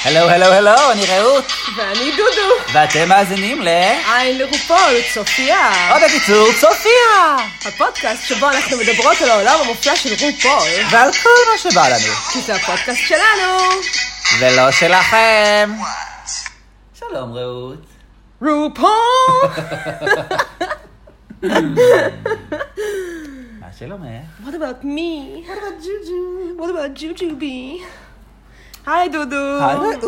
הלו, אני רעות. ואני דודו. ואתם מאזינים עין לרופול, צופיה. או בקיצור, צופיה. הפודקאסט שבו אנחנו מדברות על העולם המופלא של רופול. ועל כל מה שבא לנו. כי זה הפודקאסט שלנו. ולא שלכם. שלום רעות. רופול! מה שלומך? What about me? What about Juju? What about Jujubi? היי דודו. היי רעות.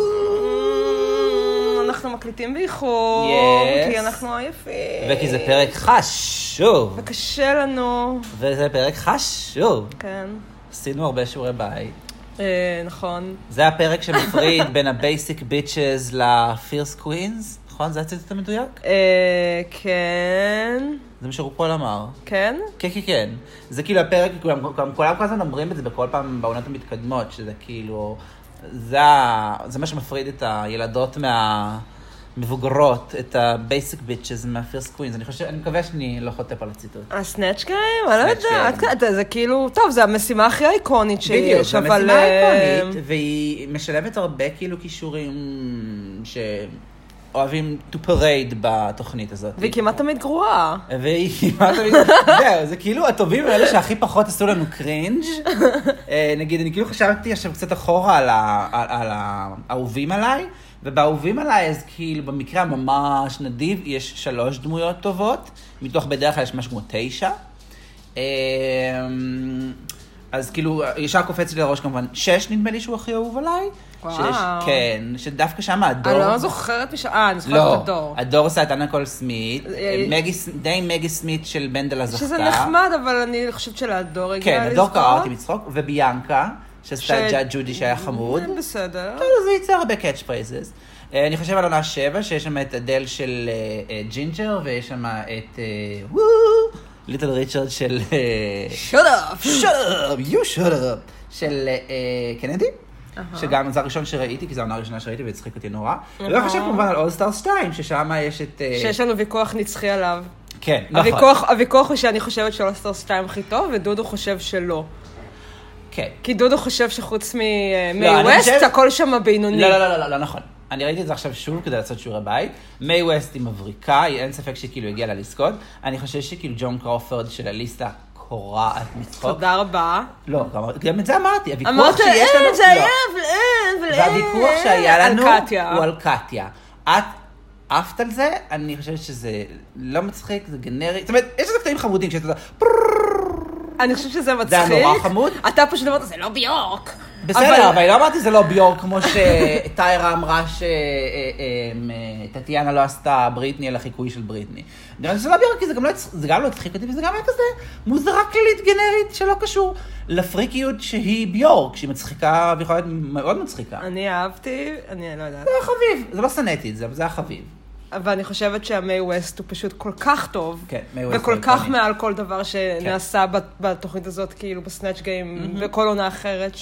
אנחנו מקליטים באיחור. Yes. כי אנחנו עייפים. וכי זה פרק חשוב. וקשה לנו. וזה פרק חשוב. כן. עשינו הרבה שיעורי בית. נכון. זה הפרק שמפריד בין הבייסיק ביצ'ז לפירס קווינס, נכון? זה הציטוט המדויק? כן. זה מה שרופול אמר. כן? כן. זה כאילו הפרק, כולם כל הזמן אומרים את זה בכל פעם בעונות המתקדמות, שזה כאילו, זה מה שמפריד את הילדות מהמבוגרות, את הבייסיק ביצ'ז מהפירס קווינס. אני מקווה שאני לא חוטף על הציטוט. הסנאצ' גיים? אני לא יודעת, זה כאילו, טוב, זה המשימה הכי איקונית שיש. בדיוק, זה המשימה האיקונית, והיא משלבת הרבה כאילו קישורים שאוהבים to parade בתוכנית הזאת. והיא כמעט תמיד גרועה. והיא כמעט תמיד, זהו, זה כאילו הטובים האלה שהכי פחות עשו לנו קרינג'. נגיד, אני כאילו חשבתי עכשיו קצת אחורה על האהובים עליי, ובאהובים עליי, אז כאילו במקרה הממש נדיב, יש 3 דמויות טובות, מתוך בדרך כלל יש משהו כמו 9. אז כאילו, ישר קופץ לי לראש כמובן 6 נדמה לי שהוא הכי אהוב עליי. וואו. כן, שדווקא שם הדור... אני לא זוכרת אני זוכרת את הדור. הדור עשה את אנה קול סמית, די מגי סמית של בנדלה זכתה. שזה נחמד, אבל אני חושבת שלהדור הגיע לזכות. כן, הדור קרא אותי מצחוק, וביאנקה, שעשתה את ג'ודי שהיה חמוד. בסדר. זה ייצר הרבה קאץ' פרייזס. אני חושב על עונה 7, שיש שם את אדל של ג'ינג'ר, ויש שם את ליטל ריצ'רד של... shut up, you shut up, של קנדי. שגם זה הראשון שראיתי, כי זו העונה הראשונה שראיתי והצחיק אותי נורא. ולא חושב כמובן על אולסטאר 2, ששם יש את... שיש לנו ויכוח נצחי עליו. כן, נכון. הוויכוח הוא שאני חושבת שאולסטאר 2 הכי טוב, ודודו חושב שלא. כן. כי דודו חושב שחוץ ממי ווסט, הכל שם בינוני. לא, נכון. אני ראיתי את זה עכשיו שוב כדי לעשות שיעורי בית. מי ווסט היא מבריקה, אין ספק שהיא כאילו הגיעה לה לזכות. אני חושב שכאילו ג'ון קרופורד של הליסטה קורעת מצחוק. תודה רבה. לא, גם את זה אמרתי. אמרת, זה היה, והוויכוח שהיה לנו הוא על קטיה. את עפת על זה, אני חושבת שזה לא מצחיק, זה גנרי. זאת אומרת, יש איזה קטעים חמודים שאתה יודע, אני חושבת שזה מצחיק. זה היה נורא חמוד. אתה פשוט אמרת, זה לא ביורק. בסדר, אבל לא אמרתי זה לא ביורק, כמו שטיירה אמרה שטטיאנה לא עשתה בריטני, אלא חיקוי של בריטני. נראה שזה לא ביורק, כי זה גם לא הצחיק אותי, וזה גם היה כזה מוזרה כללית גנרית שלא קשור לפריקיות שהיא ביורק, שהיא מצחיקה, ויכולה להיות מאוד מצחיקה. אני אהבתי, אני לא יודעת. זה היה חביב, זה לא סנאתי את זה, אבל זה היה חביב. אבל אני חושבת שהמי ווסט הוא פשוט כל כך טוב, כן, מי ווסט וכל כך מעל כל דבר שנעשה בתוכנית הזאת, כאילו בסנאצ' גיים, וכל עונה אחרת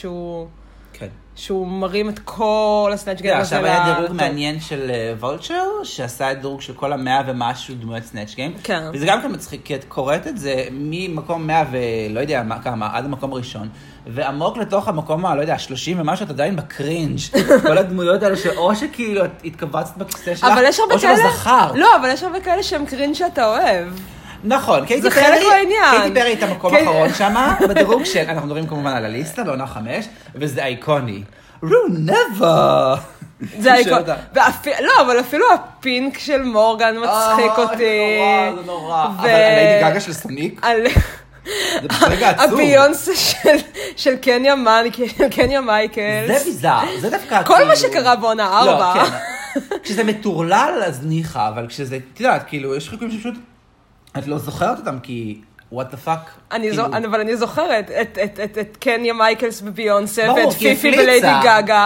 שהוא מרים את כל הסנאצ' גיים הזה. עכשיו היה דירוג מעניין של וולצ'ר, שעשה את דירוג של כל 100 ומשהו דמויות סנאצ' גיים, וזה גם כן מצחיק, כי את קוראת את זה ממקום 100 ולא יודע כמה, עד המקום הראשון, ועמוק לתוך המקום, לא יודע, 30 ומשהו, את עדיין בקרינג'. כל הדמויות האלה שאו שכאילו התכווצת בכיסא שלך, או שלא זכרת. לא, אבל יש הרבה כאלה שהם קרינג' שאתה אוהב. נכון, זה חלק מהעניין. קייטי פרי את המקום האחרון שם, בדירוג של, אנחנו מדברים כמובן על הליסטה, לעונה 5, וזה אייקוני. רו נבר! זה אייקוני. לא, אבל אפילו הפינק של מורגן מצחיק אותי. זה נורא. אבל הליידי גגה של סוניק? זה ברגע עצוב. הביונסה של קניה מייקלס. זה ביזר, זה דווקא כל מה שקרה בעונה 4. לא, כן. כשזה מטורלל, אז ניחה, אבל כשזה, תדעת, כאילו, יש חיקויים שפשוט, את לא זוכרת אותם, כי, what the fuck. אבל אני זוכרת את קניה מייקלס בביונסה, ואת פיפי בליידי גגה,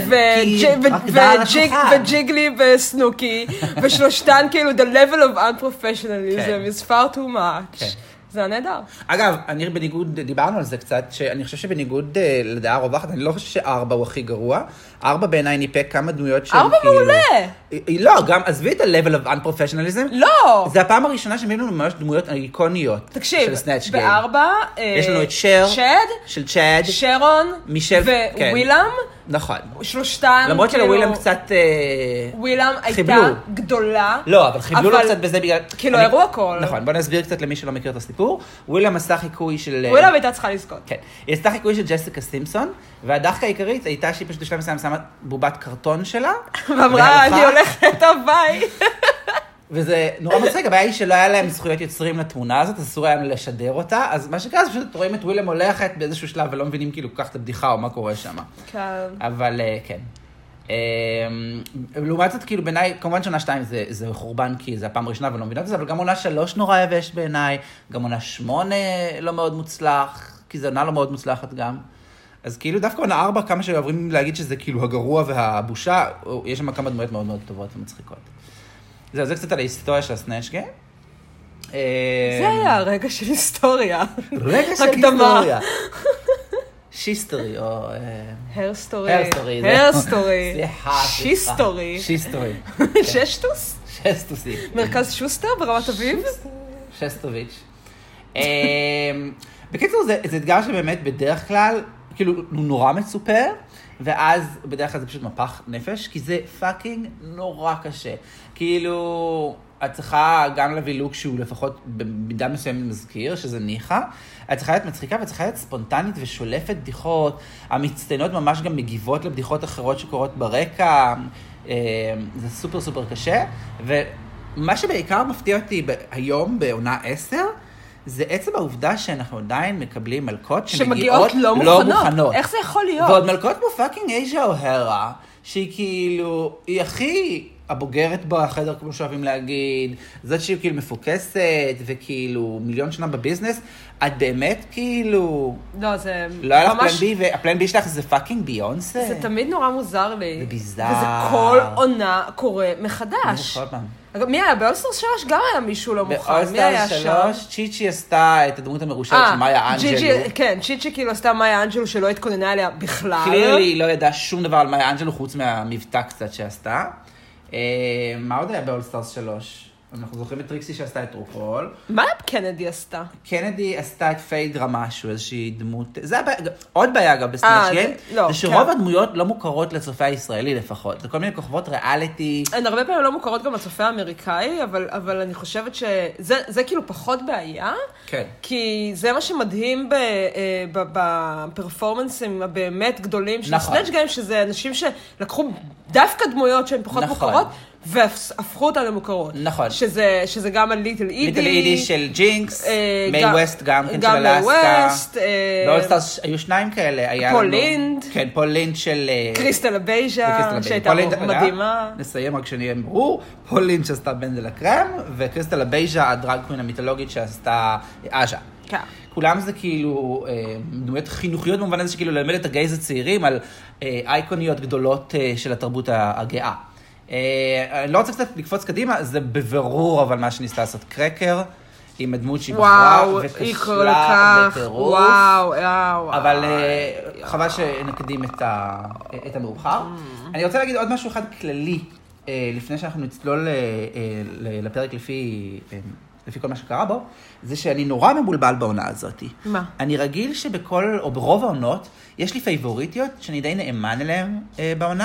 וג'יגלי בסנוקי, ושלושתן, כאילו, the level of unprofessionalism is far too much. זה נהדר. אגב, דיברנו על זה קצת, שאני חושב שבניגוד לדעה רווחת, אני לא חושב ש4 הוא הכי גרוע. 4 בעיניי ניפק כמה דמויות של... 4 מעולה! לא, גם עזבי את ה-level of unprofessionalism. לא! זה הפעם הראשונה שמביאים לנו ממש דמויות איקוניות. תקשיב, של סנאצ' גיים. ב4... יש לנו את שר. צ'אד. של צ'אד. שרון. מישל. ווילם. נכון. שלושתן, למרות שלווילם קצת ווילם הייתה גדולה. לא, אבל חיבלו לו קצת בזה בגלל... כאילו, הראו הכל. נכון, בוא נסביר קצת למי שלא מכיר את הסיפור. ווילם עשה חיקוי של... ווילם הייתה צריכה לזכות. כן. היא עשתה חיקוי של ג'סיקה סימפסון, והדחקה העיקרית הייתה שהיא פשוט בשלב מסוים שמה בובת קרטון שלה. ואמרה, אני הולכת, ביי. וזה נורא מצחיק, הבעיה היא שלא היה להם זכויות יוצרים לתמונה הזאת, אסור היה לשדר אותה, אז מה שקרה זה פשוט רואים את ווילם הולכת באיזשהו שלב ולא מבינים כאילו כך את הבדיחה או מה קורה שם. כן. אבל כן. לעומת זאת, כאילו בעיניי, כמובן שעונה 2 זה חורבן כי זה הפעם הראשונה ולא מבינות את זה, אבל גם עונה 3 נורא יבש בעיניי, גם עונה 8 לא מאוד מוצלח, כי זה עונה לא מאוד מוצלחת גם. אז כאילו דווקא עונה 4, כמה שעוברים להגיד שזה כאילו הגרוע והבושה, יש שם כמה דמויות מאוד מאוד טובות ומצחיקות. זה קצת על ההיסטוריה של הסנאצ' גיים. זה היה רגע של היסטוריה. רגע של היסטוריה. שיסטורי, או... הרסטורי. הרסטורי. שיסטורי. שיסטורי. ששטוס? שסטוסי. מרכז שוסטר ברמת אביב? שסטוביץ'. בקיצור, זה אתגר שבאמת בדרך כלל, כאילו, הוא נורא מצופה, ואז בדרך כלל זה פשוט מפח נפש, כי זה פאקינג נורא קשה. כאילו, את צריכה גם להביא לוק שהוא לפחות במידה מסוימת מזכיר, שזה ניחה. את צריכה להיות מצחיקה ואת צריכה להיות ספונטנית ושולפת בדיחות. המצטיינות ממש גם מגיבות לבדיחות אחרות שקורות ברקע. זה סופר סופר קשה. ומה שבעיקר מפתיע אותי היום בעונה 10, זה עצם העובדה שאנחנו עדיין מקבלים מלכות שמגיעות לא מוכנות. איך זה יכול להיות? ועוד מלכות כמו פאקינג אייג'ה אוהרה, שהיא כאילו, היא הכי הבוגרת בחדר, כמו שאוהבים להגיד, זאת שהיא כאילו מפוקסת, וכאילו מיליון שנה בביזנס, את באמת כאילו... לא, זה... לא היה לך פלן בי, והפלן בי שלך זה פאקינג ביונסה. זה תמיד נורא מוזר לי. זה ביזר. וזה כל עונה קורה מחדש. כל פעם. מי היה? באולסטאר 3 גם היה מישהו לא מוכן. מי היה שם? באולסטאר 3, צ'יצ'י עשתה את הדמות המרושלת של מאיה אנג'לו. כן, צ'יצ'י כאילו עשתה מאיה אנג'לו שלא התכוננה עליה בכלל. קלירלי לא ידעה שום דבר על מאיה אנג'לו חוץ מהמבטא קצת שעשתה. מה עוד היה באולסטארס 3? אנחנו זוכרים את טריקסי שעשתה את רופול. מה קנדי עשתה? קנדי עשתה את פיידרה משהו, איזושהי דמות... זה עוד בעיה גם בסנאצ' גיים, זה שרוב הדמויות לא מוכרות לצופה הישראלי לפחות. זה כל מיני כוכבות ריאליטי. הן הרבה פעמים לא מוכרות גם לצופה האמריקאי, אבל אני חושבת שזה כאילו פחות בעיה. כן. כי זה מה שמדהים בפרפורמנסים הבאמת גדולים של סנאצ' גיים, שזה אנשים שלקחו דווקא דמויות שהן פחות מוכרות, והפכו אותה למוכרות. נכון. שזה גם על ליטל אידי. ליטל אידי של ג'ינקס, מיי ווסט גם כן של אלסקה. באולסטארס היו שניים כאלה. פול לינד. כן, פול לינד של... קריסטלה בייז'ה, שהייתה מדהימה. נסיים רק שנהיה ברור. פול לינד שעשתה בנדל הקרם, וקריסטלה בייז'ה, הדרג קווין המיתולוגית שעשתה אז'ה. כן. כולם זה כאילו דמויות חינוכיות במובן הזה שכאילו ללמד את הגייז הצעירים על אייקוניות גדולות של התרבות הגאה. אני לא רוצה קצת לקפוץ קדימה, זה בבירור אבל מה שניסתה לעשות קרקר, עם הדמות שהיא בחרה וכשלה בטירוף. וואו. אבל חבל שנקדים את המאוחר. אני רוצה להגיד עוד משהו אחד כללי, לפני שאנחנו נצלול לפרק לפי כל מה שקרה בו, זה שאני נורא מבולבל בעונה הזאת. מה? אני רגיל שבכל, או ברוב העונות, יש לי פייבוריטיות שאני די נאמן אליהן בעונה,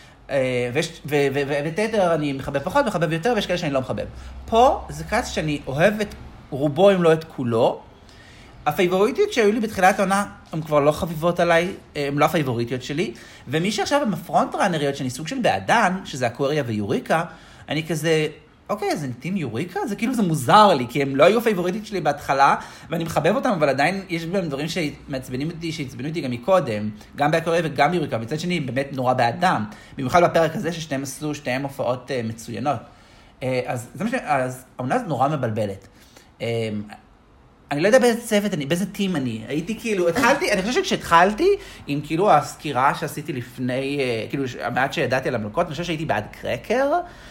ותתר אני מחבב פחות, מחבב יותר, ויש כאלה שאני לא מחבב. פה זה קאץ שאני אוהב את רובו, אם לא את כולו. הפייבוריטיות שהיו לי בתחילת העונה, הן כבר לא חביבות עליי, הן לא הפייבוריטיות שלי, ומי שעכשיו הם הפרונט ראנריות, שאני סוג של בעדן, שזה אקווריה ויוריקה, אני כזה... אוקיי, אז נתים יוריקה? זה כאילו זה מוזר לי, כי הם לא היו הפייבוריטית שלי בהתחלה, ואני מחבב אותם, אבל עדיין יש בהם דברים שמעצבנים אותי, שהצבנו אותי גם מקודם, גם באקוריה וגם ביוריקה, מצד שני, באמת נורא באדם, במיוחד בפרק הזה ששתיהם עשו, שתיהם הופעות מצוינות. אז העונה הזאת נורא מבלבלת. אני לא יודע באיזה צוות אני, באיזה טים אני. הייתי כאילו, אני חושב שכשהתחלתי עם כאילו הסקירה שעשיתי לפני, כאילו המעט שידעתי על המלכות, אני חושב שהייתי בעד קרקר,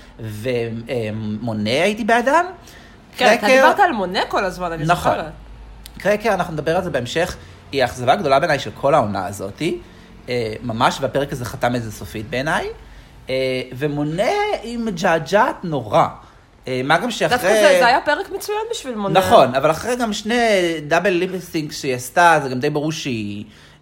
ומונה הייתי בעדם. כן, אתה דיברת על מונה כל הזמן, אני זוכרת. נכון. קרקר, אנחנו נדבר על זה בהמשך, היא האכזבה הגדולה בעיניי של כל העונה הזאת, ממש, והפרק הזה חתם איזה סופית בעיניי, ומונה היא מג'עג'עת נורא. מה גם שאחרי... דווקא זה היה פרק מצוין בשביל מונה. נכון, אבל אחרי גם שני דאבל ליפסינג שהיא עשתה, זה גם די ברור שהיא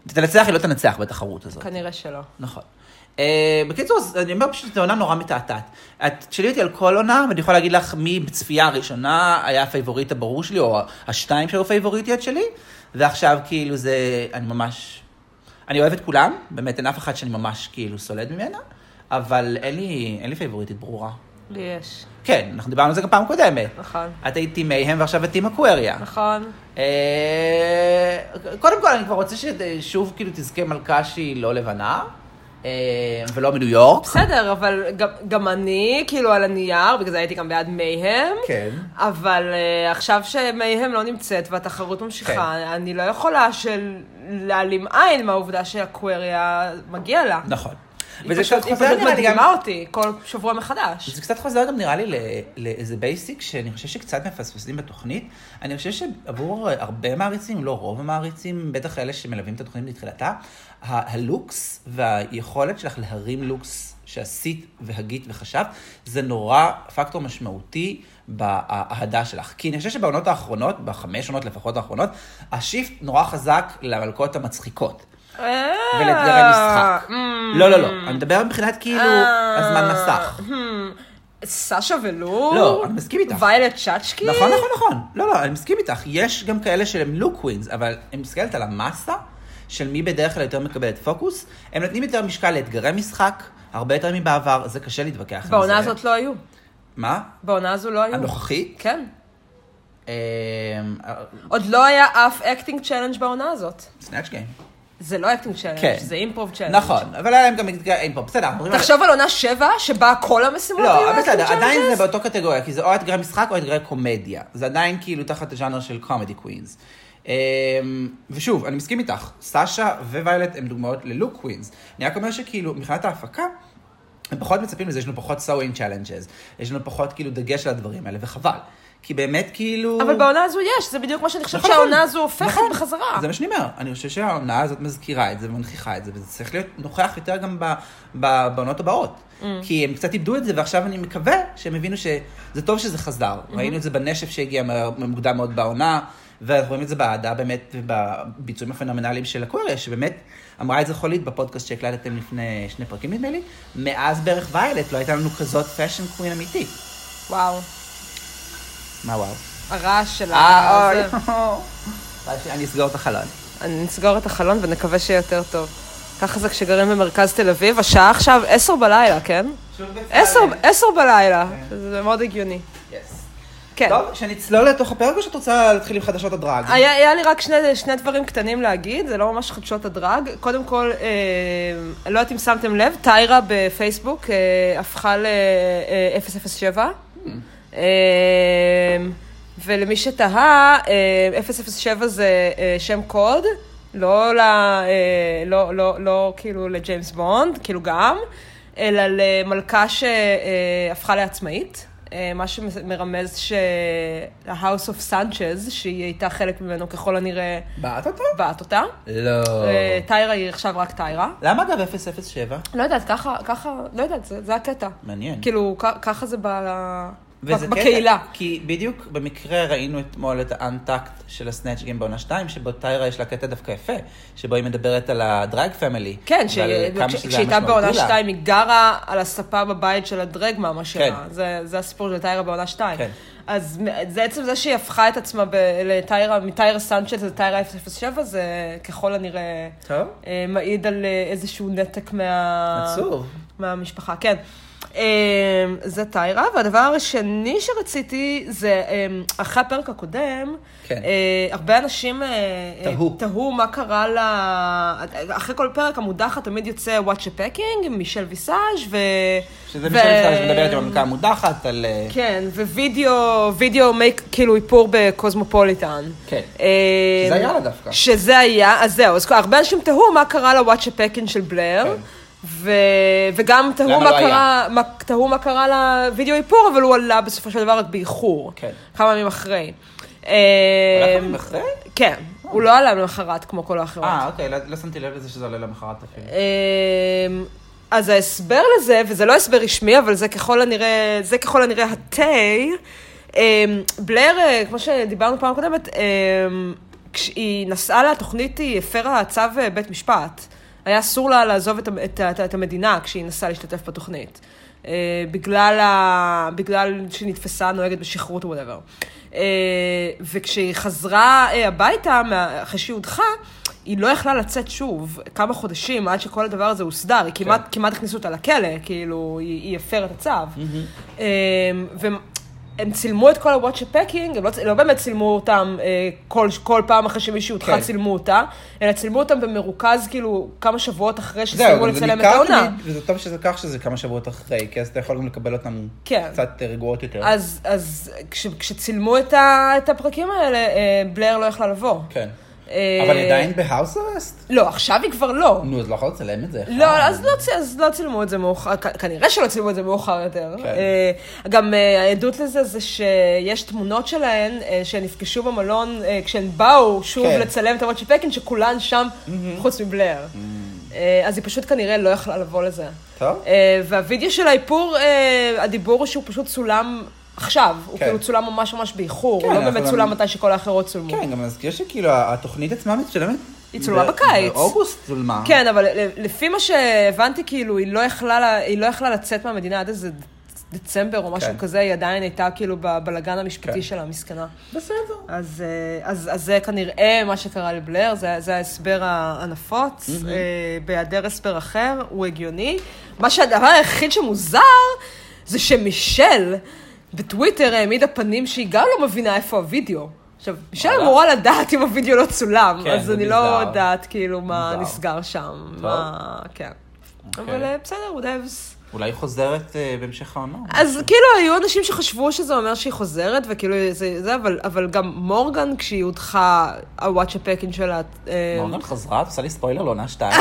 תנצח, היא לא תנצח בתחרות הזאת. כנראה שלא. נכון. בקיצור, אני אומר פשוט, זו עונה נורא מתעתעת. את תשאלי אותי על כל עונה, ואני יכול להגיד לך מי בצפייה הראשונה היה הפייבוריט הברור שלי, או השתיים שהיו פייבוריטיות שלי, ועכשיו כאילו זה, אני אוהב את כולם, באמת אין אף אחד שאני ממש כאילו סולד ממנה, אבל אין לי פייבוריטית ברורה. לי יש. כן, אנחנו דיברנו על זה גם פעם קודמת. נכון. את היית טים מייהם ועכשיו את טים אקווריה. נכון. קודם כל, אני כבר רוצה ששוב כאילו תזכה מלכה שהיא לא לבנה, ולא מניו יורק. בסדר, אבל גם אני, כאילו על הנייר, בגלל זה הייתי גם בעד מייהם. כן. אבל עכשיו שמייהם לא נמצאת והתחרות ממשיכה, אני לא יכולה להעלים עין מהעובדה שאקווריה מגיע לה. נכון. וזה קצת חוזר מדהימה אותי, כל שבוע מחדש. זה קצת חוזר גם נראה לי לאיזה בייסיק, שאני חושב שקצת מפספסים בתוכנית. אני חושב שעבור הרבה מעריצים, לא רוב המעריצים, בטח אלה שמלווים את התוכנית מתחילתה, הלוקס והיכולת שלך להרים לוקס שעשית והגית וחשבת, זה נורא פקטור משמעותי באהדה שלך. כי אני חושב שבעונות האחרונות, בחמש עונות לפחות האחרונות, השיפט נורא חזק למלכות המצחיקות. ולאתגרי משחק. לא, אני מדבר מבחינת כאילו הזמן מסך. סשה ולו? לא, אני מסכים איתך. ויילט צ'אצ'קי? נכון. לא, אני מסכים איתך. יש גם כאלה שהם לוק קווינס, אבל הם מסתכלת על המסה של מי בדרך כלל יותר מקבלת פוקוס. הם נותנים יותר משקל לאתגרי משחק, הרבה יותר מבעבר, זה קשה להתווכח עם זה. בעונה הזאת לא היו. מה? בעונה הזו לא היו. הנוכחית? כן. עוד לא היה אף אקטינג צ'לנג' בעונה הזאת. סנאץ' גיים. זה לא אקטינג צ'לנג', זה אימפרוב צ'לנג'. נכון, אבל היה להם גם אימפרוב, בסדר. תחשוב על עונה 7, שבה כל המשימות היו אקטינג צ'לנג'ס? לא, בסדר, עדיין זה באותו קטגוריה, כי זה או אתגרי משחק או אתגרי קומדיה. זה עדיין כאילו תחת הז'אנר של קומדי קווינס. ושוב, אני מסכים איתך, סשה וויילט הם דוגמאות ללוק קווינס. אני רק אומר שכאילו, מבחינת ההפקה, הם פחות מצפים לזה, יש לנו פחות sewing challenges, יש לנו פחות כאילו דגש על הדברים האלה, וחבל. כי באמת כאילו... אבל בעונה הזו יש, זה בדיוק מה שאני חושבת שהעונה הזו הופכת בחזרה. זה מה שאני אומר, אני חושב שהעונה הזאת מזכירה את זה ומנכיחה את זה, וזה צריך להיות נוכח יותר גם בעונות הבאות. כי הם קצת איבדו את זה, ועכשיו אני מקווה שהם הבינו שזה טוב שזה חזר. ראינו את זה בנשף שהגיע מוקדם מאוד בעונה, ואנחנו רואים את זה באהדה באמת, ובביצועים הפנומנליים של אקווריה, שבאמת אמרה את זה חולית בפודקאסט שהקלטתם לפני 2 פרקים נדמה לי, מאז בערך ויילט לא הייתה לנו כזאת פאשן קווין אמיתית. וואו. מה וואו? הרעש של אני אסגור את החלון. אני אסגור את החלון ונקווה שיהיה יותר טוב. ככה זה כשגרים במרכז תל אביב, השעה עכשיו 10 בלילה, כן? 10 בלילה, זה מאוד הגיוני. כן. טוב, שנצלול לתוך הפרק או שאת רוצה להתחיל עם חדשות הדרג? היה לי רק שני דברים קטנים להגיד, זה לא ממש חדשות הדרג. קודם כל, לא יודעת אם שמתם לב, טיירה בפייסבוק הפכה ל-007. ולמי שתהה, 007 זה שם קוד, לא כאילו לג'יימס בונד, כאילו גם, אלא למלכה שהפכה לעצמאית. מה שמרמז שה-House of Sanchez, שהיא הייתה חלק ממנו ככל הנראה... באת אותה? באת אותה. לא. טיירה היא עכשיו רק טיירה. למה אגב 007? לא יודעת, ככה, לא יודעת, זה הקטע. מעניין. כאילו, ככה זה בקהילה. כי בדיוק במקרה ראינו אתמול את האנטקט של הסנאץ' גיים בעונה 2, שבו טיירה יש לה קטע דווקא יפה, שבו היא מדברת על הדרג פמילי. כן, כשהייתה בעונה 2, היא גרה על הספה בבית של הדרג מאמה שלה. זה הסיפור של טיירה בעונה 2. אז זה עצם זה שהיא הפכה את עצמה מטיירה סנצ'ז לטיירה 007, זה ככל הנראה מעיד על איזשהו נתק מהמשפחה. כן. זה טיירה, והדבר השני שרציתי זה, אחרי הפרק הקודם, הרבה אנשים תהו מה קרה אחרי כל פרק המודחת תמיד יוצא Watch a Packing, מישל ויסאז' שזה מישל ויסאז' מדברת עם המלכה המודחת על... כן, ווידאו כאילו איפור בקוסמופוליטן. כן, שזה היה לה דווקא. שזה היה, אז זהו, אז הרבה אנשים תהו מה קרה ל-Watch a Packing של בלר, וגם תהו מה קרה לוידאו איפור, אבל הוא עלה בסופו של דבר רק באיחור. כמה ימים אחרי. כמה ימים אחרי? כן, הוא לא עלה למחרת כמו כל האחרות. אוקיי, לא שמתי לב לזה שזה עולה למחרת אפילו. אז ההסבר לזה, וזה לא הסבר רשמי, אבל זה ככל הנראה התי, בלר, כמו שדיברנו פעם קודמת, כשהיא נסעה לתוכנית, היא הפרה צו בית משפט. היה אסור לה לעזוב את המדינה כשהיא נסעה להשתתף בתוכנית. בגלל שנתפסה נוהגת בשכרות או whatever. וכשהיא חזרה הביתה, אחרי שהיא הודחה, היא לא יכלה לצאת שוב כמה חודשים עד שכל הדבר הזה הוסדר. היא כמעט הכניסו אותה לכלא, כאילו היא הפרה את הצו. הם צילמו את כל הוואטש פאקינג, הם לא באמת צילמו אותם כל פעם אחרי שמישהו הודחה צילמו אותה, אלא צילמו אותם במרוכז כאילו כמה שבועות אחרי שסיימו לצלם את העונה. וזה טוב שזה כך שזה כמה שבועות אחרי, כי אז אתה יכול גם לקבל אותם קצת רגועות יותר. אז כשצילמו את הפרקים האלה, בלר לא יכלה לבוא. כן. אבל עדיין בהאוס ארסט? לא, עכשיו היא כבר לא. נו, אז לא יכול לצלם את זה. לא, אז לא צילמו את זה מאוחר, כנראה שלא צילמו את זה מאוחר יותר. גם העדות לזה זה שיש תמונות שלהן שהן נפגשו במלון, כשהן באו שוב לצלם את הוואטש פאקינג, שכולן שם חוץ מבלר. אז היא פשוט כנראה לא יכלה לבוא לזה. טוב. והווידאו של האיפור, הדיבור הוא שהוא פשוט צולם עכשיו, הוא כאילו צולם ממש ממש באיחור, הוא לא באמת צולם מתי שכל האחרות צולמו. כן, גם נזכיר שכאילו התוכנית עצמה מצולמת. היא צולמה בקיץ. באוגוסט צולמה. כן, אבל לפי מה שהבנתי, כאילו, היא לא יכלה לצאת מהמדינה עד איזה דצמבר או משהו כזה, היא עדיין הייתה כאילו בבלגן המשפטי שלה, מסכנה. בסדר. אז זה כנראה מה שקרה לבלר, זה ההסבר הנפוץ, בהיעדר הסבר אחר, הוא הגיוני. מה שהדבר היחיד שמוזר, זה שמישל בטוויטר העמיד הפנים שהיא גם לא מבינה איפה הוידאו. עכשיו, מישל אמורה לדעת אם הוידאו לא צולם, אז אני לא יודעת כאילו מה נסגר שם. כן. אבל בסדר, וודאבס. אולי היא חוזרת בהמשך העונה. אז כאילו היו אנשים שחשבו שזה אומר שהיא חוזרת, וכאילו זה, אבל גם מורגן כשהיא הודחה הוואטש פאקינג שלה. מורגן חזרה? עושה לי ספוילר לעונה 2.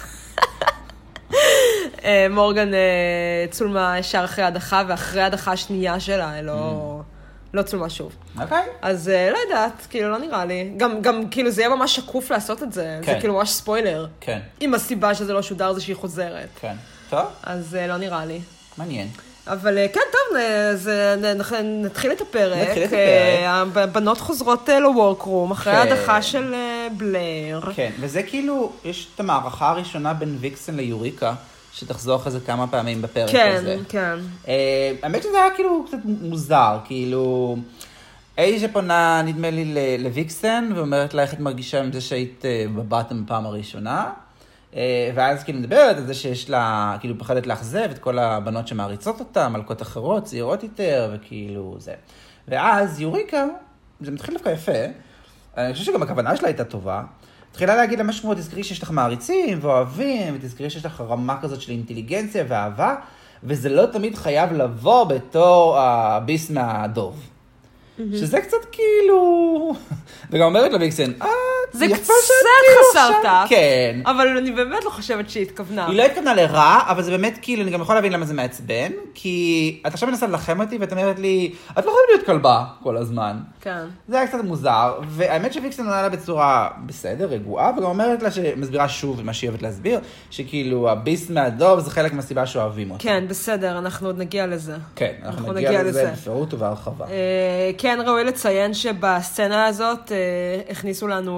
מורגן צולמה ישר אחרי הדחה, ואחרי הדחה השנייה שלה, לא צולמה שוב. אוקיי. אז לא יודעת, כאילו לא נראה לי. גם כאילו זה יהיה ממש שקוף לעשות את זה. זה כאילו ממש ספוילר. כן. אם הסיבה שזה לא שודר זה שהיא חוזרת. כן. טוב. אז לא נראה לי. מעניין. אבל כן, טוב, נתחיל את הפרק. הבנות חוזרות לוורקרום, אחרי ההדחה של בלר. כן, וזה כאילו, יש את המערכה הראשונה בין ויקסן ליוריקה, שתחזור אחרי זה כמה פעמים בפרק הזה. כן, כן. האמת שזה היה כאילו קצת מוזר, כאילו, אייז'ה פונה, נדמה לי, לוויקסן, ואומרת לה איך את מרגישה עם זה שהיית בבטם בפעם הראשונה, ואז כאילו מדברת על זה שיש לה, כאילו פחדת לאכזב את כל הבנות שמעריצות אותה, מלכות אחרות, צעירות יותר, וכאילו זה. ואז יוריקה, זה מתחיל דווקא יפה, אני חושב שגם הכוונה שלה הייתה טובה, התחילה להגיד למשהו כמו, תזכרי שיש לך מעריצים ואוהבים, ותזכרי שיש לך רמה כזאת של אינטליגנציה ואהבה, וזה לא תמיד חייב לבוא בתור הביס מהדוב. שזה קצת כאילו... וגם אומרת לוויקסן, זה קצת חסר טעם. כן. אבל אני באמת לא חושבת שהיא התכוונה. היא לא התכוונה לרע, אבל זה באמת כאילו, אני גם יכול להבין למה זה מעצבן, כי את עכשיו מנסה ללחם אותי, ואת אומרת לי, את לא יכולה להיות כלבה כל הזמן. כן. זה היה קצת מוזר, והאמת שוויקסן עונה לה בצורה בסדר, רגועה, וגם אומרת לה שמסבירה שוב מה שהיא אוהבת להסביר, שכאילו הביס מהדוב זה חלק מהסיבה שאוהבים אותה. כן, בסדר, אנחנו עוד נגיע לזה. כן, אנחנו נגיע לזה בפירוט ובהרחבה. כן, ראוי לציין שבסצנה הזאת הכניסו לנו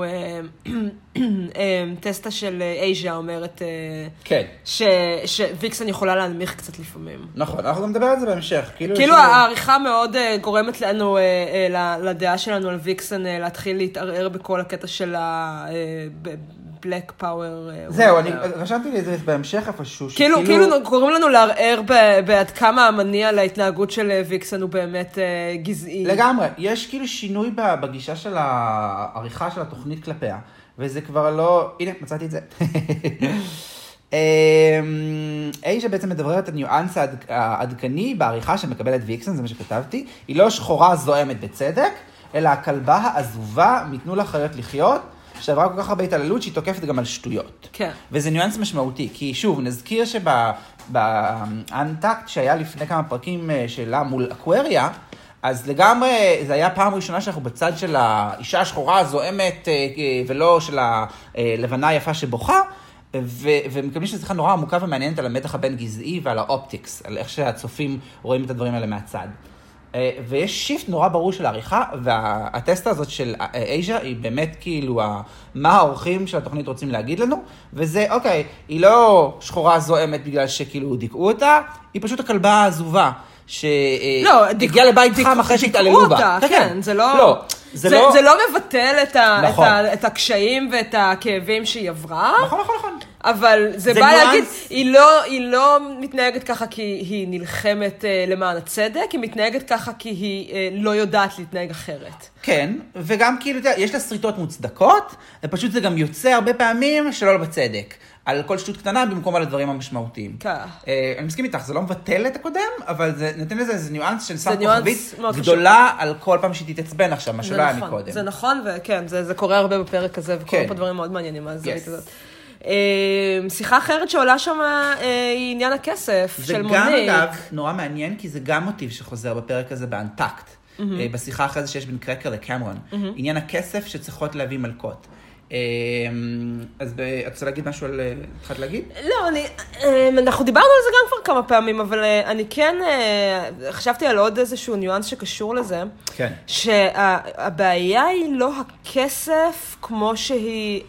טסטה של אייז'ה אומרת שוויקסן יכולה להנמיך קצת לפעמים. נכון, אנחנו גם נדבר על זה בהמשך. כאילו העריכה מאוד גורמת לנו לדעה שלנו על ויקסן להתחיל להתערער בכל הקטע של בלק פאוור. זהו, אני רשמתי לי את זה בהמשך איפשהו. כאילו קוראים לנו לערער בעד כמה המניע להתנהגות של ויקסן הוא באמת גזעי. לגמרי, יש כאילו שינוי בגישה של העריכה של התוכנית כלפיה, וזה כבר לא... הנה, מצאתי את זה. אייז'ה בעצם מדברת את הניואנס העדכני בעריכה שמקבלת ויקסן, זה מה שכתבתי. היא לא שחורה זוהמת בצדק, אלא הכלבה העזובה מתנו לה חיות לחיות, שעברה כל כך הרבה התעללות שהיא תוקפת גם על שטויות. כן. וזה ניואנס משמעותי, כי שוב, נזכיר שבאנטקט שהיה לפני כמה פרקים שלה מול אקווריה, אז לגמרי, זה היה פעם ראשונה שאנחנו בצד של האישה השחורה הזוהמת, ולא של הלבנה היפה שבוכה, ומקבלים שזכה נורא עמוקה ומעניינת על המתח הבין גזעי ועל האופטיקס, על איך שהצופים רואים את הדברים האלה מהצד. ויש שיפט נורא ברור של העריכה, והטסטה הזאת של אייז'ה היא באמת כאילו מה האורחים של התוכנית רוצים להגיד לנו, וזה, אוקיי, היא לא שחורה זוהמת בגלל שכאילו דיכאו אותה, היא פשוט הכלבה העזובה, שהגיעה לבית חם אחרי שהתעללו בה. כן, זה לא מבטל את הקשיים ואת הכאבים שהיא עברה. נכון. אבל זה בא להגיד, היא לא מתנהגת ככה כי היא נלחמת למען הצדק, היא מתנהגת ככה כי היא לא יודעת להתנהג אחרת. כן, וגם כאילו, יש לה סריטות מוצדקות, ופשוט זה גם יוצא הרבה פעמים שלא בצדק. על כל שטות קטנה במקום על הדברים המשמעותיים. אני מסכים איתך, זה לא מבטל את הקודם, אבל זה נותן לזה איזה ניואנס של שם כוכבית גדולה על כל פעם שהיא תתעצבן עכשיו, מה שלא היה מקודם. זה נכון, וכן, זה קורה הרבה בפרק הזה, וקורה פה דברים מאוד מעניינים מהזווית הזאת. שיחה אחרת שעולה שם היא עניין הכסף של מוניק. זה גם אגב נורא מעניין, כי זה גם מוטיב שחוזר בפרק הזה באנטקט, בשיחה אחרי זה שיש בין קרקר לקמרון. עניין הכסף שצריכות להביא מלכות. אז את רוצה להגיד משהו על... התחלת להגיד? לא, אנחנו דיברנו על זה גם כבר כמה פעמים, אבל אני כן חשבתי על עוד איזשהו ניואנס שקשור לזה, שהבעיה היא לא הכסף כמו שהיא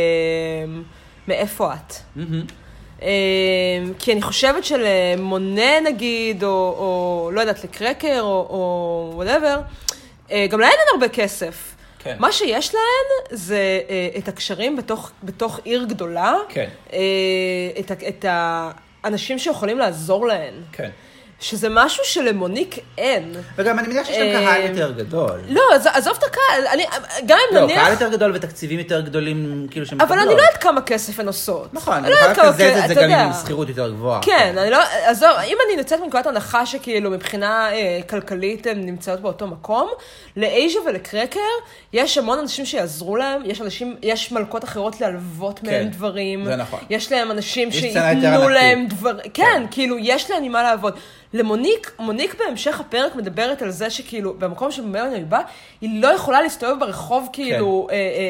מאיפה את. כי אני חושבת שלמונה נגיד, או לא יודעת, לקרקר, או whatever, גם להן אין הרבה כסף. מה שיש להן זה את הקשרים בתוך עיר גדולה, את האנשים שיכולים לעזור להן. כן. שזה משהו שלמוניק אין. וגם אני מניח שיש להם קהל יותר גדול. לא, עזוב את הקהל, גם אם נניח... לא, קהל יותר גדול ותקציבים יותר גדולים, כאילו שמקבלות. אבל אני לא יודעת כמה כסף הן עושות. נכון, אני יכולה לקזז את זה גם עם שכירות יותר גבוהה. כן, אני לא... עזוב, אם אני נמצאת מנקודת הנחה שכאילו מבחינה כלכלית הן נמצאות באותו מקום, לאייז'ה ולקרקר יש המון אנשים שיעזרו להם, יש מלכות אחרות להלוות מהם דברים. זה נכון. יש להם אנשים שיתנו להם דברים. כן, כאילו, יש להם מה לעבוד. למוניק בהמשך הפרק מדברת על זה שכאילו, במקום שבמילון היא באה, היא לא יכולה להסתובב ברחוב כאילו,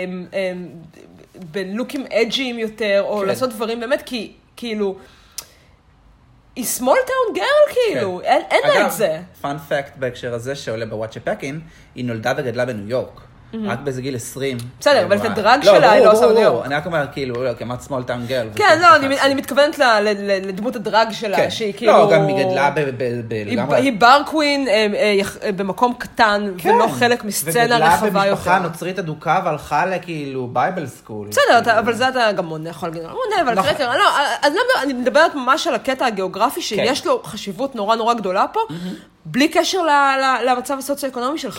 בלוקים אג'יים יותר, או לעשות דברים באמת, כי כאילו, היא small town girl כאילו, אין לה את זה. אגב, פאנ פקט בהקשר הזה שעולה בוואטשה פקין, היא נולדה וגדלה בניו יורק. רק באיזה גיל 20. בסדר, אבל את הדרג שלה היא לא עושה בניו יורק. אני רק אומר, כאילו, כמעט small town girl. כן, לא, אני מתכוונת לדמות הדרג שלה, שהיא כאילו... לא, גם היא גדלה לגמרי. היא ברקווין במקום קטן, ולא חלק מסצנה רחבה יותר. וגדלה במשפחה נוצרית אדוקה, והלכה לכאילו בייבל סקול. בסדר, אבל זה אתה גם מונה, יכול להגיד, מונה, אבל קרקר, אני מדברת ממש על הקטע הגיאוגרפי, שיש לו חשיבות נורא נורא גדולה פה, בלי קשר למצב הסוציו-אקונומי שלך.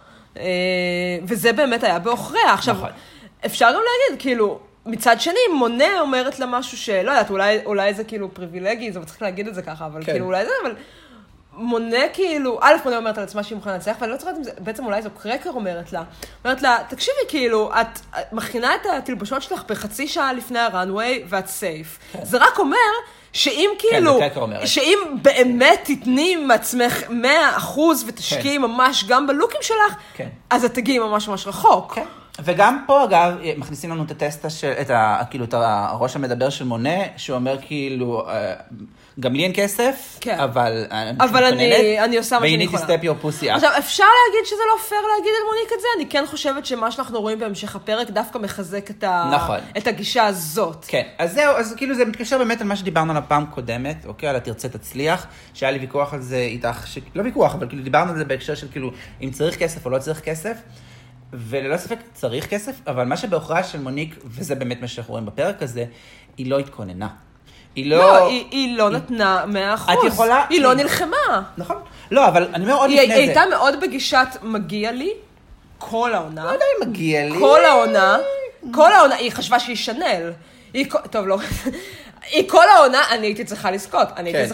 וזה באמת היה באוכריה. עכשיו, אפשר גם להגיד, כאילו, מצד שני, מונה אומרת לה משהו שלא יודעת, אולי זה כאילו פריבילגי, זה מצחיק להגיד את זה ככה, אבל כאילו אולי זה, אבל מונה כאילו, מונה אומרת על עצמה שהיא מוכנה לצליח, ואני לא צריכה את זה, בעצם אולי זו קרקר אומרת לה, תקשיבי, כאילו, את מכינה את התלבשות שלך בחצי שעה לפני הרנווי, ואת סייף. זה רק אומר שאם כאילו, שאם באמת תתני מעצמך 100% ותשקיעי ממש גם בלוקים שלך, אז את תגיעי ממש ממש רחוק. וגם פה, אגב, מכניסים לנו את הטסטה, כאילו, את הראש המדבר של מונה, שהוא אומר כאילו, גם לי אין כסף, אבל אני עושה מה שאני יכולה. עכשיו, אפשר להגיד שזה לא פייר להגיד על מוניק את זה, אני כן חושבת שמה שאנחנו רואים בהמשך הפרק דווקא מחזק את הגישה הזאת. כן, אז זהו, אז כאילו זה מתקשר באמת על מה שדיברנו על הפעם קודמת, אוקיי, על התרצה תצליח, שהיה לי ויכוח על זה איתך, לא ויכוח, אבל כאילו דיברנו על זה בהקשר של כאילו, אם צריך כסף או לא צריך כסף, וללא ספק צריך כסף, אבל מה שבהוכרעה של מוניק, וזה באמת מה שאנחנו רואים בפרק הזה, היא לא התכוננה. היא לא נתנה 100%. היא לא נלחמה. נכון. לא, אבל אני אומר עוד לפני זה. היא הייתה מאוד בגישת מגיע לי, כל העונה. לא יודע אם מגיע לי. כל העונה, היא חשבה שהיא שנל. טוב, לא. היא כל העונה, אני הייתי צריכה לזכות.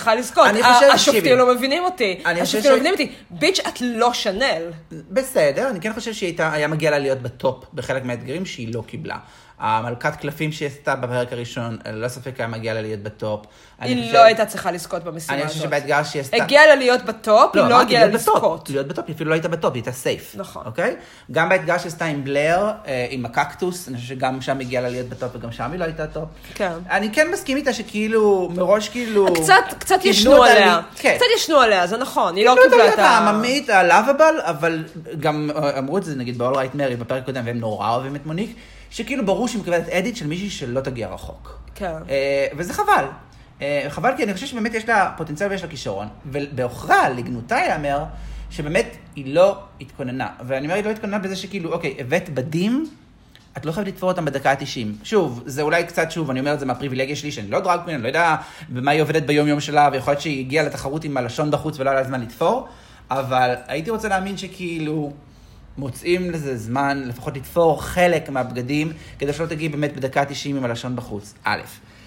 השופטים לא מבינים אותי. ביץ', את לא שנל. בסדר, אני כן חושב שהיה מגיע לה להיות בטופ בחלק מהאתגרים שהיא לא קיבלה. המלכת קלפים שהיא עשתה בפרק הראשון, לא ספק היה מגיע לה להיות בטופ. היא לא הייתה צריכה לזכות במשימה הזאת. אני חושב שבאתגר שהיא עשתה... הגיעה לה להיות בטופ, היא לא הגיעה לה לזכות. להיות בטופ, היא אפילו לא הייתה בטופ, היא הייתה סייף. נכון. אוקיי? גם באתגר שהיא עשתה עם בלר, עם הקקטוס, אני חושב שגם שם הגיעה לה להיות בטופ, וגם שם היא לא הייתה טופ. כן. אני כן מסכים מסכים איתה שכאילו, מראש כאילו... קצת ישנו עליה. קצת ישנו עליה, זה נכון. היא לא קיבלה את העממית, הלאביבל, אבל גם אמרו את זה, נגיד, ב-All Right Mary, בפרק קודם, והם נורא אוהבים את מוניק, שכאילו ברור שהיא מקבלת אדיט של מישהי שלא תגיע רחוק. כן. וזה חבל. חבל כי אני חושב שבאמת יש לה פוטנציאל ויש לה כישרון, ובאוכרה, לגנותה יאמר, שבאמת היא לא התכוננה. ואני אומר, היא לא התכוננה בזה שכאילו, אוקיי, הבאת בדים, את לא חייבת לתפור אותם בדקה ה-90. שוב, זה אולי קצת שוב, אני אומר את זה מהפריבילגיה שלי, שאני לא דרג קווין, אני לא יודע במה היא עובדת ביום יום שלה, ויכול להיות שהיא הגיעה לתחרות עם הלשון בחוץ ולא היה לה זמן לתפור, אבל הייתי רוצה להאמין שכאילו מוצאים לזה זמן, לפחות לתפור חלק מהבגדים, כדי שלא תגיעי באמת בדקה ה-90 עם הלשון בחוץ. א',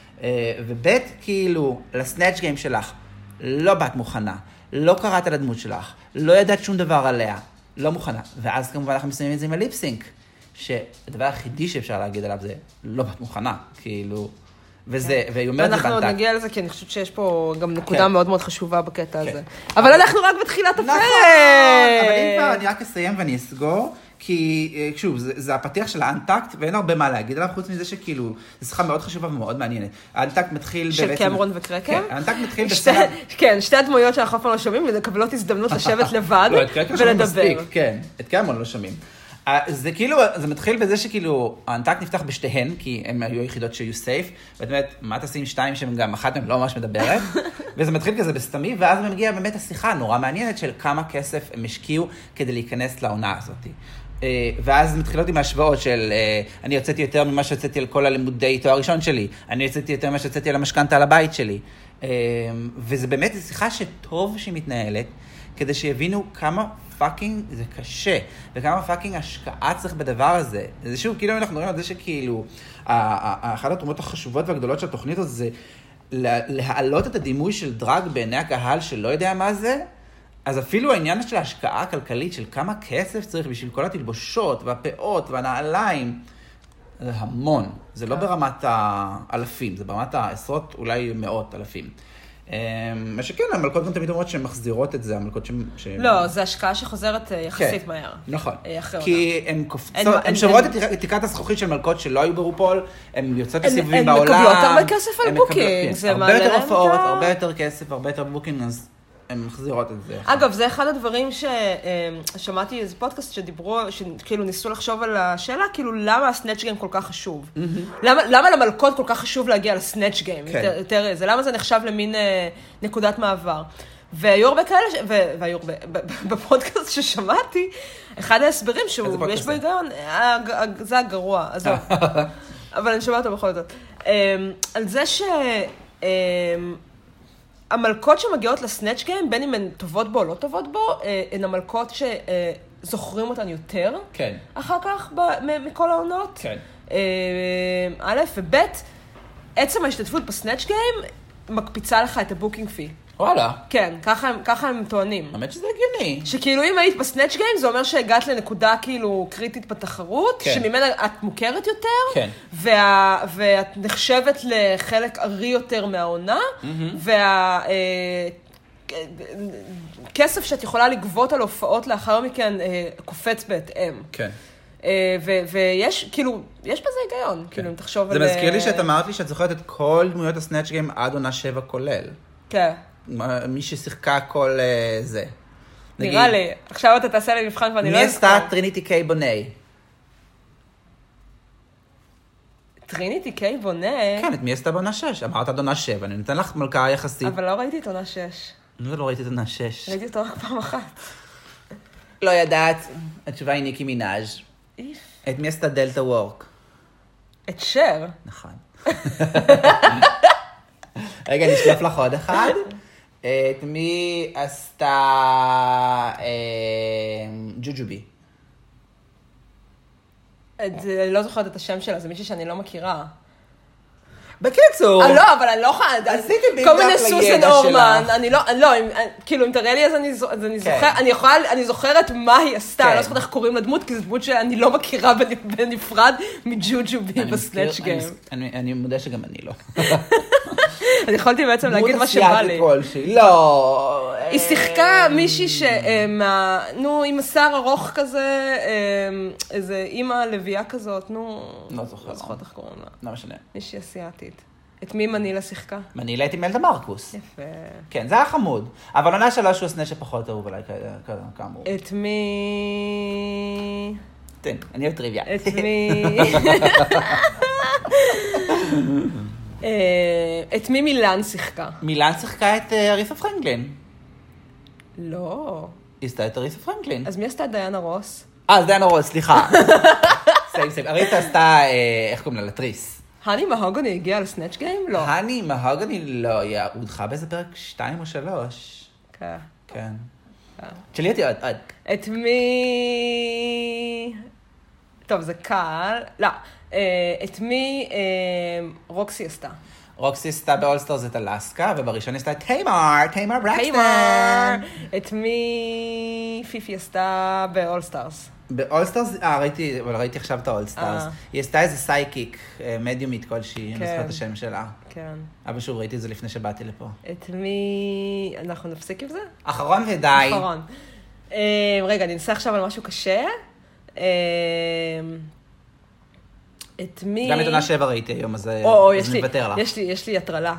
וב', כאילו, לסנאץ' גיים שלך, לא באת מוכנה, לא קראת על הדמות שלך, לא ידעת שום דבר עליה, לא מוכנה. ואז כמובן אנחנו מסיימים את זה עם הליפסינק, שהדבר היחידי שאפשר להגיד עליו זה לא באת מוכנה, כאילו, וזה, והיא אומרת זה ואנחנו עוד נגיע לזה, כי אני חושבת שיש פה גם נקודה מאוד מאוד חשובה בקטע הזה. אבל אנחנו רק בתחילת הפרק! נכון, אבל אם כבר אני רק אסיים ואני אסגור, כי, שוב, זה הפתיח של האנטקט, ואין הרבה מה להגיד עליו, חוץ מזה שכאילו, זו שיחה מאוד חשובה ומאוד מעניינת. האנטקט מתחיל של קמרון וקרקר? כן, האנטקט מתחיל בסצנה... כן, שתי הדמויות שאנחנו אף פעם לא שומעים, ומקבלות הזדמנות לשבת לבד ולדבר. כן, את קמרון לא שומעים. זה כאילו, זה מתחיל בזה שכאילו, האנטקט נפתח בשתיהן, כי הם היו היחידות שיהיו סייף, ואת אומרת, מה תשים שתיים שהם גם אחת מהם לא ממש מדברת, וזה מתחיל כזה בסתמי, ואז מגיעה באמת השיחה הנורא מעניינת של כמה כסף הם השקיעו כדי להיכנס לעונה הזאת. ואז מתחילות עם ההשוואות של, אני יוצאתי יותר ממה שיוצאתי על כל הלימודי תואר ראשון שלי, אני יוצאתי יותר ממה שיוצאתי על המשכנתה על הבית שלי. וזה באמת שיחה שטוב שהיא מתנהלת, כדי שיבינו כמה פאקינג זה קשה, וכמה פאקינג השקעה צריך בדבר הזה. זה שוב, כאילו אנחנו מדברים על זה שכאילו, אחת התרומות החשובות והגדולות של התוכנית הזאת זה להעלות את הדימוי של דרג בעיני הקהל שלא יודע מה זה, אז אפילו העניין של ההשקעה הכלכלית, של כמה כסף צריך בשביל כל התלבושות והפאות והנעליים, זה המון. זה לא ברמת האלפים, זה ברמת העשרות, אולי מאות אלפים. מה שכן, המלכות גם תמיד אומרות שהן מחזירות את זה, המלכות לא, זה השקעה שחוזרת יחסית מהר. נכון. כי הן קופצות, הן שוברות את תקרת הזכוכית של מלכות שלא היו ברופול, הן יוצאות לסיבובים בעולם. הן מקבלות הרבה כסף על בוקינג. הרבה יותר הופעות, הרבה יותר כסף, הרבה יותר בוקינג, אז הן מחזירות את זה. אגב, זה אחד הדברים ששמעתי איזה פודקאסט שדיברו, שכאילו ניסו לחשוב על השאלה, כאילו למה הסנאץ' גיים כל כך חשוב? למה למלכות כל כך חשוב להגיע לסנאץ' גיים? למה זה נחשב למין נקודת מעבר? והיו הרבה כאלה, בפודקאסט ששמעתי, אחד ההסברים שיש בו היגיון, זה הגרוע, אבל אני שומעת אותו בכל זאת. על זה המלכות שמגיעות לסנאץ' גיים, בין אם הן טובות בו או לא טובות בו, הן המלכות שזוכרים אותן יותר, כן. אחר כך מכל העונות. כן. א' וב', עצם ההשתתפות בסנאץ' גיים מקפיצה לך את הבוקינג פי. וואלה. כן, ככה הם טוענים. האמת שזה הגיוני. שכאילו אם היית בסנאץ' גיים, זה אומר שהגעת לנקודה כאילו קריטית בתחרות, כן. שממנה את מוכרת יותר, כן. ואת נחשבת לחלק ארי יותר מהעונה, והכסף שאת יכולה לגבות על הופעות לאחר מכן קופץ בהתאם. כן. ויש, כאילו, יש בזה היגיון, כאילו, אם תחשוב על... זה מזכיר לי שאת אמרת לי שאת זוכרת את כל דמויות הסנאץ' גיים עד עונה 7 כולל. כן. מי ששיחקה כל זה. נראה לי, עכשיו אתה תעשה לי מבחן ואני לא אזכור. מי עשתה טריניטי קיי בוני? טריניטי קיי בוני? כן, את מי עשתה בעונה 6? אמרת עד עונה 7, אני נותן לך מלכה יחסית. אבל לא ראיתי את עונה 6. אני לא ראיתי את עונה 6. ראיתי אותו רק פעם אחת. לא ידעת, התשובה היא ניקי מינאז'. את מי עשתה דלטה וורק? את שר? נכון. רגע, נשלף לך עוד אחד. את מי עשתה ג'וג'ובי? אני לא זוכרת את השם שלה, זה מישהי שאני לא מכירה. בקיצור. לא, אבל אני לא יכולה... עשיתי בידק כל מיני סוסן אורמן, שלך. אני לא, כאילו, אם תראה לי אז אני זוכרת, אני זוכרת מה היא עשתה, אני לא זוכרת איך קוראים לדמות, כי זו דמות שאני לא מכירה בנפרד מג'וג'ובי בסנאץ' גיים. אני מודה שגם אני לא. אני יכולתי בעצם להגיד מה שבא לי. לא. היא שיחקה מישהי עם השיער ארוך כזה, איזה אימא לביאה כזאת, לא זוכר. לא זוכרת איך קוראים לה. לא משנה. מישהי אסיאתית. את מי מנילה שיחקה? מנילה את אימלדה מרקוס. יפה. כן, זה היה חמוד. אבל עונה 3 הוא הסנה שפחות אהוב עליי, כאמור. את מי... תן, אני אוהב טריוויה. את מי... את מי מילאן שיחקה? מילאן שיחקה את ארית'ה פרנקלין. לא. היא עשתה את ארית'ה פרנקלין. אז מי עשתה את דיאנה רוס? אז דיאנה רוס, סליחה. סיים. ארית'ה עשתה, איך קוראים לה? לטריס. הני מהוגני הגיעה לסנאצ' גיים? לא. הני מהוגני לא, היא הודחה באיזה פרק 2 או 3. כן. כן. תשאלי אותי עוד. את מי... טוב, זה קל. לא. את מי רוקסי עשתה? רוקסי עשתה באולסטארס את אלסקה, ובראשון עשתה את תימר ברקסטון. את מי פיפי עשתה באולסטארס? באולסטארס, ראיתי עכשיו את האולסטארס. היא עשתה איזה סייקיק, מדיומית כלשהי, אני זוכרת את השם שלה. כן. אבל שוב, ראיתי את זה לפני שבאתי לפה. את מי... אנחנו נפסיק עם זה? אחרון ודי. אחרון. רגע, אני אנסה עכשיו על משהו קשה. את מי... גם את עונה 7 ראיתי היום, אז אני מוותר לך. יש לי הטרלה.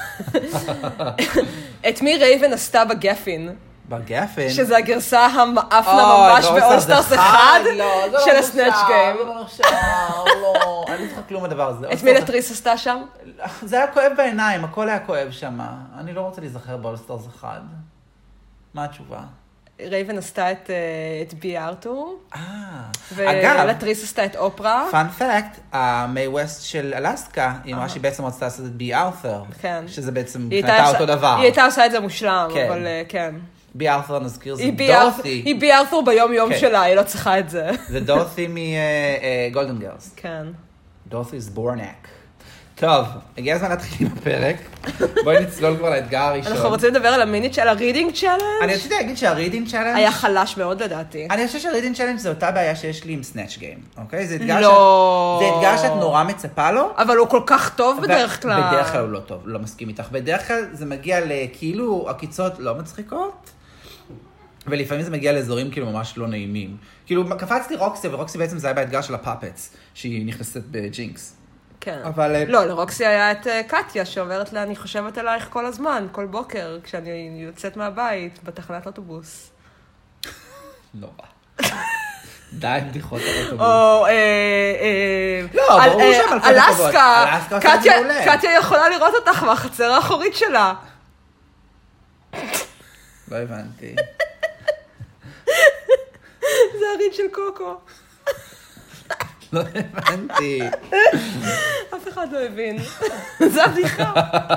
את מי רייבן עשתה בגפין? בגפן? שזה הגרסה המאפנה ממש באולסטארס 1 של הסנאצ' גיים. לא, אני לא צריכה כלום הדבר הזה. את מי לטריס עשתה שם? זה היה כואב בעיניים, הכל היה כואב שם. אני לא רוצה להיזכר באולסטארס 1. מה התשובה? רייבן עשתה את בי ארתור. אגב, ולטריס עשתה את אופרה. פאנ פאקט, המיי ווסט של אלסקה, היא אמרה שהיא בעצם רצתה לעשות את בי ארת'ר. כן. שזה בעצם הייתה אותו דבר. היא הייתה עושה את זה מושלם, אבל כן. בי ארת'ר נזכיר, זה דורתי. היא בי ארת'ר ביום יום שלה, היא לא צריכה את זה. זה דורתי מגולדן גרלס. כן. דורתי זבורנק. טוב, הגיע הזמן להתחיל עם הפרק. בואי נצלול כבר לאתגר הראשון. אנחנו רוצים לדבר על המיניט של הרידינג צ'אלנג'? אני רציתי להגיד שהרידינג צ'אלנג' היה חלש מאוד לדעתי. אני חושב שהרידינג צ'אלנג' זה אותה בעיה שיש לי עם סנאצ' גיים, אוקיי? זה אתגר שאת נורא מצפה לו. אבל הוא כל כך טוב בדרך כלל. בדרך כלל הוא לא טוב, לא מסכים איתך. בדרך כלל זה מגיע לכאילו עקיצות לא מצחיקות, ולפעמים זה מגיע לאזורים כאילו ממש לא נעימים. כאילו קפצתי רוקסי, ורוקסי בעצם זה היה באתגר של הפאפטס, שהיא נכנסת בג'ינקס. כן. אבל... לא, לרוקסי היה את קטיה, שאומרת לה, אני חושבת עלייך כל הזמן, כל בוקר, כשאני יוצאת מהבית, בתחנת אוטובוס. נורא. די עם בדיחות האוטובוס. או... לא, ברור שם על כל הכבוד. אלסקה, קטיה יכולה לראות אותך מהחצר האחורית שלה. לא הבנתי. זה הריד של קוקו. לא הבנתי. אף אחד לא הבין. זה הבדיחה.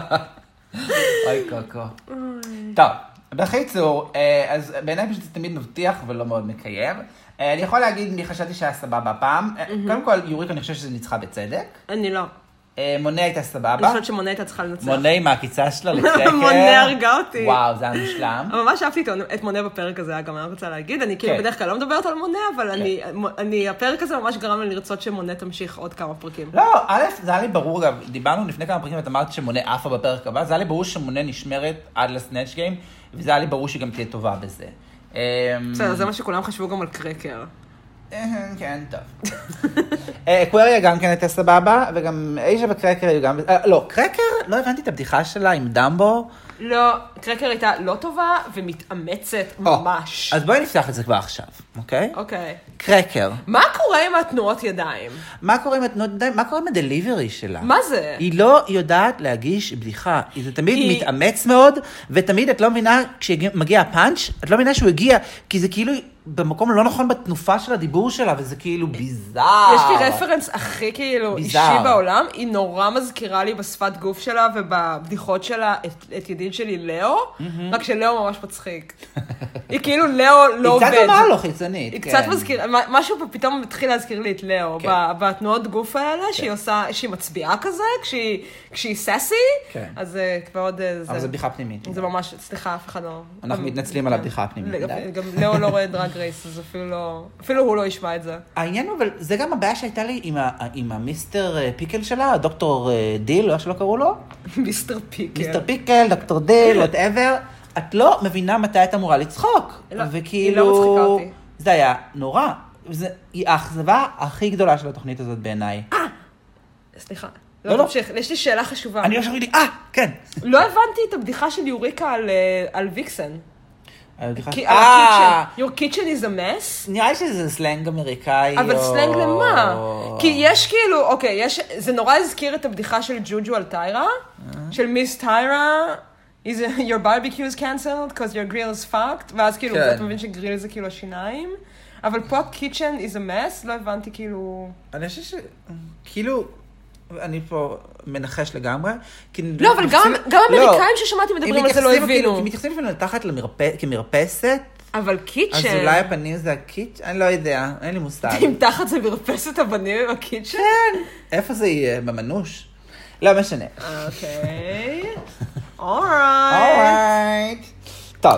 אוי קוקו. טוב, בחיצור, אז בעיניי פשוט זה תמיד מבטיח ולא מאוד מקיים. אני יכול להגיד, אני חשבתי שהיה סבבה פעם. קודם כל, יורית, אני חושב שזה ניצחה בצדק. אני לא. מונה הייתה סבבה. אני חושבת שמונה הייתה צריכה לנצח. מונה עם העקיצה שלה לקרקר. מונה הרגע אותי. וואו, זה היה מושלם. ממש אהבתי את מונה בפרק הזה, גם אני רוצה להגיד. אני כאילו בדרך כלל לא מדברת על מונה, אבל הפרק הזה ממש גרם לי לרצות שמונה תמשיך עוד כמה פרקים. לא, א', זה היה לי ברור, אגב, דיברנו לפני כמה פרקים, ואת אמרת שמונה עפה בפרק הבא, זה היה לי ברור שמונה נשמרת עד לסנאצ' גיים, וזה היה לי ברור שגם תהיה טובה בזה. בסדר, זה מה שכולם חשבו גם על קרקר. כן, טוב. קווריה גם כן הייתה סבבה, וגם אישה וקרקר היו גם... לא, קרקר, לא הבנתי את הבדיחה שלה עם דמבו. לא, קרקר הייתה לא טובה ומתאמצת ממש. אז בואי נפתח את זה כבר עכשיו, אוקיי? אוקיי. קרקר. מה קורה עם התנועות ידיים? מה קורה עם התנועות ידיים? מה קורה עם הדליברי שלה? מה זה? היא לא יודעת להגיש בדיחה. היא תמיד מתאמץ מאוד, ותמיד את לא מבינה, כשמגיע הפאנץ', את לא מבינה שהוא הגיע, כי זה כאילו... במקום לא נכון בתנופה של הדיבור שלה, וזה כאילו ביזר. יש לי רפרנס הכי כאילו אישי בעולם, היא נורא מזכירה לי בשפת גוף שלה ובבדיחות שלה את ידיד שלי לאו, רק שלאו ממש מצחיק. היא כאילו לאו לא עובד. היא קצת דומה לו חיצונית. היא קצת מזכירה, משהו פתאום מתחיל להזכיר לי את לאו, בתנועות גוף האלה, שהיא עושה, שהיא מצביעה כזה, כשהיא ססי, אז מאוד... אבל זה בדיחה פנימית. זה ממש, סליחה, אף אחד לא... אנחנו מתנצלים על הבדיחה הפנימית. גם לאו לא רואה דרג רייס, אז אפילו הוא לא ישמע את זה. העניין הוא, אבל זה גם הבעיה שהייתה לי עם המיסטר פיקל שלה, דוקטור דיל, לא שלא קראו לו? מיסטר פיקל. מיסטר פיקל, דוקטור דיל, whatever. את לא מבינה מתי את אמורה לצחוק. היא לא מצחיקה אותי. זה היה נורא. היא האכזבה הכי גדולה של התוכנית הזאת בעיניי. סליחה. לא, תמשיך, יש לי שאלה חשובה. אני חשבתי לי, כן. לא הבנתי את הבדיחה של יוריקה על ויקסן. Your kitchen is a mess? נראה לי שזה סלנג אמריקאי. אבל סלנג למה? כי יש כאילו, אוקיי, זה נורא הזכיר את הבדיחה של ג'וג'ו על טיירה, של מיס טיירה, your barbecue is cancelled because your grill is fucked, ואז כאילו, אתה מבין שגריל זה כאילו השיניים, אבל פה kitchen is a mess, לא הבנתי כאילו... אני חושב ש... כאילו... אני פה מנחש לגמרי. לא, אבל גם אמריקאים ששמעתי מדברים על זה לא הבינו. כי מתייחסים לפעמים תחת כמרפסת. אבל קיצ'ן. אז אולי הפנים זה הקיצ'ן? אני לא יודע, אין לי מושג. אם תחת זה מרפסת הפנים עם הקיצ'ן? כן. איפה זה יהיה? במנוש? לא משנה. אוקיי. אורייט. טוב.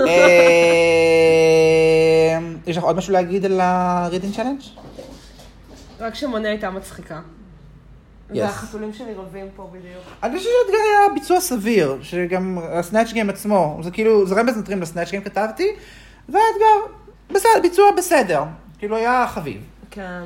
יש לך עוד משהו להגיד על ה-reading challenge? רק שמונה הייתה מצחיקה. והחתולים שלי רבים פה בדיוק. אני חושב שהאתגר היה ביצוע סביר, שגם הסנאצ' גיים עצמו, זה כאילו, זה רמז נטרים לסנאצ' גיים כתבתי, והאתגר, בסדר, ביצוע בסדר, כאילו היה חביב. כן.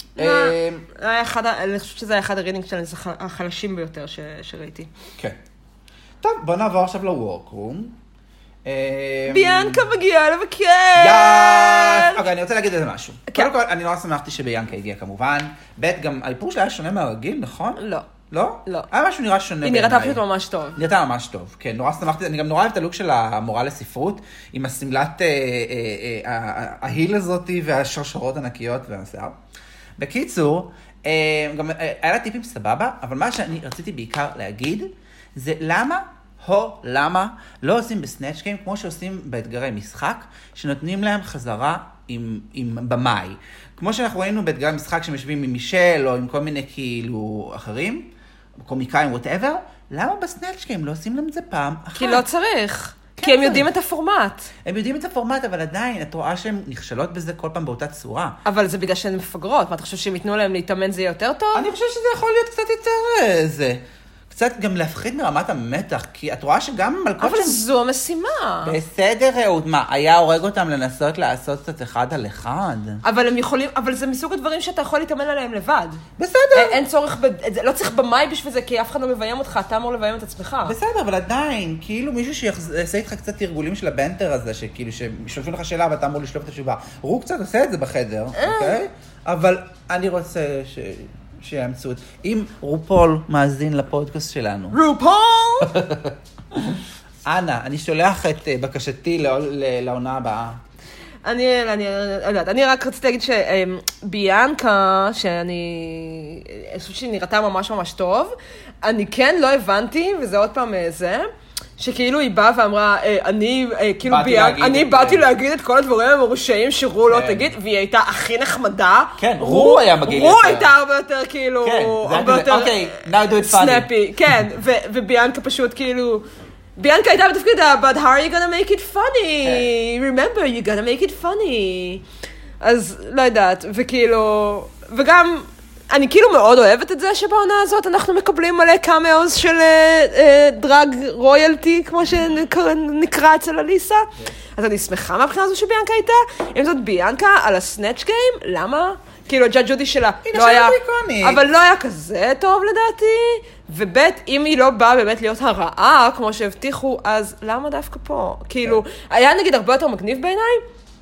אני חושבת שזה היה אחד הרידינג שלנו, זה החלשים ביותר שראיתי. כן. טוב, בוא נעבור עכשיו לוורקרום. ביאנקה מגיעה לבקר! אוקיי, אני רוצה להגיד איזה משהו. קודם כל, אני נורא שמחתי שביאנקה הגיעה כמובן. ב' גם האיפור שלה היה שונה מהרגיל, נכון? לא. לא? לא. היה משהו נראה שונה בעיניי. היא נראתה פשוט ממש טוב. נראתה ממש טוב, כן. נורא שמחתי. אני גם נורא אוהבת את הלוק של המורה לספרות, עם הסמלת ההיל הזאת והשרשרות ענקיות והשיער. בקיצור, גם היה לה טיפים סבבה, אבל מה שאני רציתי בעיקר להגיד, זה למה לא עושים בסנאצ' גיים כמו שעושים באתגרי משחק, שנותנים להם חזרה עם במאי. כמו שאנחנו ראינו באתגרי משחק שמשווים עם מישל או עם כל מיני כאילו אחרים, קומיקאים, whatever, למה בסנאצ' גיים לא עושים להם את זה פעם אחת? כי לא צריך. כן, כי הם יודעים את הפורמט. הם יודעים את הפורמט, אבל עדיין, את רואה שהן נכשלות בזה כל פעם באותה צורה. אבל זה בגלל שהן מפגרות. מה, אתה חושב שהם ייתנו להם להתאמן זה יותר טוב? אני חושב שזה יכול להיות קצת יותר זה. קצת גם להפחית מרמת המתח, כי את רואה שגם מלכות... אבל זו המשימה. בסדר, רעות, מה, היה הורג אותם לנסות לעשות קצת אחד על אחד? אבל הם יכולים, אבל זה מסוג הדברים שאתה יכול להתאמן עליהם לבד. בסדר. אין צורך, לא צריך במאי בשביל זה, כי אף אחד לא מביים אותך, אתה אמור לביים את עצמך. בסדר, אבל עדיין, כאילו מישהו שיעשה איתך קצת תרגולים של הבנטר הזה, שכאילו ששולפים לך שאלה ואתה אמור לשלוף את התשובה. הוא קצת עושה את זה בחדר, אוקיי? אבל אני רוצה שיאמצו את... אם רופול מאזין לפודקאסט שלנו. רופול! אנה, אני שולח את בקשתי לעונה הבאה. אני רק רציתי להגיד שביאנקה, שאני חושבת שהיא נראתה ממש ממש טוב, אני כן לא הבנתי, וזה עוד פעם זה, שכאילו היא באה ואמרה, אני באתי להגיד את כל הדברים המרושעים שרו לא תגיד, והיא הייתה הכי נחמדה. כן, רו היה מגיע. רו הייתה הרבה יותר כאילו, הרבה יותר סנאפי. כן, וביאנקה פשוט כאילו, ביאנקה הייתה בתפקיד, but how are you gonna make it funny? Remember, you gotta make it funny. אז לא יודעת, וכאילו, וגם... אני כאילו מאוד אוהבת את זה שבעונה הזאת אנחנו מקבלים מלא קאמאוז של דרג רויאלטי, כמו שנקרא אצל אליסה. אז אני שמחה מהבחינה הזו שביאנקה הייתה. אם זאת ביאנקה על הסנאצ' גיים, למה? כאילו הג'אג' ג'ודי שלה לא היה, אבל לא היה כזה טוב לדעתי. ובית, אם היא לא באה באמת להיות הרעה, כמו שהבטיחו, אז למה דווקא פה? כאילו, היה נגיד הרבה יותר מגניב בעיניי,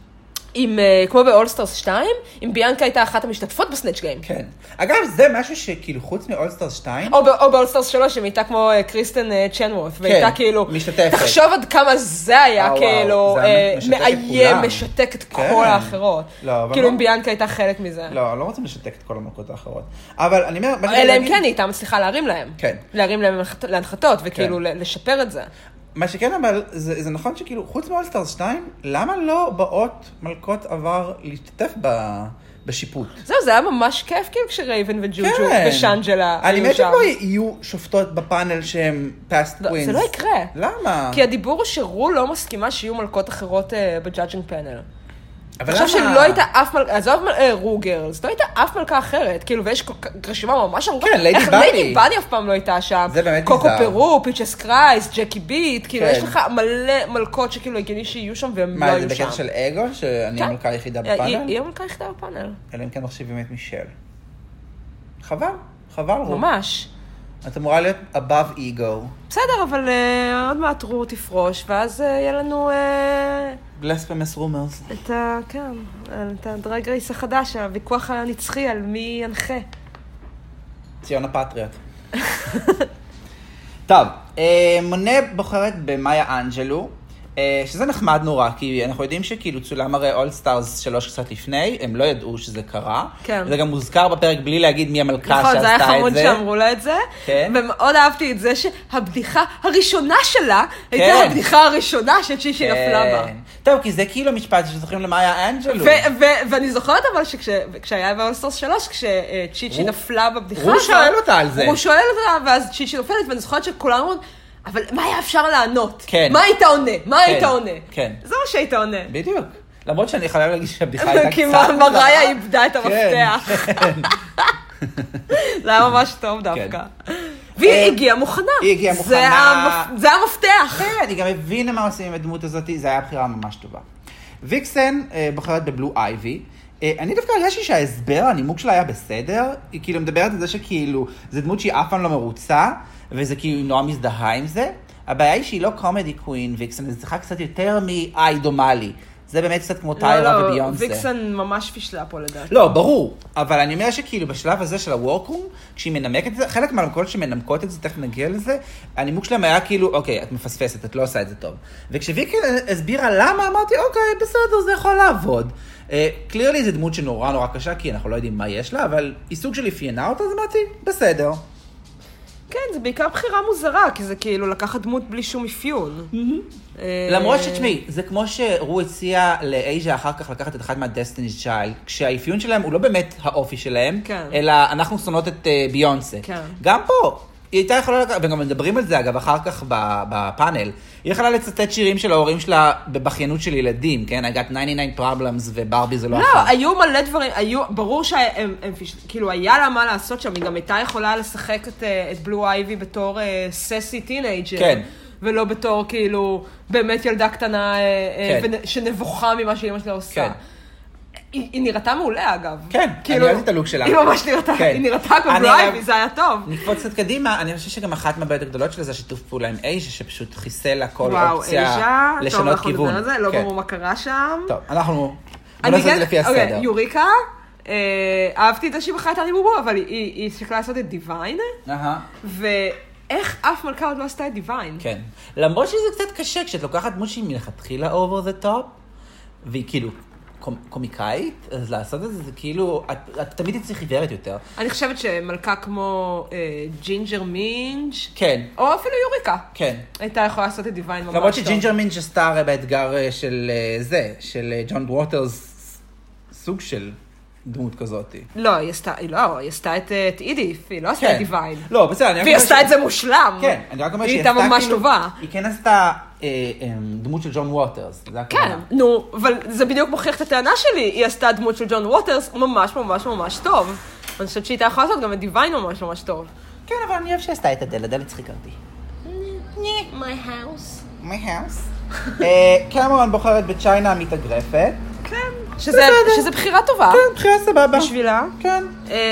כמו באולסטרס 2, אם ביאנקה הייתה אחת המשתתפות בסנאצ' גיים. כן. אגב, זה משהו שכאילו חוץ מאולסטרס 2... או באולסטרס 3, אם הייתה כמו קריסטן צ'נוורת', והייתה כאילו... משתתפת. תחשוב עד כמה זה היה כאילו... מאיים, משתק את כל האחרות. כאילו אם ביאנקה הייתה חלק מזה. לא רוצים לשתק את כל המלכות האחרות. אבל אני אומר... אלא אם כן, היא הייתה מצליחה להרים להם. כן. להרים להם להנחתות, וכאילו לשפר את זה. מה שכן, אבל זה נכון שכאילו, חוץ מאולסטרס 2, למה לא באות מלכות עבר להשתתף בשיפוט? זהו, זה היה ממש כיף, כאילו כשרייבן וג'וג'ו ושאנג'לה אני מת שכבר יהיו שופטות בפאנל שהם past queens. זה לא יקרה. למה? כי הדיבור הוא שרו לא מסכימה שיהיו מלכות אחרות בג'אדג'ינג פאנל. עכשיו שלא הייתה אף מלכה, עזוב רו גרלס, לא הייתה אף מלכה אחרת, כאילו, ויש רשימה ממש ארוכה. כן, ליידי באני. איך ליידי באני אף פעם לא הייתה שם? זה באמת קוקו פרו, פיצ'ס קרייס, ג'קי ביט, כאילו, יש לך מלא מלכות שכאילו הגיוני שיהיו שם והם לא היו שם. מה, זה בקטע של אגו, שאני המלכה היחידה בפאנל? היא המלכה היחידה בפאנל. אלא אם כן מחשיבים את מישל. חבל, רו. ממש. את אמורה להיות above ego. בסדר, אבל עוד מעט רו תפרוש, ואז יהיה לנו... blasphemous rumors. את הדרג רייס החדש, הוויכוח הנצחי על מי ינחה. ציון הפטריוט. טוב, מונה בוחרת במאיה אנג'לו, שזה נחמד נורא, כי אנחנו יודעים שכאילו צולם הרי אול סטארס 3 קצת לפני, הם לא ידעו שזה קרה. כן. זה גם מוזכר בפרק בלי להגיד מי המלכה שעשתה את זה. נכון, זה היה חמוד שאמרו לה את זה. כן. ומאוד אהבתי את זה שהבדיחה הראשונה שלה, הייתה הבדיחה הראשונה שצ'יצ'י נפלה בה. טוב, כי זה כאילו משפט שזוכרים למאיה אנג'לו. ואני זוכרת אבל שכשהיה באול סטארס 3, כשצ'יצ'י נפלה בבדיחה הוא שואל אותה על זה. הוא שואל אותה, ואז צ'יצ'י נופלת, ואני זוכרת שכולם אומרים, אבל מה היה אפשר לענות? כן. מה היית עונה? מה היית עונה? כן. זה מה שהיית עונה. בדיוק. למרות שאני חייב להגיד שהבדיחה הייתה קצת... כי מריה איבדה את המפתח. כן. זה היה ממש טוב דווקא. והיא הגיעה מוכנה. היא הגיעה מוכנה. זה המפתח. כן, אני גם מבינה מה עושים עם הדמות הזאת, זה היה בחירה ממש טובה. ויקסן בוחרת בבלו אייבי. אני דווקא הרגשתי שההסבר, הנימוק שלה היה בסדר. היא כאילו מדברת על זה שכאילו, זה דמות שהיא אף פעם לא מרוצה, וזה כאילו נורא מזדהה עם זה. הבעיה היא שהיא לא קומדי קווין, ויקסן, זה צריכה קצת יותר מאי דומה לי. זה באמת קצת כמו טיירה וביונסה. ויקסן ממש פישלה פה לדעתי. לא, ברור. אבל אני אומר שכאילו בשלב הזה של הוורקרום, כשהיא מנמקת את זה, חלק מהמקומות שמנמקות את זה, תכף נגיע לזה, הנימוק שלהם היה כאילו, אוקיי, את מפספסת, את לא עושה את זה טוב. וכשוויקסן הסבירה למה, אמרתי, אוקיי, בסדר, זה יכול לעבוד. קלירלי זה דמות שנורא נורא קשה, כי אנחנו לא יודעים מה יש לה, אבל היא סוג של אפיינה אותה, אז אמרתי, בסדר. כן, זה בעיקר בחירה מוזרה, כי זה כאילו לקחת דמות בלי שום אפיון. למרות שתשמעי, זה כמו שרו הציע לאייז'ה אחר כך לקחת את אחד מה-Destiny's Child, כשהאפיון שלהם הוא לא באמת האופי שלהם, אלא אנחנו שונאות את ביונסה. גם פה, היא הייתה יכולה לקחת, וגם מדברים על זה אגב אחר כך בפאנל, היא יכולה לצטט שירים של ההורים שלה בבחיינות של ילדים, כן? I got 99 problems וברבי זה לא אחת. לא, היו מלא דברים, ברור כאילו היה לה מה לעשות שם, היא גם הייתה יכולה לשחק את בלו אייבי בתור ססי טינאג'ר. כן. ולא בתור כאילו באמת ילדה קטנה שנבוכה ממה שאמא שלה עושה. כן. היא נראתה מעולה, אגב. כן, אני אוהבת את הלוק שלה. היא ממש נראתה, היא נראתה כמו בלייבי, זה היה טוב. נקפוץ קצת קדימה, אני חושב שגם אחת מהבעיות הגדולות שלה זה שיתוף פעולה עם אייז'ה, שפשוט חיסל לה כל אופציה לשנות כיוון. טוב, אנחנו נדבר על זה, לא ברור מה קרה שם. טוב, אנחנו נעשה את זה לפי הסדר. יוריקה, אהבתי את זה שהיא בחרה את הריבובו, אבל היא שקלה לעשות את דיוויין, ואיך אף מלכה עוד לא עשתה את דיוויין. כן, למרות שזה קצת קשה, כשאת לוקחת דמות שהיא מלכתחילה over the top, והיא כאילו קומיקאית, אז לעשות את זה, זה כאילו, את תמיד תצליח חיוורת יותר. אני חושבת שמלכה כמו ג'ינג'ר מינג' כן. או אפילו יוריקה. כן. הייתה יכולה לעשות את דיוויין ממש טוב. למרות שג'ינג'ר מינג' עשתה הרי באתגר של זה, של ג'ון ווטרס, סוג של דמות כזאת. לא, היא עשתה את אידיף, היא לא עשתה את דיוויין. לא, בסדר. והיא עשתה את זה מושלם. כן, אני רק אומר שהיא הייתה ממש טובה. היא כן עשתה דמות של ג'ון ווטרס. כן, נו, אבל זה בדיוק מוכיח את הטענה שלי. היא עשתה דמות של ג'ון ווטרס ממש ממש ממש טוב. אני חושבת שהיא הייתה יכולה לעשות גם את דיוויין ממש ממש טוב. כן, אבל אני אוהב שעשתה את הדלת צחיקה אותי. My house. My house. קמרון בוחרת בצ'יינה המתאגרפת. כן. שזה בחירה טובה. כן, בחירה סבבה. בשבילה. כן.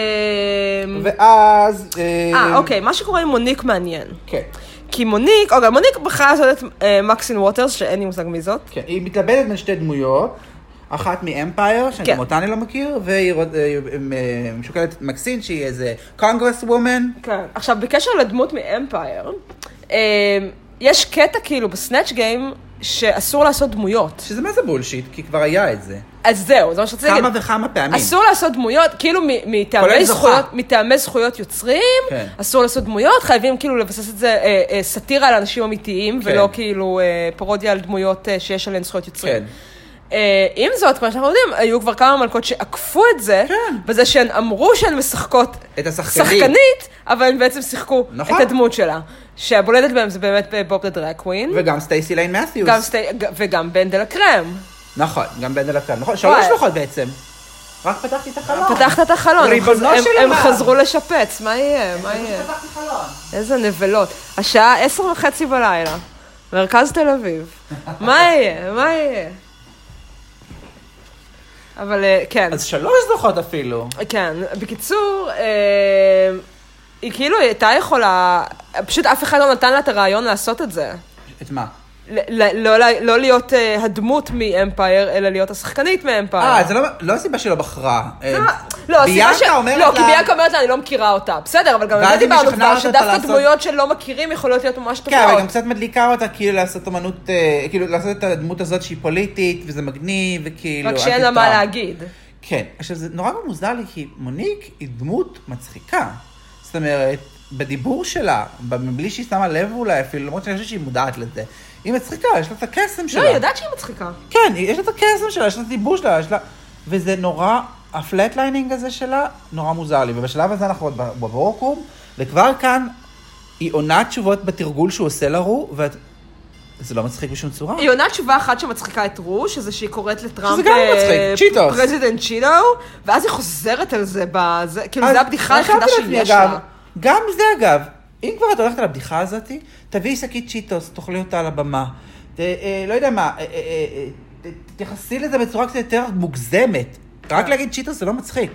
ואז... אוקיי, מה שקורה עם מוניק מעניין. כן. כי מוניק בחרה לעשות את מקסין ווטרס, שאין לי מושג מי זאת. כן, היא מתלבטת בין שתי דמויות, אחת מאמפייר, שאני גם אותה אני לא מכיר, והיא שוקלת את מקסין, שהיא איזה קונגרס וומן. כן. עכשיו, בקשר לדמות מאמפייר, יש קטע כאילו בסנאצ' גיים, שאסור לעשות דמויות. שזה מה זה בולשיט? כי כבר היה את זה. אז זהו, זה מה שרציתי להגיד. כמה וכמה פעמים. אסור לעשות דמויות, כאילו מטעמי זכויות יוצרים, אסור לעשות דמויות, חייבים כאילו לבסס את זה סאטירה על אנשים אמיתיים, ולא כאילו פרודיה על דמויות שיש עליהן זכויות יוצרים. עם זאת, כמו שאנחנו יודעים, היו כבר כמה מלכות שעקפו את זה, בזה שהן אמרו שהן משחקות שחקנית, אבל הן בעצם שיחקו את הדמות שלה. שהבולדת בהם זה באמת בוב דה דרג קווין. וגם סטייסי ליין מת'יוס. וגם בן דה לה קרם. נכון, גם בן דה לה קרם. נכון, 3 שלוחות בעצם. רק פתחתי את החלון. פתחת את החלון. הם חזרו לשפץ. מה יהיה? פתחתי חלון. איזה נבלות. השעה 10:30 בלילה. מרכז תל אביב. מה יהיה? אבל כן. אז 3 זוכות אפילו. כן. בקיצור, היא כאילו הייתה יכולה, פשוט אף אחד לא נתן לה את הרעיון לעשות את זה. את מה? לא להיות הדמות מאמפייר, אלא להיות השחקנית מאמפייר. זה לא הסיבה שלא בחרה. לא, כי ביאנקה אומרת לה, אני לא מכירה אותה. בסדר, אבל גם זה דיברנו כבר, שדווקא דמויות שלא מכירים יכולות להיות ממש טובות. כן, אבל גם קצת מדליקה אותה, כאילו לעשות אומנות, כאילו לעשות את הדמות הזאת שהיא פוליטית, וזה מגניב, וכאילו... רק שאין לה מה להגיד. כן, עכשיו זה נורא מוזר לי, כי מוניק היא דמות מצחיקה. זאת אומרת, בדיבור שלה, מבלי שהיא שמה לב אולי אפילו, למרות שאני חושבת שהיא מודעת לזה. היא מצחיקה, יש לה את הקסם שלה. לא, היא יודעת שהיא מצחיקה. כן, יש לה את הקסם שלה, יש לה את הדיבור שלה, וזה נורא, הפלטליינינג הזה שלה, נורא מוזר לי. ובשלב הזה אנחנו עוד בוורקרום, וכבר כאן היא עונה תשובות בתרגול שהוא עושה לרו, וזה לא מצחיק בשום צורה. היא עונה תשובה אחת שמצחיקה את רו, שזה שהיא קוראת לטראמפ... שזה גם מצחיק, צ'יטוס. פרזידנט צ'יטו, ואז היא חוזרת על זה, כאילו זה הבדיחה היחידה שיש לה. גם זה אגב, אם כבר את הולכת על הבדיחה הזאת, תביאי שקית צ'יטוס, תאכלי אותה על הבמה. לא יודע מה, תתייחסי לזה בצורה קצת יותר מוגזמת. רק להגיד צ'יטוס זה לא מצחיק.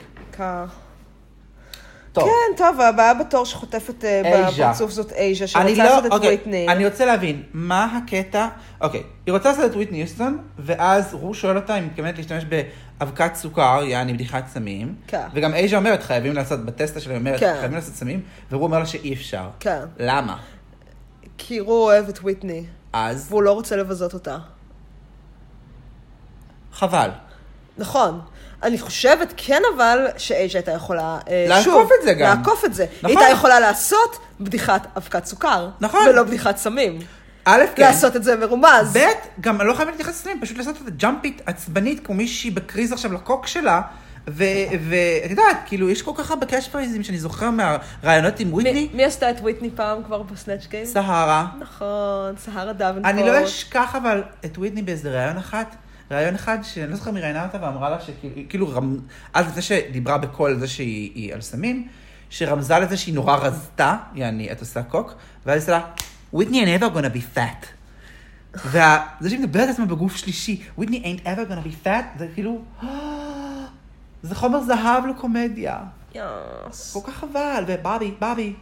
כן, טוב, הבאה בתור שחוטפת בפרצוף זאת אייז'ה, שרוצה לעשות את וויטני. אני רוצה להבין, מה הקטע? אוקיי, היא רוצה לעשות את וויטני יוסטון, ואז הוא שואל אותה אם מתכוונת להשתמש באבקת סוכר, יעני בדיחת סמים, וגם אייז'ה אומרת, חייבים לעשות, בטסטה שלה אומרת, חייבים לעשות סמים, והוא אומר לה שאי אפשר. למה? כי הוא אוהב את וויטני. אז? והוא לא רוצה לבזות אותה. חבל. נכון. אני חושבת כן אבל שאייג'ה הייתה יכולה לעקוף את זה גם. לעקוף את זה. היא הייתה יכולה לעשות בדיחת אבקת סוכר. נכון. ולא בדיחת סמים. א', כן. לעשות את זה מרומז. ב', גם לא חייבת להתייחס לסמים, פשוט לעשות את הג'אמפית עצבנית, כמו מישהי בקריז עכשיו לקוק שלה, ואת יודעת, כאילו, יש כל כך הרבה קאץ' פרייזים שאני זוכר מהרעיונות עם וויטני. מי עשתה את וויטני פעם כבר בסנאצ' גיים? סהרה. נכון, סהרה דוונפורט. אני לא אשכח אבל את וויטני באיזה רעיון אחד, שאני לא זוכר מי ראיינה אותה ואמרה לה שכאילו, אז לפני שדיברה בקול על זה שהיא על סמים, שרמזה לזה שהיא נורא רזתה, יעני, את עושה קוק, ואז היא עושה לה, Whitney ain't ever gonna be fat. וזה שהיא מדברת עצמה בגוף שלישי, Whitney ain't ever gonna be fat, זה כאילו, זה חומר זהב לקומדיה. כל כך חבל, ובאבי.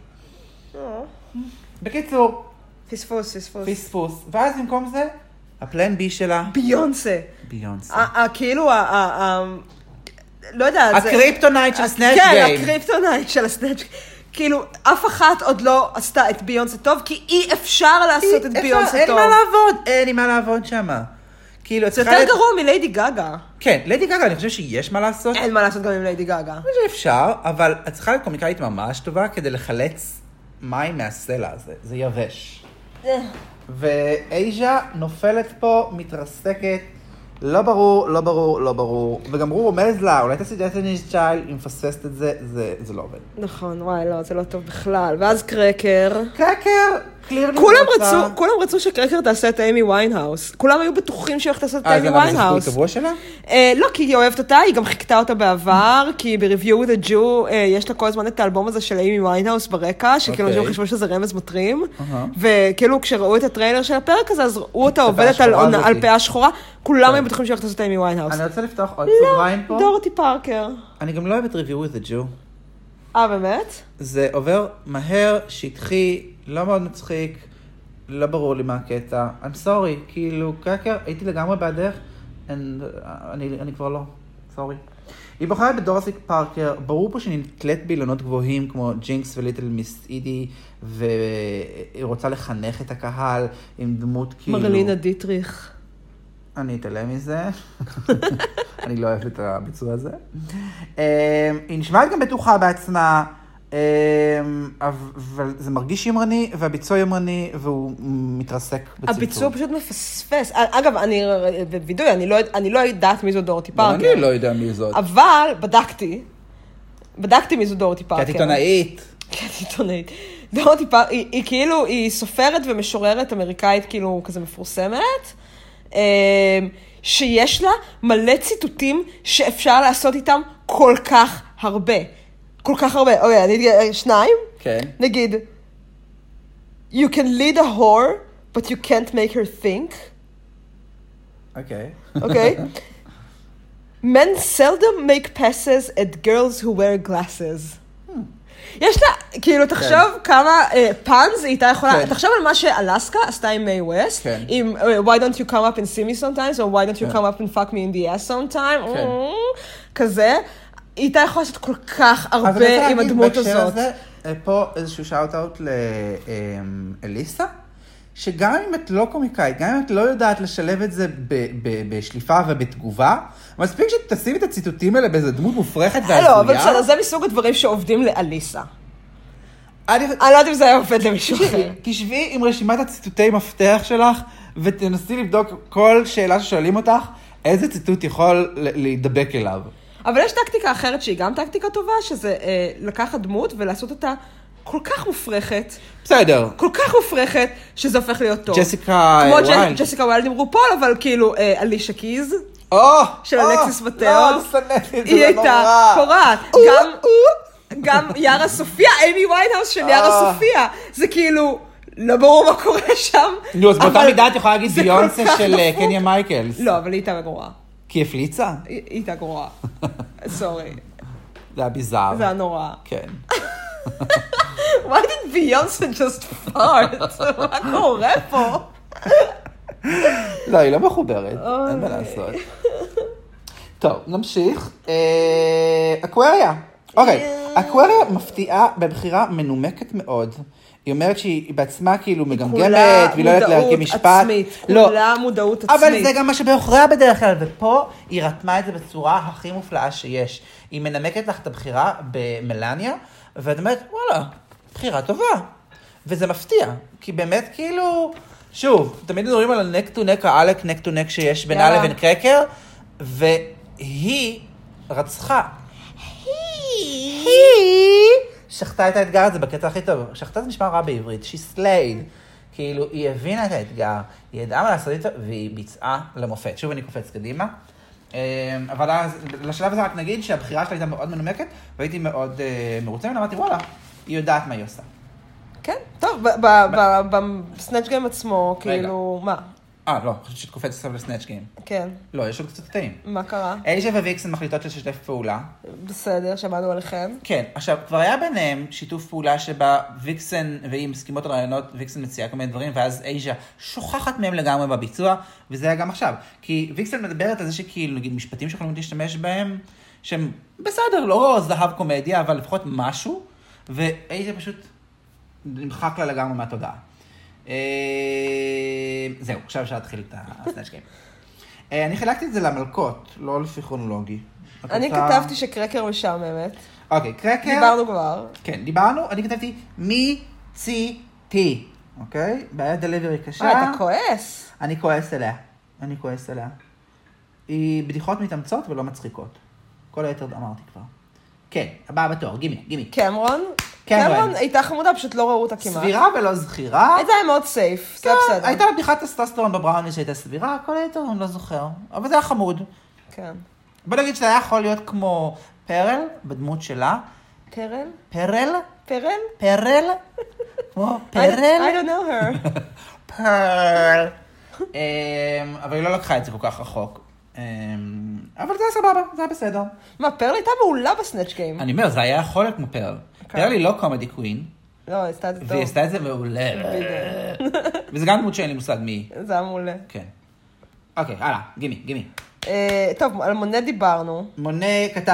בקיצור. פספוס. ואז במקום זה, הפלן בי שלה. ביונסה. כאילו, לא יודע. הקריפטונייט של הסנאצ' גיים. כן, הקריפטונייט של הסנאצ' גיים. כאילו, אף אחת עוד לא עשתה את ביונסה טוב, כי אי אפשר לעשות את ביונסה טוב. אין לי מה לעבוד שם. זה יותר גרוע מליידי גגה. כן, ליידי גגה, אני חושב שיש מה לעשות. אין מה לעשות גם עם ליידי גגה. אני חושב שאפשר, אבל את צריכה להיות קומיקאית ממש טובה, כדי לחלץ מים מהסלע הזה. זה יבש. ואייז'ה נופלת פה, מתרסקת, לא ברור. וגם הוא רומז לה, אולי תעשי דסטיני's צ'יילד, אם מפספסת את זה, זה לא עובד. נכון, וואי, לא, זה לא טוב בכלל. ואז קרקר, קלירלי. כולם רצו שקרקר תעשה את אימי ויינהאוס. כולם היו בטוחים שהיא הולכת לעשות את אימי ויינהאוס. זה מה, זה קבוע שלה? לא, כי היא אוהבת אותה, היא גם חיכתה אותה בעבר, כי ב-Review with a Jew יש לה כל הזמן את האלבום הזה של אימי ויינהאוס ברקע, שכאילו אנשים חשבו שזה רמז מטרים, וכאילו כשראו את הטריילר של הפרק הזה, אז ראו אותה עובדת על פאה שחורה, כולם היו בטוחים שהיא הולכת לעשות את אימי ויינהאוס. אני רוצה לפתוח עוד סוגריים פה. לא, דורתי פארקר. אני גם לא אוהבת Review with a Jew. באמת? זה עובר מהר, שטחי, לא מאוד מצחיק, לא ברור לי מה הקטע. I'm sorry, כאילו, קרקר, הייתי לגמרי בעדך, אני כבר לא, sorry. היא בוחרת בדורתי פארקר, ברור פה שהיא נתלת באילונות גבוהים, כמו ג'ינקס וליטל מיס אידי, והיא רוצה לחנך את הקהל עם דמות כאילו... מרלינה דיטריך. אני אתעלם מזה, אני לא אוהבת את הביצוע הזה. היא נשמעת גם בטוחה בעצמה, אבל זה מרגיש ימרני, והביצוע ימרני, והוא מתרסק בצלצול. הביצוע פשוט מפספס. אגב, בווידוי, אני לא יודעת מי זו דורתי פארקר. אני לא יודע מי זאת. אבל בדקתי מי זו דורתי פארקר. כי את עיתונאית. דורתי פארקר, היא כאילו, היא סופרת ומשוררת אמריקאית, כאילו, כזה מפורסמת. שיש לה מלא ציטוטים שאפשר לעשות איתם כל כך הרבה. אוקיי, אני אגיד שניים. כן. נגיד, you can lead a whore, but you can't make her think. אוקיי. Men seldom make passes at girls who wear glasses. יש לה, כאילו, תחשוב כמה פאנס היא הייתה יכולה, תחשוב על מה שאלסקה עשתה עם מיי ווסט, עם why don't you come up and see me sometimes, או why don't you come up and fuck me in the ass sometime, כזה. היא הייתה יכולה לעשות כל כך הרבה עם הדמות הזאת. פה איזשהו שאוט-אוט לאליסה, שגם אם את לא קומיקאית, גם אם את לא יודעת לשלב את זה בשליפה ובתגובה, מספיק שתשים את הציטוטים האלה באיזו דמות מופרכת והזויה. לא, אבל בסדר, זה מסוג הדברים שעובדים לאליסה. אני לא יודעת אם זה היה עובד למישהו אחר. תשבי עם רשימת הציטוטי מפתח שלך, ותנסי לבדוק כל שאלה ששואלים אותך, איזה ציטוט יכול להידבק אליו. אבל יש טקטיקה אחרת שהיא גם טקטיקה טובה, שזה לקחת דמות ולעשות אותה כל כך מופרכת. בסדר. כל כך מופרכת, שזה הופך להיות טוב. ג'סיקה ווילד. כמו ג'סיקה ווילד עם רופול, אבל כאילו אלישה קיז. של אלכסיס מתאו. לא, סנטי, זה היא הייתה קורעת. גם יארה סופיה, אימי ויינהאוס של יארה סופיה. זה כאילו, לא ברור מה קורה שם. נו, אז באותה מידה את יכולה להגיד ביונסה של קניה מייקלס. לא, אבל היא הייתה גרועה. כי היא הפליצה? היא הייתה גרועה. סורי. זה היה ביזר. זה היה נורא. כן. Why did Beyonce just fart? מה קורה פה? לא, היא לא מחוברת. אין מה לעשות. טוב, נמשיך. אקווריה. אוקיי, אקווריה מפתיעה בבחירה מנומקת מאוד. היא אומרת שהיא בעצמה כאילו מגמגמת, והיא לא יודעת להרכיב משפט. כולה מודעות עצמית. אבל זה גם מה שבאחוריה בדרך כלל, ופה היא רתמה את זה בצורה הכי מופלאה שיש. היא מנמקת לך את הבחירה במלניה, ואת אומרת, וואלה, בחירה טובה. וזה מפתיע, כי באמת כאילו, שוב, תמיד מדברים על הנק טו נק, העלק נק טו נק שיש בינה לבין קרקר, והיא רצחה. היא שחטה את האתגר הזה בקטע הכי טוב. שחטה זה נשמע רע בעברית, she slayed. כאילו, היא הבינה את האתגר, היא ידעה מה לעשות איתו, והיא ביצעה למופת. שוב, אני קופץ קדימה. אבל לשלב הזה רק נגיד שהבחירה שלה הייתה מאוד מנומקת, והייתי מאוד מרוצה, ואמרתי, וואלה, היא יודעת מה היא עושה. כן, טוב, בסנאצ' גיים עצמו, כאילו, מה? לא, חושבת שתקופץ עכשיו לסנאצ' גיים. כן. לא, יש עוד קצת קטעים. מה קרה? אלישה וויקסן מחליטות לשתף פעולה. בסדר, שמענו עליכם. כן, עכשיו, כבר היה ביניהם שיתוף פעולה שבה ויקסן והיא מסכימות על רעיונות, ויקסן מציעה כל מיני דברים, ואז אייז'ה שוכחת מהם לגמרי בביצוע, וזה היה גם עכשיו. כי ויקסן מדברת על זה שכאילו, נגיד, משפטים שיכולים להשתמש בהם, שהם בסדר, לא זהב קומדיה, אבל לפחות משהו, ואייז'ה פשוט נמחק לה לגמרי מהתודעה. זהו, עכשיו אפשר להתחיל את הסנאצ' גיים. אני חילקתי את זה למלכות, לא לפי כרונולוגי. אני כתבתי שקרקר משעממת. אוקיי, קרקר. דיברנו כבר. כן, דיברנו. אני כתבתי מי-צי-טי. אוקיי? בעיה דליברי קשה. אתה כועס? אני כועס אליה. היא בדיחות מתאמצות ולא מצחיקות. כל היתר אמרתי כבר. כן, הבאה בתואר, גימי. קמרון הייתה חמודה, פשוט לא ראו אותה כמעט. סבירה ולא זכירה. הייתה מאוד סייף, זה בסדר. הייתה בדיחת הסטסטרון בבראוני שהייתה סבירה, כל היתר אני לא זוכר. אבל זה היה חמוד. כן. בוא נגיד שזה היה יכול להיות כמו פרל, בדמות שלה. פרל? פרל? כמו פרל? I don't know her. פרל. אבל היא לא לקחה את זה כל כך רחוק. אבל זה היה סבבה, זה היה בסדר. מה, פרל הייתה מעולה בסנאצ' גיים. אני אומר, זה היה יכול להיות כמו פרל. פרל היא לא קומדי קווין. לא, היא עשתה את זה טוב. והיא עשתה את זה מעולה. וזה גם דמות שאין לי מושג מי. זה היה מעולה. כן. אוקיי, הלאה, גימי. טוב, על מונה דיברנו. מונה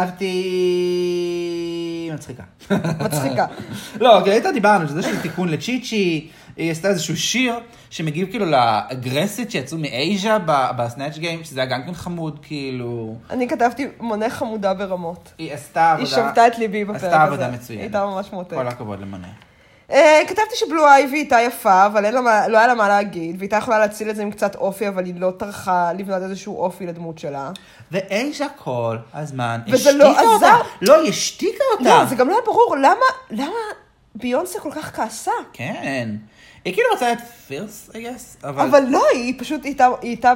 כתבתי... מצחיקה. לא, איתה דיברנו, שזה איזשהו תיקון לצ'יצ'י, היא עשתה איזשהו שיר שמגיב כאילו לאגרסית שיצאו מאייז'ה בסנאצ' גיים, שזה היה גם כן חמוד, כאילו... אני כתבתי מונה חמודה ברמות. היא עשתה עבודה... היא שבתה את ליבי בפרק הזה. עשתה עבודה מצוינת. היא הייתה ממש מותק. כל הכבוד למונה. כתבתי שבלו אייבי הייתה יפה, אבל לא היה לה מה להגיד, והיא הייתה יכולה להציל את זה עם קצת אופי, אבל היא לא טרחה לבנות איזשהו אופי לדמות שלה. ואייז'ה כל הזמן השתיקה אותה. לא, היא השתיקה אותה. לא, זה גם לא היה ברור, למה ביונסה כל כך כעסה? כן. היא כאילו רוצה את פירס, I guess, אבל לא, היא פשוט הייתה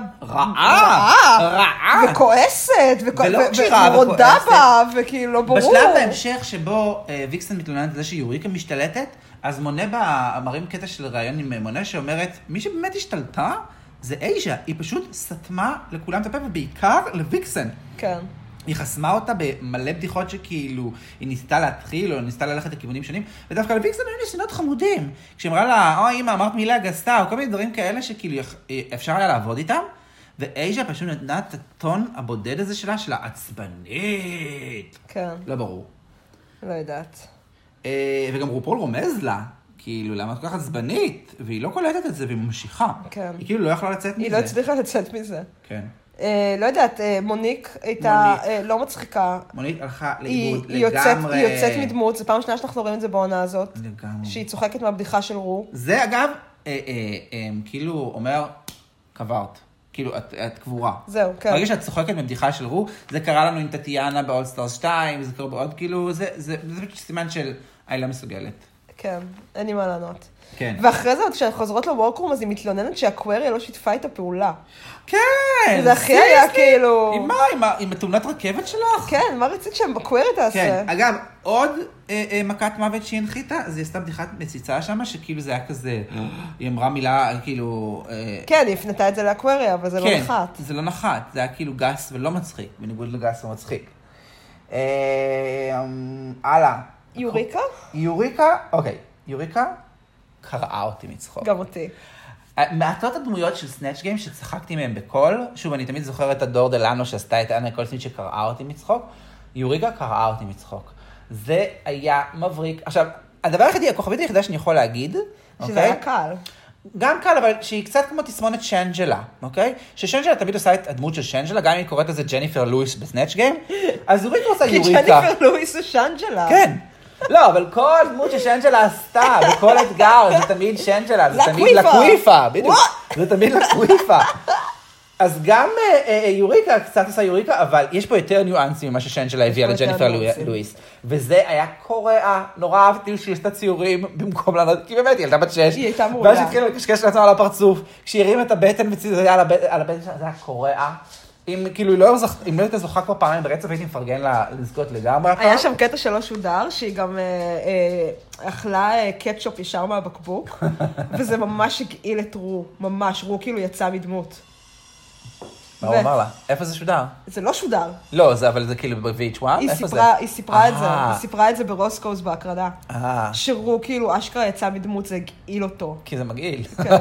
רעה. וכועסת, ורודה בה, וכאילו לא ברור. בשלב בהמשך שבו ויקסן מתלוננת על זה שיוריקה משתלטת, אז מונה בה, מראים קטע של ראיון עם מונה שאומרת, מי שבאמת השתלטה זה אייז'ה, היא פשוט סתמה לכולם את הפה, ובעיקר לוויקסן. כן. היא חסמה אותה במלא בדיחות שכאילו היא ניסתה להתחיל או ניסתה ללכת לכיוונים שונים, ודווקא לוויקסטון היו ניסיונות חמודים. כשאמרה לה, אמא, אמרת מילה גסה, או כל מיני דברים כאלה שכאילו אפשר היה לעבוד איתם, ואייז'ה פשוט נתנה את הטון הבודד הזה שלה, של העצבנית. כן. לא ברור. לא יודעת. וגם רופול רומז לה, כאילו, למה את כל כך עצבנית, והיא לא קולטת את זה, והיא ממשיכה. כן. היא כאילו לא יכלה לצאת מזה. היא לא הצליחה לצאת מזה. כן. לא יודעת, מוניק הייתה לא מצחיקה. מוניק הלכה לאיבוד לגמרי. היא יוצאת מדמות, זה פעם שנייה שאנחנו רואים את זה בעונה הזאת. לגמרי. שהיא צוחקת מהבדיחה של רו. זה אגב, כאילו אומר, קברת. כאילו, את קבורה. זהו, כן. ברגע שאת צוחקת מבדיחה של רו, זה קרה לנו עם טטיאנה באולסטארס 2, זה קורה בעוד, כאילו, זה סימן של, אני לא מסוגלת. כן, אין לי מה לענות. כן. ואחרי זה, כשאנחנו חוזרות לוורקרום, אז היא מתלוננת שהקווריה לא שיתפה את הפעולה. כן! זה הכי היה כאילו... עם מה? עם התאונת רכבת שלך? כן, מה רצית שהקווריה תעשה? כן, אגב, עוד מכת מוות שהיא הנחיתה, אז היא עשתה בדיחת מציצה שם, שכאילו זה היה כזה, היא אמרה מילה, כאילו... כן, היא הפנתה את זה לאקווריה, אבל זה לא נחת. כן, זה לא נחת, זה היה כאילו גס ולא מצחיק, בניגוד לגס ומצחיק. הלאה. יוריקה? יוריקה, אוקיי. יוריקה קראה אותי מצחוק. גם אותי. מעטות הדמויות של סנאצ' גיים שצחקתי מהם בקול, שוב, אני תמיד זוכרת את הדור דלנו שעשתה את אנה קולסמית שקראה אותי מצחוק, יוריקה קראה אותי מצחוק. זה היה מבריק. עכשיו, הדבר היחידי, הכוכבית היחידה שאני יכול להגיד, שזה היה קל. גם קל, אבל שהיא קצת כמו תסמונת שנג'לה, אוקיי? ששנג'לה תמיד עושה את הדמות של שנג'לה, גם אם היא קוראת לזה ג'ניפר לואיס בסנאצ' גיים, אז יוריקה עושה יוריקה. כי ג'ניפר לואיס זה שנג'לה. כן. לא, אבל כל דמות ששנג'לה עשתה, בכל אתגר, זה תמיד שנג'לה, זה תמיד לקוויפה, בדיוק. זה תמיד לקוויפה. אז גם יוריקה, קצת עושה יוריקה, אבל יש פה יותר ניואנסים ממה ששנג'לה הביאה לג'ניפר לואיס. וזה היה קורע, נורא אהבתי שיש את הציורים במקום לענות, כי באמת היא ילדה בת 6. היא הייתה מעולה. ואז שהתחילה לקשקש לעצמה על הפרצוף, כשהיא הרים את הבטן וציזה על הבטן שלה, זה היה קורע. אם כאילו לא הייתה זוכה כבר פעמים ברצף, הייתי מפרגן לה לזכות לגמרי. היה שם קטע שלא שודר, שהיא גם אכלה קטשופ ישר מהבקבוק, וזה ממש הגעיל את רו, ממש, רו כאילו יצא מדמות. מה הוא אמר לה? איפה זה שודר? זה לא שודר. לא, אבל זה כאילו ב-VH1? איפה זה? היא סיפרה את זה, היא סיפרה את זה ברוסקוס בהקרדה. שרו כאילו אשכרה יצא מדמות, זה הגעיל אותו. כי זה מגעיל. כן.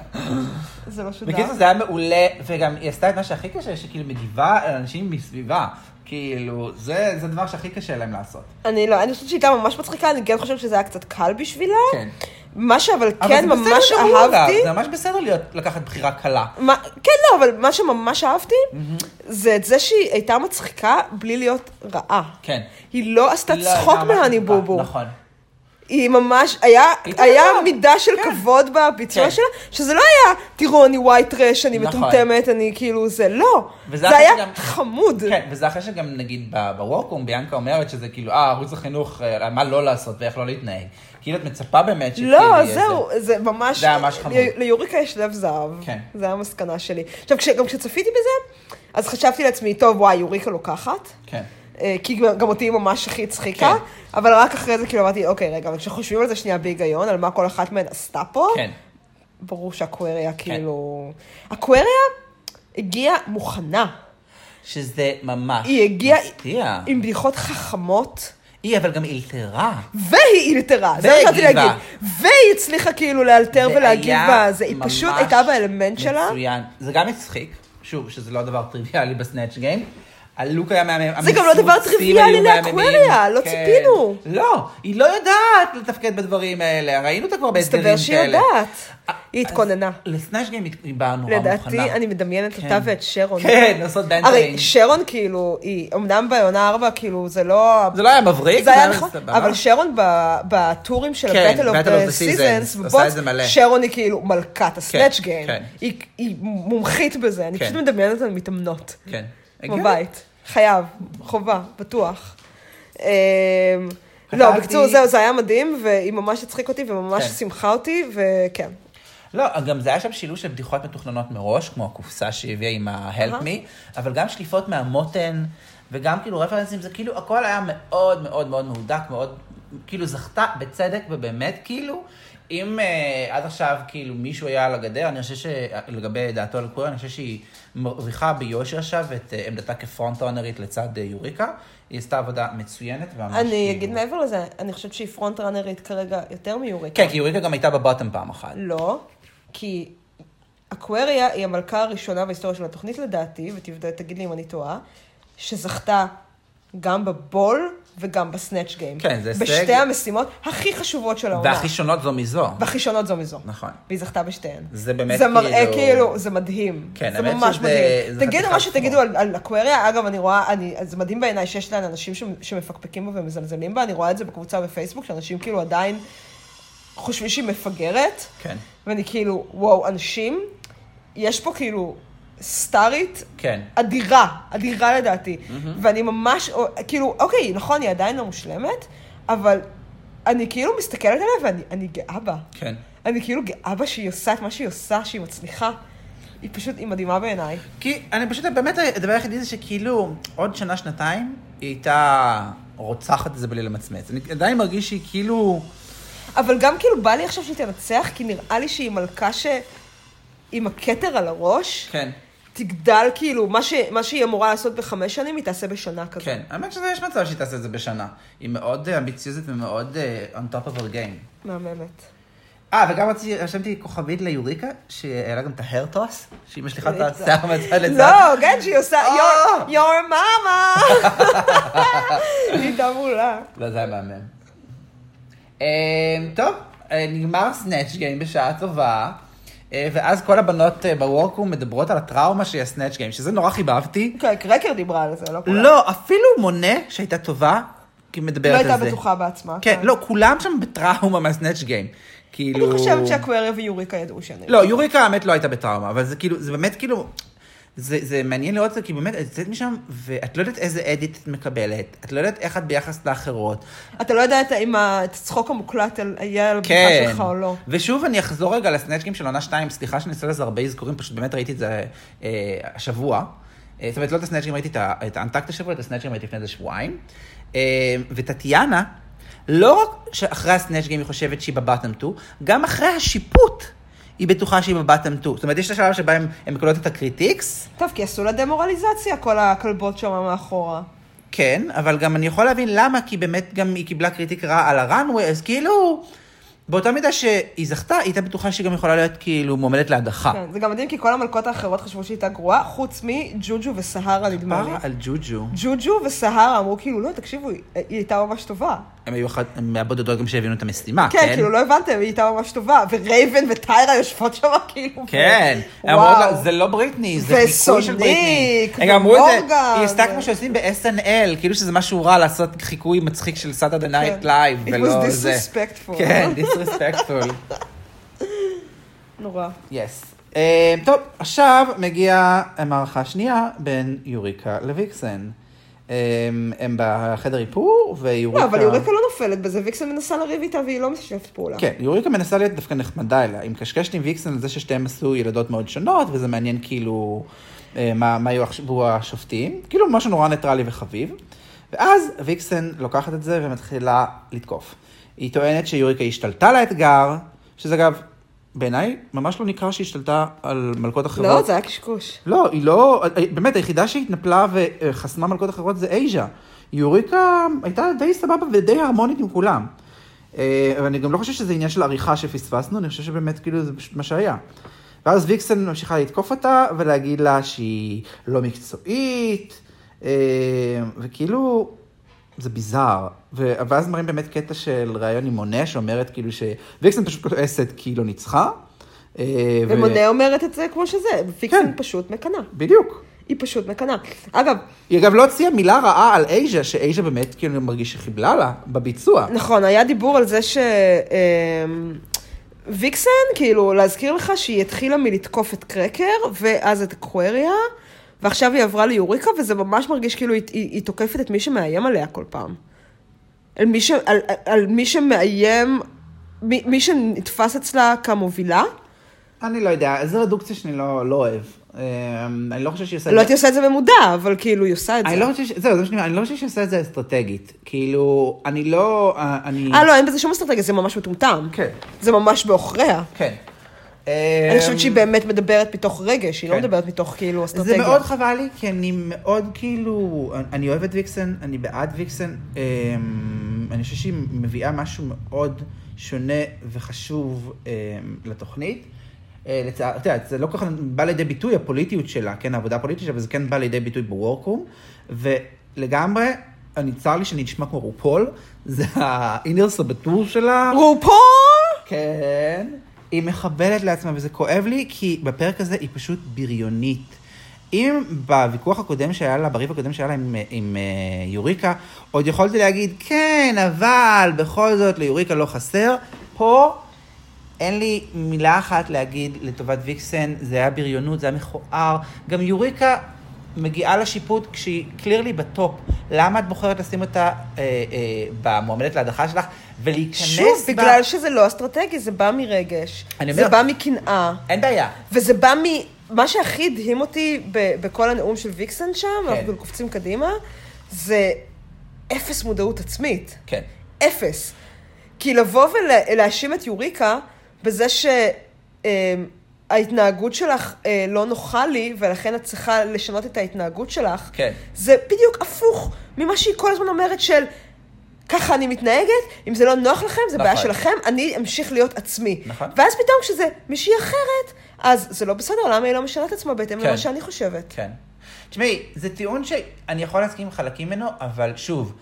זה לא שודר. בקיצור זה היה מעולה, וגם היא עשתה את מה שהכי קשה, שכאילו מגיבה על אנשים מסביבה. כאילו, זה דבר שהכי קשה להם לעשות. אני חושבת שהיא הייתה ממש מצחיקה, אני כן חושבת שזה היה קצת קל בשבילה. כן. מה שאבל כן ממש אהבתי... זה ממש בסדר לקחת בחירה קלה. כן, לא, אבל מה שממש אהבתי, זה את זה שהיא הייתה מצחיקה בלי להיות רעה. כן. היא לא עשתה צחוק מהני בובו. נכון. היא ממש, היה מידה של כבוד בביצוע שלה, שזה לא היה, תראו, אני ווייט רש, אני מטומטמת, אני כאילו, זה לא. זה היה חמוד. כן, וזה אחרי שגם נגיד בוורקום, ביאנקה אומרת שזה כאילו, ערוץ החינוך, מה לא לעשות ואיך לא להתנהג. כאילו את מצפה באמת שכאילו לא, זהו, זה ממש, זה היה ממש חמוד. ליוריקה יש לב זהב. כן. זה היה המסקנה שלי. עכשיו, גם כשצפיתי בזה, אז חשבתי לעצמי, טוב, וואי, יוריקה לוקחת. כן. כי גם אותי ממש הכי צחיקה, אבל רק אחרי זה כאילו אמרתי, אוקיי, רגע, אבל כשחושבים על זה שנייה בהיגיון, על מה כל אחת מהן עשתה פה, ברור שהקווריה כאילו... הקווריה הגיעה מוכנה. שזה ממש היא הגיעה עם בדיחות חכמות. היא אבל גם אילתרה. והיא אילתרה, זה מה שרציתי להגיד. והיא הצליחה כאילו לאלתר ולהגיב בזה. היא פשוט הייתה באלמנט שלה. מצוין. זה גם מצחיק, שוב, שזה לא דבר טריוויאלי בסנאצ' גיים. הלוק היה מהמם. זה גם לא דבר טריוויאלי לאקווריה, לא ציפינו. לא, היא לא יודעת לתפקד בדברים האלה, ראינו אותה כבר באתגרים כאלה. מסתבר שהיא יודעת. היא התכוננה. לסנאצ' גיים היא באה נורא מוכנה. לדעתי, אני מדמיינת אותה ואת שרון. כן, לעשות בנטרינג. הרי שרון כאילו, היא אמנם בעונה 4, כאילו זה לא... זה לא היה מבריק. זה היה נכון, אבל שרון בטורים של ה-Battle of the Seasons, שרון היא כאילו מלכת הסנאצ' גיים. היא מומחית בזה, אני פשוט מדמיינת על מתאמנות. כן. בבית. חייב, חובה, בטוח. לא, בקצור, זהו, זה היה מדהים, והיא ממש הצחיק אותי, וממש שמחה אותי, וכן. לא, גם זה היה שם שילוש של בדיחות מתוכננות מראש, כמו הקופסה שהביאה עם ה-Help Me, אבל גם שליפות מהמותן, וגם כאילו רפרנסים, זה כאילו, הכל היה מאוד מאוד מאוד מהודק, מאוד כאילו זכתה בצדק ובאמת כאילו, אם עד עכשיו כאילו מישהו היה על הגדר, אני חושב שלגבי דעתו על קוויריה, אני חושב שהיא מרוויחה ביושר עכשיו את עמדתה כפרונט ראנרית לצד יוריקה. היא עשתה עבודה מצוינת. אני אגיד מעבר לזה, אני חושבת שהיא פרונט ראנרית כרגע יותר מיוריקה. כן, כי יוריקה גם הייתה בבוטום פעם אחת. לא, כי אקווריה היא המלכה הראשונה בהיסטוריה של התוכנית לדעתי, ותגיד לי אם אני טועה, שזכתה גם בבול וגם בסנאץ' גיים. כן, זה בשתי המשימות הכי חשובות של העונה. והכי שונות זו מזו. והכי שונות זו מזו. נכון. והיא זכתה בשתיהן. זה באמת זה מראה כאילו, זה מדהים. כן, זה ממש מדהים. תגידו מה שתגידו על אקווריה, אגב, אני רואה, זה מדהים בעיניי שיש להן אנשים שמפקפקים בה ומזלזלים בה, אני רואה את זה בקבוצה בפייסבוק, שאנשים כאילו עדיין חושבים שהיא מפגרת. כן. ואני כאילו, וואו, אנשים, יש פה כאילו סטארית, כן. אדירה לדעתי. ואני ממש, כאילו, אוקיי, נכון, היא עדיין לא מושלמת, אבל אני כאילו מסתכלת עליה ואני גאה בה. כן. אני כאילו גאה בה שהיא עושה את מה שהיא עושה, שהיא מצליחה. היא פשוט, היא מדהימה בעיניי. כי אני פשוט, באמת, הדבר היחידי זה שכאילו, עוד שנה, שנתיים, היא הייתה רוצחת את זה בלי למצמץ. אני עדיין מרגיש שהיא כאילו... אבל גם כאילו בא לי עכשיו שהיא תנצח, כי נראה לי שהיא מלכה עם הכתר על הראש, כן. תגדל כאילו, מה שהיא אמורה לעשות ב5 שנים, היא תעשה בשנה כזו. כן, האמת שזה יש מצב שהיא תעשה את זה בשנה. היא מאוד אמביציוזית ומאוד on top of her game. מהממת. וגם רשמתי כוכבית ליוריקה, שהעלה גם את ההרטוס, שהיא משליחה את השיער מהצד לצד. לא, כן, שהיא עושה, your mama. היא הייתה מעולה. לא, זה היה מהמם. טוב, נגמר סנאץ' גיים בשעה טובה, ואז כל הבנות בוורקרום מדברות על הטראומה שהיא הסנאץ' גיים, שזה נורא חיבבתי. כן, קרקר דיברה על זה, לא כולם. לא, אפילו מונה שהייתה טובה, כי מדברת על זה. לא הייתה בטוחה בעצמה. כן, לא, כולם שם בטראומה מהסנאץ' גיים. אני חושבת שאקווריה ויוריקה ידעו שאני... לא, יוריקה האמת לא הייתה בטראומה, אבל זה כאילו, זה באמת כאילו... זה מעניין לראות את זה, כי באמת, את יוצאת משם, ואת לא יודעת איזה אדיט את מקבלת, את לא יודעת איך את ביחס לאחרות. אתה לא יודעת אם הצחוק המוקלט יהיה על הבדיחה שלך או לא. ושוב, אני אחזור רגע לסנאצ'גים של עונה 2, סליחה שאני עושה לזה הרבה אזכורים, פשוט באמת ראיתי את זה השבוע. זאת אומרת, לא את הסנאצ'גים, ראיתי את האנטקט השבוע, את הסנאצ'גים ראיתי לפני איזה שבועיים. וטטיאנה, לא רק שאחרי הסנאצ'גים היא חושבת שהיא בבטם 2, גם אחרי השיפוט, היא בטוחה שהיא בבטם 2. זאת אומרת, יש את השלב שבה הם מקבלות את הקריטיקס. טוב, כי עשו לה דמורליזציה, כל הכלבות שם מאחורה. כן, אבל גם אני יכול להבין למה, כי באמת גם היא קיבלה קריטיק רע על הראנווי, אז כאילו, באותה מידה שהיא זכתה, היא הייתה בטוחה שהיא גם יכולה להיות כאילו מועמדת להדחה. כן, זה גם מדהים, כי כל המלכות האחרות חשבו שהיא הייתה גרועה, חוץ מג'וג'ו וסהרה נדמה לי. על ג'וג'ו. ג'וג'ו וסהרה אמרו כאילו, לא, תקשיבו, היא הייתה ממש טובה. הם היו מהבודדות גם שהבינו את המשימה, כן? כן, כאילו, לא הבנתם, היא הייתה ממש טובה. ורייבן וטיירה יושבות שם כאילו. כן. וואו. זה לא בריטני, זה חיקוי של בריטני. וסוניק, ומורגן. היא עשתה כמו שעושים ב-SNL, כאילו שזה משהו רע לעשות חיקוי מצחיק של Saturday Night Live, ולא זה. It was disrespectful. כן, disrespectful. נורא. Yes. טוב, עכשיו מגיעה המערכה השנייה בין יוריקה לוויקסן. הם בחדר איפור, ויוריקה... לא, אבל יוריקה לא נופלת בזה, ויקסן מנסה לריב איתה, והיא לא משתפת פעולה. כן, יוריקה מנסה להיות דווקא נחמדה אליה. עם קשקשת עם ויקסן על זה ששתיהם עשו ילדות מאוד שונות, וזה מעניין כאילו מה יחשבו השופטים. כאילו משהו נורא ניטרלי וחביב. ואז ויקסן לוקחת את זה ומתחילה לתקוף. היא טוענת שיוריקה השתלטה לאתגר, שזה אגב... בעיניי, ממש לא נקרא שהיא השתלטה על מלכות אחרות. לא, זה היה קשקוש. לא, היא לא, באמת, היחידה שהתנפלה וחסמה מלכות אחרות זה אייז'ה. יוריקה הייתה די סבבה ודי הרמונית עם כולם. ואני גם לא חושב שזה עניין של עריכה שפספסנו, אני חושב שבאמת כאילו זה פשוט מה שהיה. ואז ויקסן ממשיכה לתקוף אותה ולהגיד לה שהיא לא מקצועית, וכאילו... זה ביזר, ואז מראים באמת קטע של ראיון עם מונה, שאומרת כאילו שוויקסן פשוט כועסת כי היא לא ניצחה. ומונה אומרת את זה כמו שזה, ויקסן פשוט מקנה. בדיוק. היא פשוט מקנה. אגב... היא אגב לא הוציאה מילה רעה על אייז'ה, שאייז'ה באמת כאילו מרגיש שחיבלה לה בביצוע. נכון, היה דיבור על זה ויקסן, כאילו להזכיר לך שהיא התחילה מלתקוף את קרקר, ואז את אקווריה, ועכשיו היא עברה ליוריקה, וזה ממש מרגיש כאילו היא תוקפת את מי שמאיים עליה כל פעם. על מי שמאיים, מי שנתפס אצלה כמובילה. אני לא יודע, זו רדוקציה שאני לא אוהב. אני לא חושב שהיא עושה את זה... לא הייתי עושה את זה במודע, אבל כאילו היא עושה את זה. אני לא חושב שהיא עושה את זה אסטרטגית. כאילו, אני לא... לא, אין בזה שום אסטרטגיה, זה ממש מטומטם. כן. זה ממש באוכריה. כן. אני חושבת שהיא באמת מדברת מתוך רגש, היא לא מדברת מתוך כאילו אסטרטגיה. זה מאוד חבל לי, כי אני מאוד כאילו, אני אוהב את ויקסן, אני בעד ויקסן, אני חושב שהיא מביאה משהו מאוד שונה וחשוב לתוכנית. זה לא ככה בא לידי ביטוי הפוליטיות שלה, כן, העבודה הפוליטית שלה, אבל זה כן בא לידי ביטוי בוורקרום, ולגמרי, אני צר לי שאני נשמע כמו רופול, זה האינר סבטור שלה. רופול? כן. היא מחבלת לעצמה, וזה כואב לי, כי בפרק הזה היא פשוט בריונית. אם בוויכוח הקודם שהיה לה, בריב הקודם שהיה לה עם יוריקה, עוד יכולתי להגיד, כן, אבל בכל זאת ליוריקה לא חסר. פה אין לי מילה אחת להגיד לטובת ויקסן, זה היה בריונות, זה היה מכוער. גם יוריקה מגיעה לשיפוט כשהיא קלירלי בטופ. למה את בוחרת לשים אותה במועמדת להדחה שלך? ולהיכנס שוב, בגלל שזה לא אסטרטגי, זה בא מרגש. זה בא מקנאה. אין בעיה. וזה בא מה שהכי הדהים אותי בכל הנאום של ויקסן שם, אנחנו קופצים קדימה, זה אפס מודעות עצמית. כן. אפס. כי לבוא ולהאשים את יוריקה בזה שההתנהגות שלך לא נוחה לי, ולכן את צריכה לשנות את ההתנהגות שלך. כן. זה בדיוק הפוך ממה שהיא כל הזמן אומרת של... ככה אני מתנהגת, אם זה לא נוח לכם, זה בעיה שלכם, אני אמשיך להיות עצמי. ואז פתאום כשזה מישהי אחרת, אז זה לא בסדר, למה היא לא משנה את עצמה בהתאם למה שאני חושבת. כן. תשמעי, זה טיעון שאני יכול להסכים עם חלקים ממנו, אבל שוב,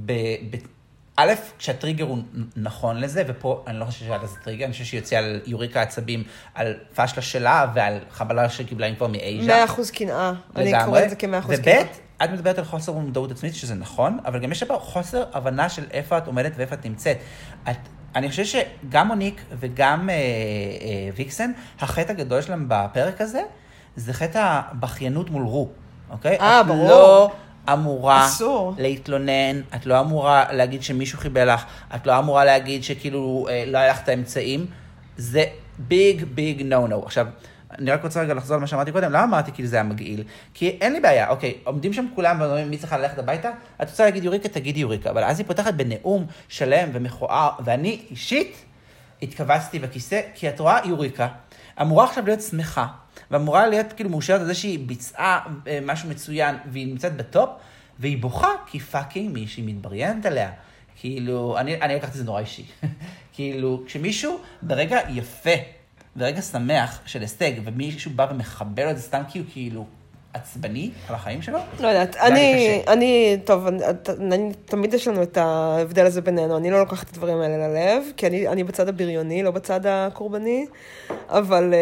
א', כשהטריגר הוא נכון לזה, ופה אני לא חושב שהיה לזה טריגר, אני חושב שהיא יוצאה על יוריקה עצבים, על פשלה שלה ועל חבלה שקיבלה עם כבר מאייז'ה. 100% קנאה. אני קוראת את זה כ100% קנאה. את מדברת על חוסר מודעות עצמית, שזה נכון, אבל גם יש פה חוסר הבנה של איפה את עומדת ואיפה את נמצאת. אני חושב שגם מוניק וגם ויקסן, החטא הגדול שלהם בפרק הזה, זה חטא הבכיינות מול רו, אוקיי? ברור. את לא אמורה אסור. להתלונן, את לא אמורה להגיד שמישהו חיבל לך, את לא אמורה להגיד שכאילו לא היה לך את האמצעים, זה ביג ביג נו נו. עכשיו, אני רק רוצה רגע לחזור על מה שאמרתי קודם, למה אמרתי כאילו זה היה מגעיל? כי אין לי בעיה, אוקיי, עומדים שם כולם ואומרים מי צריכה ללכת הביתה, את רוצה להגיד יוריקה, תגידי יוריקה, אבל אז היא פותחת בנאום שלם ומכוער, ואני אישית התכווצתי בכיסא, כי את רואה יוריקה, אמורה עכשיו להיות שמחה, ואמורה להיות כאילו מאושרת על זה שהיא ביצעה משהו מצוין, והיא נמצאת בטופ, והיא בוכה כי פאקינג מישהי מתבריינת עליה. כאילו, אני לקחתי זה נורא אישי. כאילו, כשמישהו ברגע יפה, ברגע שמח של הישג, ומישהו בא ומחבר את זה סתם כי הוא כאילו עצבני על החיים שלו? לא יודעת, טוב, תמיד יש לנו את ההבדל הזה בינינו, אני לא לוקחת את הדברים האלה ללב, כי אני בצד הבריוני, לא בצד הקורבני, אבל...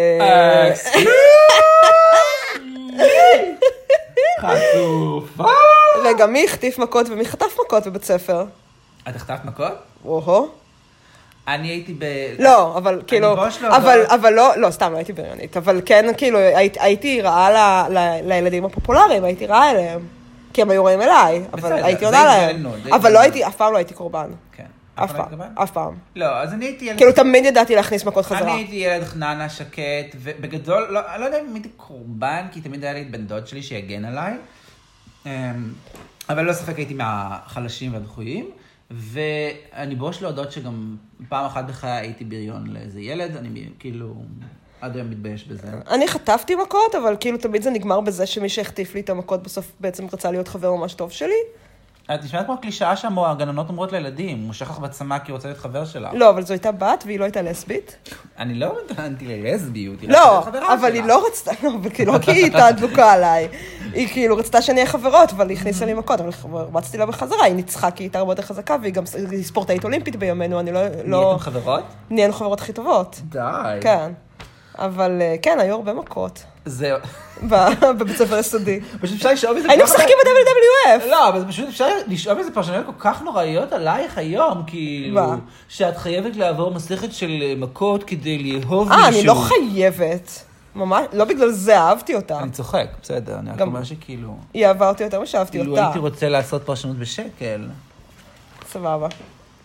חצופה! רגע, מי החטיף מכות ומי חטף מכות בבית ספר? את החטפת מכות? או-הו. אני הייתי לא, אבל כאילו... אבל לא, סתם, לא הייתי בריונית. אבל כן, כאילו, הייתי רעה לילדים הפופולריים, הייתי רעה אליהם. כי הם היו רעים אליי, אבל הייתי עונה להם. אבל לא הייתי, אף פעם לא הייתי קורבן. כן. אף פעם. לא, אז אני הייתי ילד... כאילו, תמיד ידעתי להכניס מכות חזרה. אני הייתי ילד חננה, שקט, ובגדול, לא יודע אם הייתי קורבן, כי תמיד היה לי את בן דוד שלי שיגן עליי. אבל לא ספק הייתי מהחלשים והדחויים. ואני בוש להודות שגם פעם אחת בחיי הייתי בריון לאיזה ילד, אני כאילו עד היום מתבייש בזה. אני חטפתי מכות, אבל כאילו תמיד זה נגמר בזה שמי שהחטיף לי את המכות בסוף בעצם רצה להיות חבר ממש טוב שלי. את נשמעת כמו הקלישאה שם, הגננות אומרות לילדים, מושך לך בצמה כי הוא רוצה להיות חבר שלה. לא, אבל זו הייתה בת והיא לא הייתה לסבית. אני לא התכוונתי ללסביות, היא לא, אבל היא לא רצתה, לא כי היא הייתה דבוקה עליי. היא כאילו רצתה שאני אהיה חברות, אבל היא הכניסה לי מכות, אבל רצתי לה בחזרה, היא ניצחה כי היא הייתה הרבה יותר חזקה, והיא גם ספורטאית אולימפית בימינו, אני לא... נהייתם חברות? נהיינו חברות הכי טובות. די. כן. אבל כן, היו הרבה מכות. זהו. בבית ספר יסודי. פשוט אפשר לשאוב איזה... היינו משחקים ב-WWF. לא, אבל פשוט אפשר לשאוב איזה פרשנויות כל כך נוראיות עלייך היום, כאילו, שאת חייבת לעבור מסכת של מכות כדי לאהוב מישהו. אני לא חייבת. ממש, לא בגלל זה אהבתי אותה. אני צוחק, בסדר, אני רק אומר שכאילו... היא אהבה אותי יותר משאהבתי אותה. כאילו הייתי רוצה לעשות פרשנות בשקל. סבבה.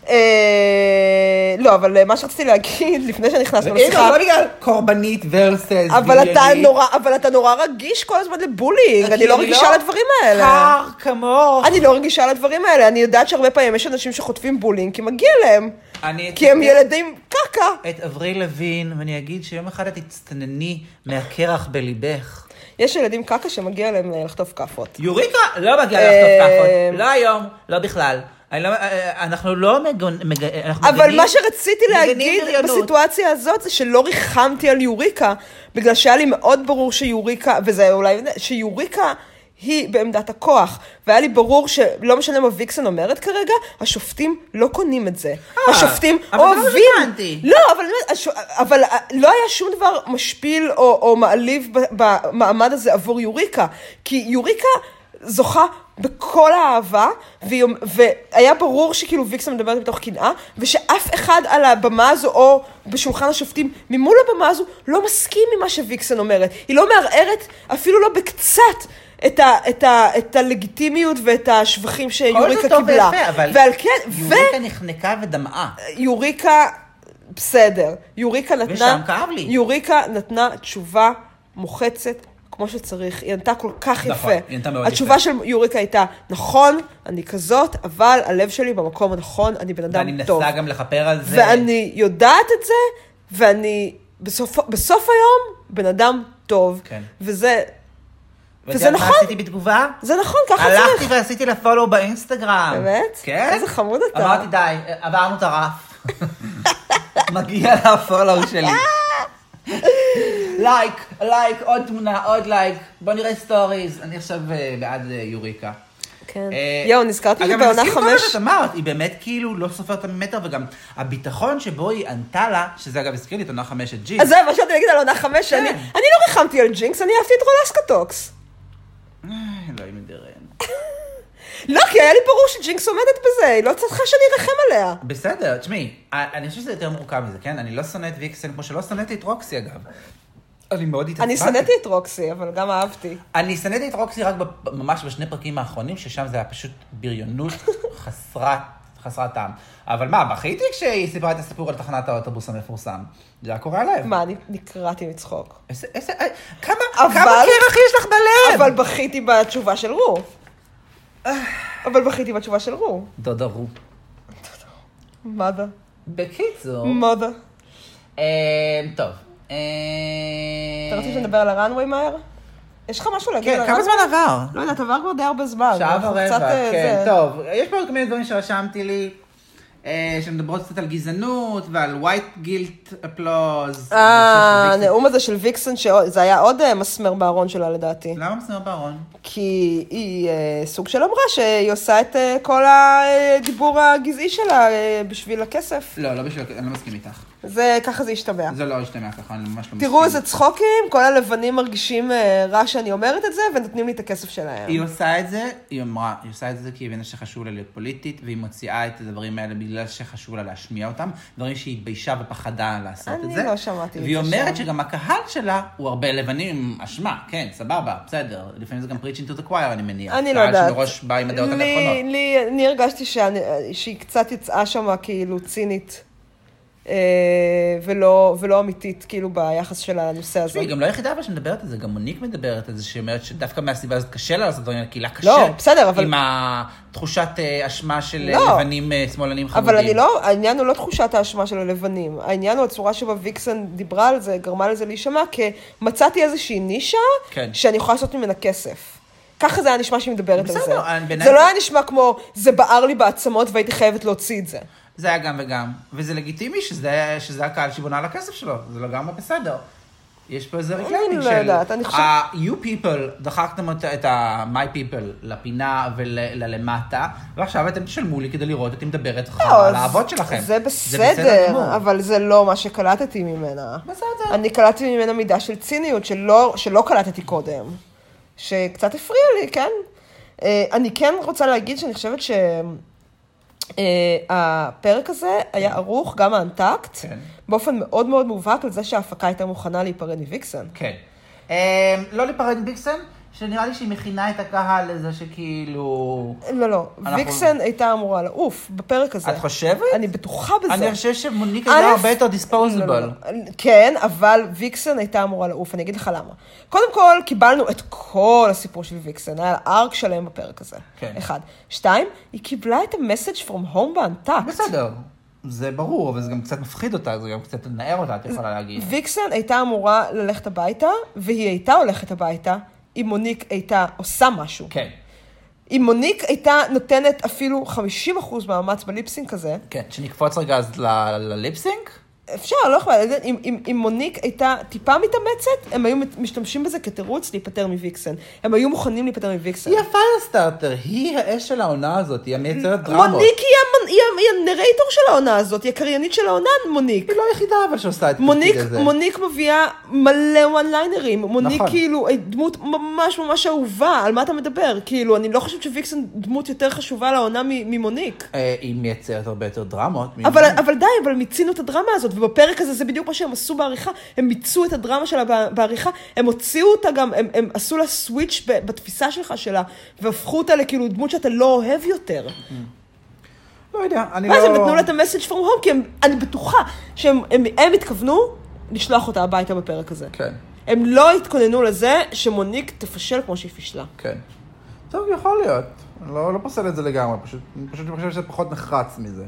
לא, אבל מה שרציתי להגיד, לפני שנכנסנו לשיחה... לא בגלל קורבנית ורסס, אבל אתה נורא רגיש כל הזמן לבולינג, אני לא רגישה לדברים האלה. קר כמוך. אני לא רגישה לדברים האלה, אני יודעת שהרבה פעמים יש אנשים שחוטפים בולינג, כי מגיע להם. כי הם ילדים קקה. את אבריל לוין, ואני אגיד שיום אחד את תצטנני מהקרח בליבך. יש ילדים קקה שמגיע להם לחטוף כפות. יוריקה לא מגיע לחטוף כפות. לא היום, לא בכלל. אנחנו לא אבל מה שרציתי להגיד בסיטואציה הזאת זה שלא ריחמתי על יוריקה, בגלל שהיה לי מאוד ברור שיוריקה, וזה אולי שיוריקה היא בעמדת הכוח, והיה לי ברור שלא משנה מה ויקסן אומרת כרגע, השופטים לא קונים את זה. השופטים אוהבים. לא, אבל לא היה שום דבר משפיל או מעליב במעמד הזה עבור יוריקה, כי יוריקה זוכה בכל האהבה, והיה ברור שכאילו ויקסן מדברת בתוך קנאה, ושאף אחד על הבמה הזו, או בשולחן השופטים, ממול הבמה הזו, לא מסכים ממה שוויקסן אומרת. היא לא מערערת, אפילו לא בקצת, את הלגיטימיות ואת השבחים שיוריקה קיבלה. כל זה טוב ויפה, אבל יוריקה נחנקה ודמעה. יוריקה, בסדר. ושם כאב לי. יוריקה נתנה תשובה מוחצת, כמו שצריך, היא ענתה כל כך יפה. נכון, היא ענתה מאוד יפה. התשובה של יוריקה הייתה, נכון, אני כזאת, אבל הלב שלי במקום הנכון, אני בן אדם טוב. ואני מנסה גם לחפר על זה. ואני יודעת את זה, ואני בסוף היום בן אדם טוב. כן. וזה נכון. מה עשיתי בתגובה? זה נכון, ככה צריך. הלכתי ועשיתי לפולו באינסטגרם. באמת? כן. איזה חמוד אתה. אמרתי די, עברנו את הרף. מגיע לפולו שלי. לייק, עוד תמונה, עוד לייק, בוא נראה סטוריז. אני עכשיו בעד יוריקה. כן. יאו, נזכרתי שבעונה 5... אגב, אני מסכים כל מה שאת אמרת, היא באמת כאילו לא סופרת המטר, וגם הביטחון שבו היא ענתה לה, שזה אגב הזכיר לי את עונה 5 את ג'ינקס. אז זה מה שאתה להגיד על עונה 5, אני לא ריחמתי על ג'ינקס, אני אהבתי את רולסקה טוקס. אלוהים ידרן. לא, כי היה לי ברור שג'ינקס עומדת בזה, היא לא צריכה שאני ארחם עליה. בסדר, תשמעי, אני חושב שזה יותר מורכב מזה, כן? אני לא שונאת ויקסן, כמו שלא שונאתי את רוקסי, אגב. אני מאוד התעצבנתי. אני שונאתי את רוקסי, אבל גם אהבתי. אני שונאתי את רוקסי רק ממש בשני פרקים האחרונים, ששם זה היה פשוט בריונות חסרת טעם. אבל מה, בכיתי כשהיא סיפרה את הסיפור על תחנת האוטובוס המפורסם. זה היה קורא לב. מה, אני נקראתי מצחוק. כמה קרח יש לך בלב? אבל בכיתי בתשובה של רו. דודה רו. מדה. בקיצור. מדה. טוב. אתה רוצה שנדבר על הרנווי מהר? יש לך משהו להגיד על הרנווי? כן, כמה זמן עבר? לא יודעת, עבר כבר די הרבה זמן. שעה ורבע, כן, טוב. יש פה עוד כמה דברים שרשמתי לי, שמדברות קצת על גזענות ועל white guilt applause. הנאום הזה של ויקסן, שזה היה עוד מסמר בארון שלה לדעתי. למה מסמר בארון? כי היא סוג של אמרה שהיא עושה את כל הדיבור הגזעי שלה בשביל הכסף. לא בשביל הכסף, אני לא מסכים איתך. ככה זה ישתמע. זה לא ישתמע ככה, אני ממש לא מסכים. תראו איזה צחוקים, כל הלבנים מרגישים רע שאני אומרת את זה, ונותנים לי את הכסף שלהם. היא עושה את זה, היא עושה את זה כי היא הבינה שחשוב לה להיות פוליטית, והיא מוציאה את הדברים האלה בגלל שחשוב לה להשמיע אותם, דברים שהיא התביישה ופחדה לעשות את זה. אני לא שמעתי את זה. והיא אומרת שגם הקהל שלה הוא הרבה לבנים, אשמה, כן, סבבה, בסדר. לפעמים זה גם preaching to the choir, אני מניח. אני לא יודעת. שמראש בא עם הדעות הנכונות. אני הרגשתי שהיא קצת יצאה שמה כאילו צינית. ולא אמיתית, כאילו, ביחס של הנושא הזה. היא גם לא היחידה אבל שמדברת על זה, גם מוניק מדברת על זה, שאומרת שדווקא מהסיבה הזאת קשה לה לעשות דברים, כי לה קשה. לא, בסדר, אבל... עם התחושת אשמה של לבנים שמאלנים חמודים. אבל העניין הוא לא תחושת האשמה של הלבנים, העניין הוא הצורה שבה ויקסן דיברה על זה, גרמה לזה להישמע, כי מצאתי איזושהי נישה, שאני יכולה לעשות ממנה כסף. ככה זה היה נשמע שהיא מדברת על זה. זה לא היה נשמע כמו, זה בער לי בעצמות והייתי חייבת להוציא את זה. זה היה גם וגם, וזה לגיטימי שזה הקהל שבונה על הכסף שלו, זה לא גם בסדר. יש פה איזה ריקליימינג של you people, דחקתם את ה-my people לפינה ולמטה, ועכשיו אתם תשלמו לי כדי לראות אותי מדברת על האבות שלכם. זה בסדר, אבל זה לא מה שקלטתי ממנה. בסדר. אני קלטתי ממנה מידה של ציניות, שלא קלטתי קודם, שקצת הפריע לי, כן? אני כן רוצה להגיד שאני חושבת הפרק הזה היה ערוך, גם האנטקט, באופן מאוד מאוד מובהק על זה שההפקה הייתה מוכנה להיפרד מוויקסן. כן. לא להיפרד מוויקסן, שנראה לי שהיא מכינה את הקהל לזה שכאילו... לא. ויקסן הייתה אמורה לעוף בפרק הזה. את חושבת? אני בטוחה בזה. אני חושב שמוניק הייתה הרבה יותר דיספוזיבל. כן, אבל ויקסן הייתה אמורה לעוף, אני אגיד לך למה. קודם כל, קיבלנו את כל הסיפור של ויקסן, היה ארק שלם בפרק הזה. כן. 1. 2, היא קיבלה את ה-message from home באנטקט. בסדר. זה ברור, אבל זה גם קצת מפחיד אותה, זה גם קצת נער אותה, את יכולה להגיד. ויקסן הייתה אמורה ללכת הביתה, והיא הייתה הולכת הביתה, אם מוניק הייתה עושה משהו. כן. אם מוניק הייתה נותנת אפילו 50% מאמץ בליפסינק הזה. כן, שנקפוץ רגע אז לליפסינק? אפשר, לא יכול לדעת, אם מוניק הייתה טיפה מתאמצת, הם היו משתמשים בזה כתירוץ להיפטר מוויקסן. הם היו מוכנים להיפטר מוויקסן. היא הפייר סטארטר, היא האש של העונה הזאת, היא המייצרת דרמות. מוניק היא הנרייטור של העונה הזאת, היא הקריינית של העונה, מוניק. היא לא היחידה אבל שעושה את התפקיד הזה. מוניק מביאה מלא וואן-ליינרים. מוניק כאילו דמות ממש ממש אהובה, על מה אתה מדבר? כאילו, אני לא חושבת שוויקסן דמות יותר חשובה לעונה ממוניק. היא מייצרת הרבה יותר דרמות. אבל די, אבל מיצינו את הדרמה הזאת. ובפרק הזה זה בדיוק מה שהם עשו בעריכה, הם מיצו את הדרמה שלה בעריכה, הם הוציאו אותה גם, הם עשו לה סוויץ' בתפיסה שלך שלה, והפכו אותה לכאילו דמות שאתה לא אוהב יותר. לא יודע, אני לא... אז הם נתנו לה את המסאג' פרום הום, כי אני בטוחה שהם התכוונו לשלוח אותה הביתה בפרק הזה. כן. הם לא התכוננו לזה שמוניק תפשל כמו שהיא פישלה. כן. טוב, יכול להיות. אני לא פוסל את זה לגמרי, פשוט אני חושב שזה פחות נחרץ מזה.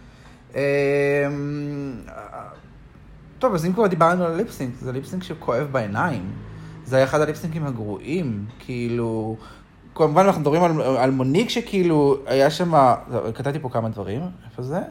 טוב, אז אם כבר דיברנו על הליפסינק, זה ליפסינק שכואב בעיניים. זה היה אחד הליפסינקים הגרועים, כאילו... כמובן אנחנו מדברים על מוניק שכאילו היה שם... כתבתי פה כמה דברים, איפה זה?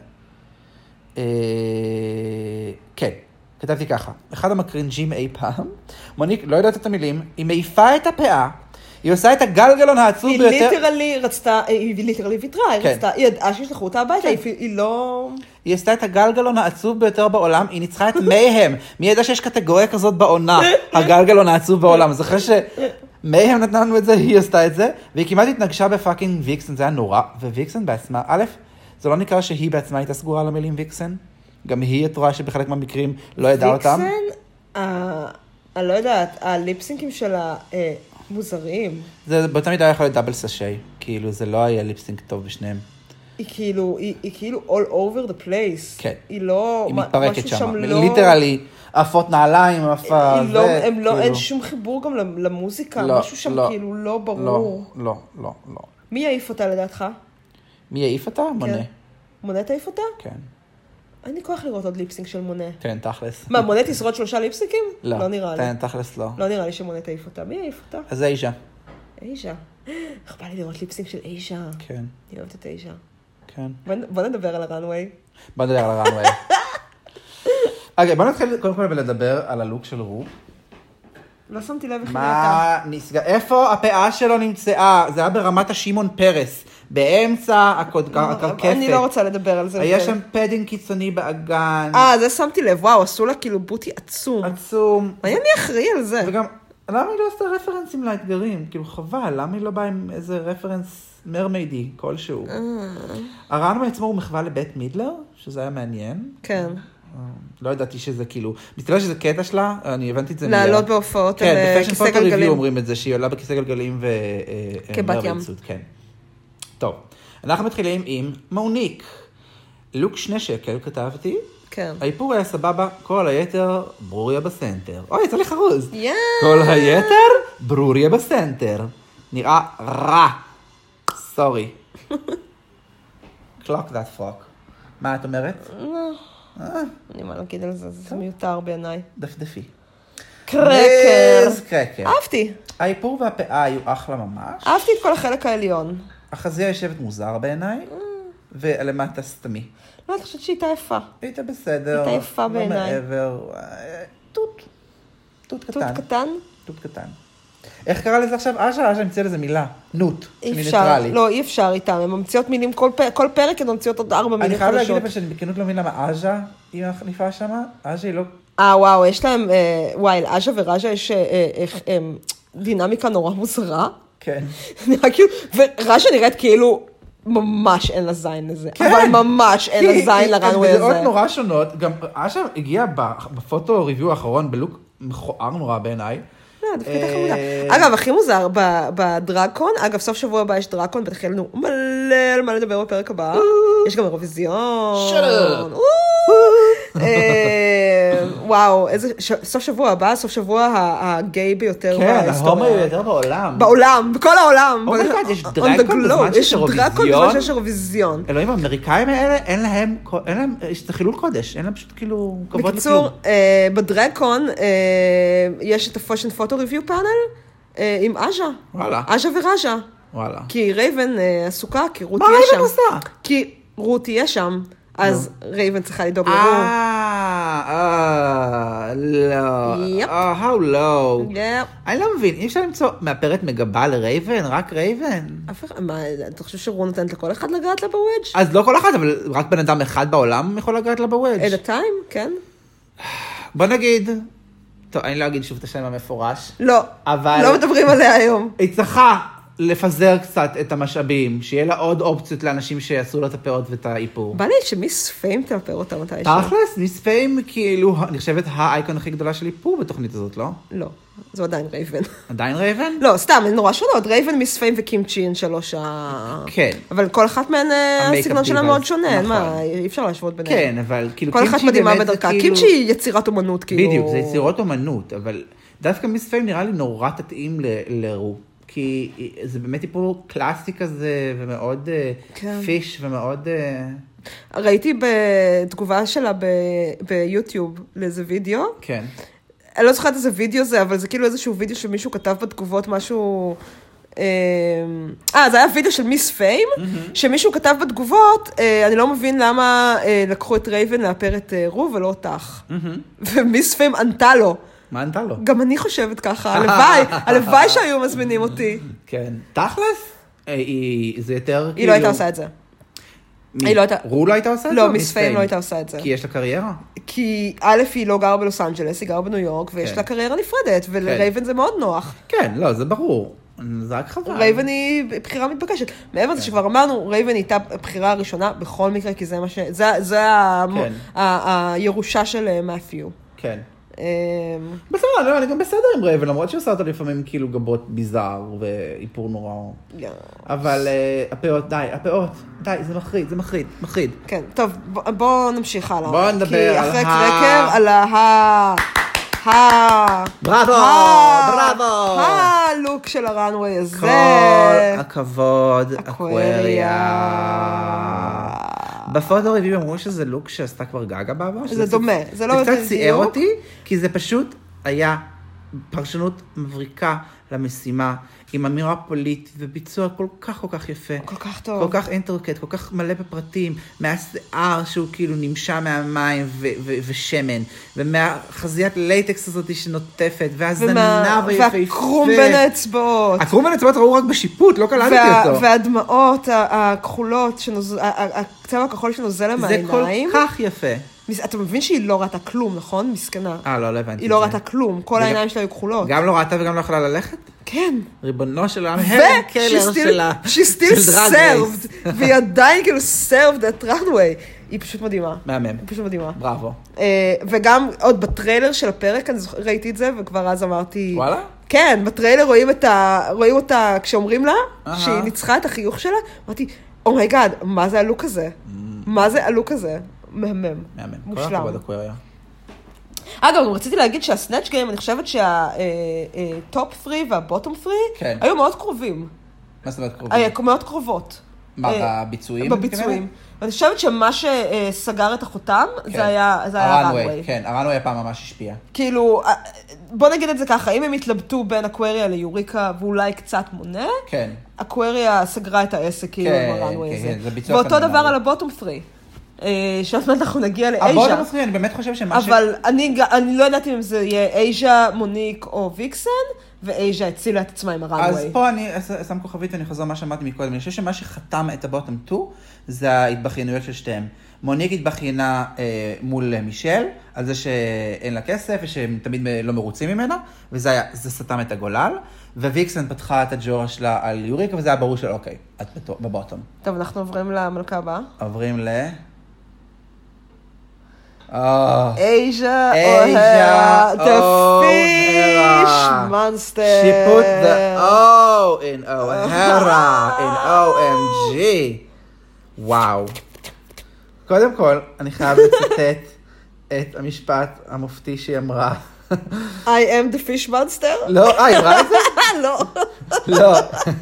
כן, כתבתי ככה. אחד המקרינג'ים אי פעם, מוניק לא יודעת את המילים, היא מעיפה את הפאה, היא עושה את הגלגלון העצוב ביותר... היא ליטרלי ויתרה, היא ידעה שישלחו אותה הביתה, היא לא... היא עשתה את הגלגלון העצוב ביותר בעולם, היא ניצחה את מייהם. מי ידע שיש קטגוריה כזאת בעונה, הגלגלון העצוב בעולם. אז אחרי שמייהם נתנה לנו את זה, היא עשתה את זה, והיא כמעט התנגשה בפאקינג ויקסן, זה היה נורא. וויקסן בעצמה, א', זה לא נקרא שהיא בעצמה הייתה סגורה למילים ויקסן, גם היא את רואה שבחלק מהמקרים לא ידעה אותם. ויקסן, אני לא יודעת, הליפסינקים שלה... מוזרים. זה באותה מידה יכול להיות דאבל סשי, כאילו זה לא היה ליפסינק טוב בשניהם. היא כאילו all over the place. כן. היא לא... היא מתפרקת שם. ליטרלי, עפות נעליים, עפה... אין שום חיבור גם למוזיקה, משהו שם כאילו לא ברור. לא. מי יעיף אותה לדעתך? מי יעיף אותה? מונה. מונה תעיף אותה? כן. אין לי כוח לראות עוד ליפסינק של מונה. כן, תכלס. מה, מונה תשרוד 3 ליפסינקים? לא נראה לי. תכלס לא. לא נראה לי שמונה תעיף אותה. מי יעיף אותה? אז אישה. אישה. איך בא לי לראות ליפסינק של אישה? כן. אני אוהבת את אישה. כן. בוא נדבר על הרנווי. אוקיי, בוא נתחיל קודם כל לדבר על הלוק של רו. לא שמתי לב איך נהייתה. איפה הפאה שלו נמצאה? זה היה ברמת השימון פרס. באמצע הקרקפת. אני לא רוצה לדבר על זה. היה שם פדינג קיצוני באגן. זה שמתי לב, וואו, עשו לה כאילו בוטי עצום. עצום. מעניין מי אחראי על זה. וגם, למה היא לא עשתה רפרנסים לאתגרים? כאילו חבל, למה היא לא באה עם איזה רפרנס מרמיידי כלשהו? הרעיון בעצמו הוא מחווה לבית מידלר, שזה היה מעניין. כן. לא ידעתי שזה כאילו, מסתכל שזה קטע שלה, אני הבנתי את זה. לעלות בהופעות על כיסא גלגלים. כן, בפשן פוטו ריוויו אומרים את זה, שהיא עולה בכיסא גלגלים כבת ים. כן. טוב, אנחנו מתחילים עם מוניק. לוק 2 שקל, כתבתי. כן. האיפור היה סבבה, כל היתר ברוריה בסנטר. אוי, יצא לי חרוז. כל היתר ברוריה בסנטר. נראה רע. סורי. קלוק that fuck. מה את אומרת? אני מה להגיד על זה, זה מיותר בעיניי. דפדפי. קרקר. קרקר. אהבתי. האיפור והפאה היו אחלה ממש. אהבתי את כל החלק העליון. החזייה יושבת מוזר בעיניי, ולמטה סתמי. לא, אני חושבת שהיא הייתה יפה. היא הייתה בסדר. הייתה יפה בעיניי. לא מעבר. תות קטן. תות קטן. איך קרא לזה עכשיו? אשה נמצא לזה מילה. נוט. אי אפשר. לא, אי אפשר איתם. הן ממציאות מילים, כל פרק הן ממציאות עוד 4 מילים חדשות. אני חייב להגיד אבל שאני בכנות לא מבין למה אשה היא מחליפה שמה. אשה היא לא... וואו, יש להם... וואי, אשה ורג'ה יש דינמיקה נורא מוזרה. כן. ורג'ה נראית כאילו... ממש אין לה זין לזה. אבל ממש אין לה זין לרנווי הזה. זה עוד נורא שונות. גם אשה הגיעה בפוטו ריוויו האחרון בלוק מכוער נורא בעיניי. דווקא יותר חמודה. אגב, הכי מוזר, בדרקון, אגב, סוף שבוע הבא יש דרקון, בטח יהיה לנו מלא על מה לדבר בפרק הבא. יש גם אירוויזיון. וואו, סוף שבוע הבא, סוף שבוע הגיי ביותר בהיסטוריה. כן, ההומואי ביותר בעולם. בעולם, בכל העולם. אומייגאד, יש דרקון בזמן שיש אירוויזיון. יש דרקון בזמן שיש אירוויזיון. אלוהים, האמריקאים האלה, אין להם, זה חילול קודש, אין להם פשוט כאילו כבוד לכלום. בקיצור, בדרקון יש את הפושן פוטו ריוויו פאנל עם אז'ה. וואלה. אז'ה וראז'ה. וואלה. כי רייבן עסוקה, כי רות תהיה שם. מה רייבן עושה? כי רות תהיה שם. אז רייבן צריכה לדאוג לרוב. לא. how low. אני לא מבין, אי אפשר למצוא מאפרת מגבה לרייבן, רק רייבן. אתה חושב שרון נותנת לכל אחד לגעת לה בוודג'? אז לא כל אחד, אבל רק בן אדם אחד בעולם יכול לגעת לה בוודג'. at a time, כן. בוא נגיד, טוב, אני לא אגיד שוב את השם המפורש. לא, לא מדברים עליה היום. היא צריכה לפזר קצת את המשאבים, שיהיה לה עוד אופציות לאנשים שיעשו לה את הפאות ואת האיפור. בא לי שמיס פיים תאפר אותה מתי יש. תכלס, מיס פיים כאילו, אני חושבת האייקון הכי גדולה של איפור בתוכנית הזאת, לא? לא, זו עדיין רייבן. עדיין רייבן? לא, סתם, הן נורא שונות. רייבן, מיס פיים וקים צ'י הן שלוש כן. אבל כל אחת מהן, הסגנון שלה מאוד שונה, מה, אי אפשר להשוות ביניהן. כן, אבל כאילו, כל אחת מדהימה בדרכה. קים צ'י היא יצירת אומנות, כאילו. בדיוק, זה יצירות אומנות, אבל דווקא מיס פיים נראה לי נורא תתאים לרו. כי זה באמת איפור קלאסי כזה, ומאוד פיש, ומאוד... ראיתי בתגובה שלה ביוטיוב לאיזה וידאו. כן. אני לא זוכרת איזה וידאו זה, אבל זה כאילו איזשהו וידאו שמישהו כתב בתגובות משהו... זה היה וידאו של מיס פיים, שמישהו כתב בתגובות, אני לא מבין למה לקחו את רייבן לאפר את רו ולא אותך. ומיס פיים ענתה לו. מה ענתה לו? גם אני חושבת ככה, הלוואי שהיו מזמינים אותי. כן. תכלס? זה יותר... היא לא הייתה עושה את זה. רו לא הייתה עושה את זה? לא, מיס פיים לא הייתה עושה את זה. כי יש לה קריירה? כי א' היא לא גרה בלוס אנג'לס, היא גרה בניו יורק, ויש לה קריירה נפרדת, ולרייבן זה מאוד נוח. כן, לא, זה ברור. זה רק חבל. רייבן היא בחירה מתבקשת. מעבר לזה שכבר אמרנו, רייבן הייתה הבחירה הראשונה בכל מקרה, כי זה מה ש... זה הירושה של מאת'יו. כן. בסדר, אני גם בסדר עם רייבן, למרות שעושה אותה לפעמים כאילו גבות ביזר ואיפור נורא. אבל הפאות, די, זה מחריד. כן, טוב, בואו נמשיך הלאה. בואו נדבר על כי אחרי קרקר, על בראבו! הלוק של הראנווי הזה. כל הכבוד, אקווריה. בפוטו ריוויו אמרו שזה לוק שעשתה כבר גגה בעבר. זה דומה. זה קצת ציער אותי, כי זה פשוט היה פרשנות מבריקה למשימה, עם אמירה פוליטית וביצוע כל כך יפה. כל כך טוב. כל כך אינטרקט, כל כך מלא בפרטים, מהשיער שהוא כאילו נמשה מהמים ושמן, ומהחזיית לייטקס הזאת שנוטפת, והזנב היפהפה. והקרום בין האצבעות. הקרום בין האצבעות ראו רק בשיפוט, לא קלטתי אותו. והדמעות הכחולות, הצבע הכחול שנוזל מהעיניים. זה כל כך יפה. אתה מבין שהיא לא ראתה כלום, נכון? מסכנה. לא הבנתי. היא לא ראתה כלום, כל העיניים שלה היו כחולות. גם לא ראתה וגם לא יכולה ללכת? כן. ריבונו של העם, הלן קלר שלה. She's still served, והיא עדיין כאילו served at runway. היא פשוט מדהימה. מהמם. היא פשוט מדהימה. בראבו. וגם עוד בטריילר של הפרק, אני ראיתי את זה, וכבר אז אמרתי... וואלה? כן, בטריילר רואים אותה כשאומרים לה, שהיא ניצחה את החיוך שלה, אמרתי, אומייגאד, מה זה הלוק הזה? מה זה הלוק הזה? מהמם. כל הכבוד אקווריה. אגב, רציתי להגיד שהסנאצ' גיים, אני חושבת שהטופ 3 והבוטום 3 היו מאוד קרובים. מה זאת אומרת קרובים? מאוד קרובות. מה, בביצועים? בביצועים. אני חושבת שמה שסגר את החותם, זה היה הראנווי. כן, הראנווי הפעם ממש השפיע. כאילו, בוא נגיד את זה ככה, אם הם התלבטו בין אקווריה ליוריקה, ואולי קצת מונה, אקווריה סגרה את העסק כאילו עם הראנווי הזה. ואותו דבר על הבוטום 3. שעוד מעט אנחנו נגיע לאייז'ה. הבוטום 3, אני באמת חושב שמה אבל אני לא יודעת אם זה יהיה אייז'ה, מוניק או ויקסן, ואייז'ה הצילה את עצמה עם הראנווי. אז פה אני שם כוכבית ואני חוזר מה שאמרתי מקודם. אני חושב שמה שחתם את הבוטום 2, זה ההתבחיינויות של שתיהם. מוניק התבחיינה מול מישל, על זה שאין לה כסף, ושהם תמיד לא מרוצים ממנה, וזה סתם את הגולל. וויקסן פתחה את הג'ורה שלה על יוריקה, וזה היה ברור של אוקיי, את בבוטום. טוב, אנחנו עוברים למלכה הבאה. עוברים Asia O'Hara, the fish monster. She put the O in O'Hara, in OMG. וואו. קודם כל, אני חייב לצטט את המשפט המופתי שהיא אמרה. I am the fish monster? לא, היא אמרה את זה? לא. לא.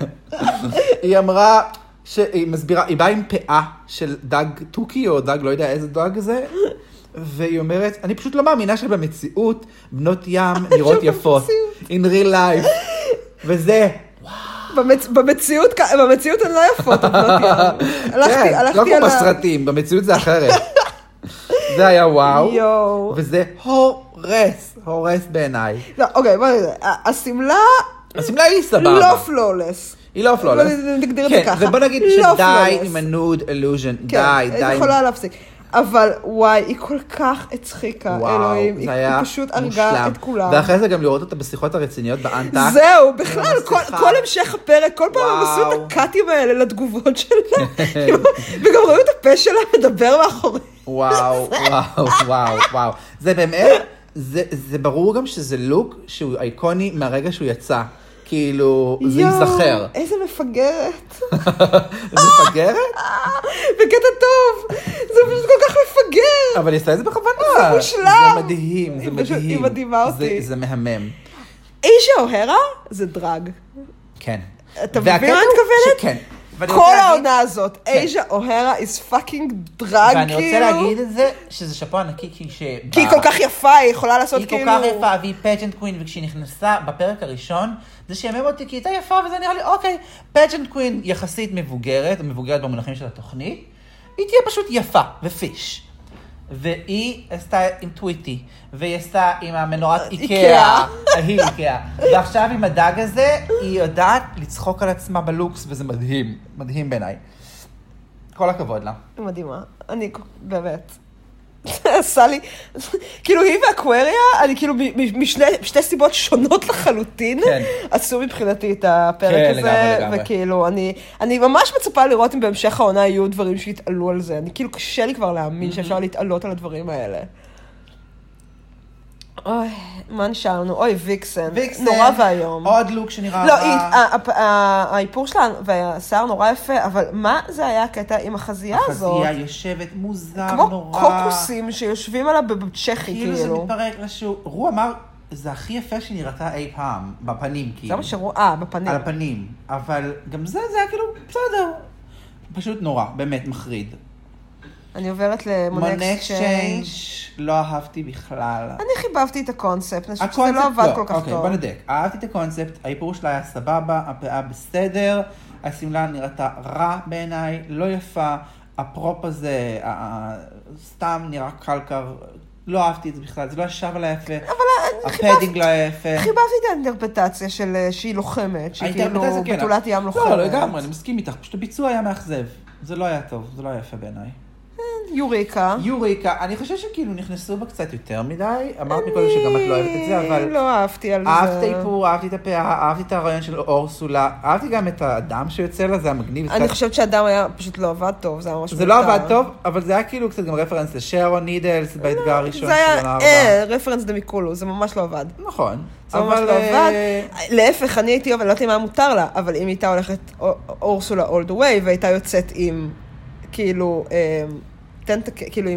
היא אמרה שהיא מסבירה, היא באה עם פאה של דג טוקי או דג, לא יודע איזה דג זה, והיא אומרת, אני פשוט לא מאמינה שבמציאות בנות ים נראות יפות. In real life. וזה... במציאות הן לא יפות, בנות ים. כן, לא כמו בסרטים, במציאות זה אחרת. זה היה וואו. וזה הורס בעיניי. לא, אוקיי, בוא נראה. השמלה היא סבבה. לא פלולס. היא לא פלולס. נגדיר את זה ככה. ובוא נגיד שדי עם הנוד אלוז'ן. די. היא יכולה להפסיק. אבל וואי, היא כל כך הצחיקה, אלוהים. היא פשוט הרגה את כולם. ואחרי זה גם לראות אותה בשיחות הרציניות באנטק. זהו, בכלל, כל המשך הפרק, כל פעם הם עשו את הקאטים האלה לתגובות שלה. וגם ראו את הפה שלה מדבר מאחורי. וואו. זה באמת, זה ברור גם שזה לוק שהוא אייקוני מהרגע שהוא יצא. כאילו, זה ייזכר. איזה מפגרת. מפגרת? בקטע טוב. זה פשוט כל כך מפגר. אבל היא עושה את זה בכוונה. זה מושלם. זה מדהים. היא מדהימה אותי. זה מהמם. אייז'ה אוהרה זה דרג. כן. אתה מבין מה אני מתכוונת? כן. כל העונה הזאת, אייז'ה אוהרה is fucking דרג, ואני רוצה להגיד את זה, שזה שפו ענקי, כי היא כל כך יפה, היא יכולה לעשות כאילו... היא כל כך יפה, והיא פאג'נט קווין, וכשהיא נכנסה בפרק הראשון, זה שיאמם אותי, כי היא הייתה יפה, וזה נראה לי, אוקיי, פאג'נט קווין יחסית מבוגרת, מבוגרת במונחים של התוכנית, היא תהיה פשוט יפה ופיש. והיא עשתה עם טוויטי, והיא עשתה עם המנורת איקאה, ועכשיו עם הדג הזה, היא יודעת לצחוק על עצמה בלוקס, וזה מדהים, מדהים בעיניי. כל הכבוד לה. מדהימה, אני באמת. עשה לי, כאילו היא והקווריה, אני כאילו משתי סיבות שונות לחלוטין, עשו מבחינתי את הפרק הזה, וכאילו אני ממש מצפה לראות אם בהמשך העונה יהיו דברים שהתעלו על זה, אני כאילו קשה לי כבר להאמין שאפשר להתעלות על הדברים האלה. אוי, מה נשארנו? אוי, ויקסן. נורא והיום. עוד לוק שנראה... לא, האיפור שלה והשיער נורא יפה, אבל מה זה היה הקטע עם החזייה הזאת? החזייה יושבת מוזר נורא. כמו קוקוסים שיושבים עליו בצ'כי, כאילו. כאילו זה מתפרק לשהו. רו אמר, זה הכי יפה שנראתה אי פעם, בפנים, כאילו. זה מה שרו, בפנים. על הפנים. אבל גם זה היה כאילו, בסדר. פשוט נורא, באמת מחריד. אני עוברת למונקס צ'יינג'. לא אהבתי בכלל. אני חיבבתי את הקונספט, אני חושבת שזה לא עבד כל כך טוב. אוקיי, בוא נדק. אהבתי את הקונספט, האיפור שלה היה סבבה, הפאה בסדר, הסמלה נראתה רע בעיניי, לא יפה, הפרופ הזה, סתם נראה קלקר, לא אהבתי את זה בכלל, זה לא ישב עליי יפה, הפדינג לא היה יפה. חיבבתי את האינטרפטציה של שהיא לוחמת, שהיא כאילו בתולת ים לוחמת. לא, לגמרי, אני מסכים איתך, פשוט הביצוע היה מאכזב. זה לא היה טוב, זה לא היה יפה בעיניי. יוריקה, אני חושב שכאילו נכנסו בה קצת יותר מדי, אמרת מקודם שגם את לא אוהבת את זה, אבל... לא אהבתי על זה. אהבתי את האיפור, אהבתי את הפאה, אהבתי את הרעיון של אורסולה, אהבתי גם את האדם שיוצא לה, זה המגניב. אני חושבת שהאדם היה פשוט לא עבד טוב, זה היה ממש... זה לא עבד טוב, אבל זה היה כאילו קצת גם רפרנס לשרון נידלס, באתגר הראשון של עונה 4. זה היה רפרנס דמיקולו, זה ממש לא עבד. נכון. זה ממש לא עבד. להפך, אני הייתי, אבל לא יודעת מה מותר לה, אבל אם הייתה הולכת אורסולה all the way, והייתה יוצאת עם, כאילו, כאילו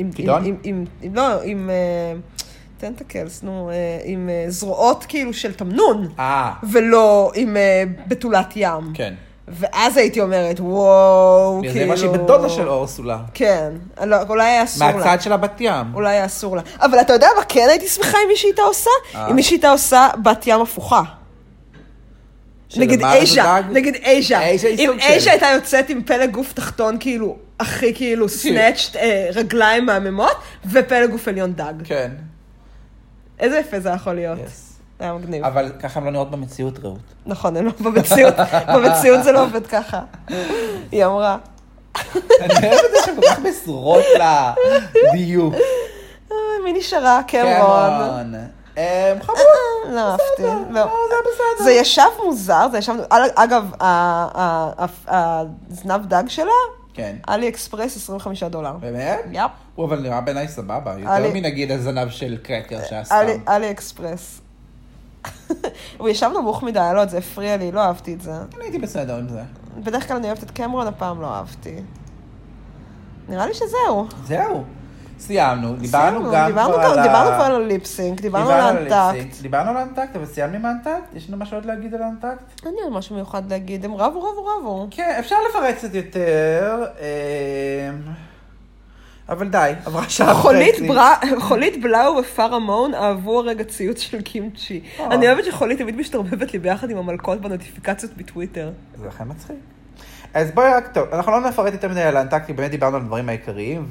עם טנטקלס, עם זרועות כאילו של תמנון, ולא עם בתולת ים. כן. ואז הייתי אומרת, וואו, כאילו... זה מה שהיא בדודה של אורסולה. כן, אולי היה אסור לה. מהצד של הבת ים. אולי היה אסור לה. אבל אתה יודע מה כן הייתי שמחה אם מישהי הייתה עושה? אם מישהי הייתה עושה בת ים הפוכה. נגד אייז'ה. אם אייז'ה הייתה יוצאת עם פלג גוף תחתון כאילו, הכי כאילו סנאצ'ט רגליים מהממות, ופלג גוף עליון דג. כן. איזה יפה זה יכול להיות. זה היה מגניב. אבל ככה הם לא נראות במציאות, רעות. נכון, הם לא במציאות זה לא עובד ככה. היא אמרה. אני אוהב את זה שכל כך מסורות לדיוק. מי נשארה? קמרון. חמוד. לא אהבתי. לא, זה בסדר. זה ישב מוזר, זה ישב... אגב, הזנב דג שלה, כן. אלי אקספרס, $25. באמת? יפ. הוא אבל נראה בעיניי סבבה, יותר מנגיד הזנב של קרקר שעשתה. אלי אקספרס. הוא ישב נמוך מדי, לא, זה הפריע לי, לא אהבתי את זה. אני הייתי בסדר עם זה. בדרך כלל אני אוהבת את קמרון, הפעם לא אהבתי. נראה לי שזהו. זהו. סיימנו, דיברנו כבר על הליפסינק, דיברנו על האנטקט. דיברנו על האנטקט, אבל סיימנו עם האנטקט? יש לנו משהו עוד להגיד על האנטקט? אין לי משהו מיוחד להגיד, הם רבו. כן, אפשר לפרט קצת יותר, אבל די, עברה שעה. חולית בלאו ופרמון אהבו הרגע ציוץ של קימצ'י. אני אוהבת שחולית תמיד משתרבבת לי ביחד עם המלכות בנוטיפיקציות בטוויטר. זה לכם מצחיק. אז בואי רק טוב, אנחנו לא נפרט יותר מדי על האנטקט, כי באמת דיברנו על הדברים העיקריים,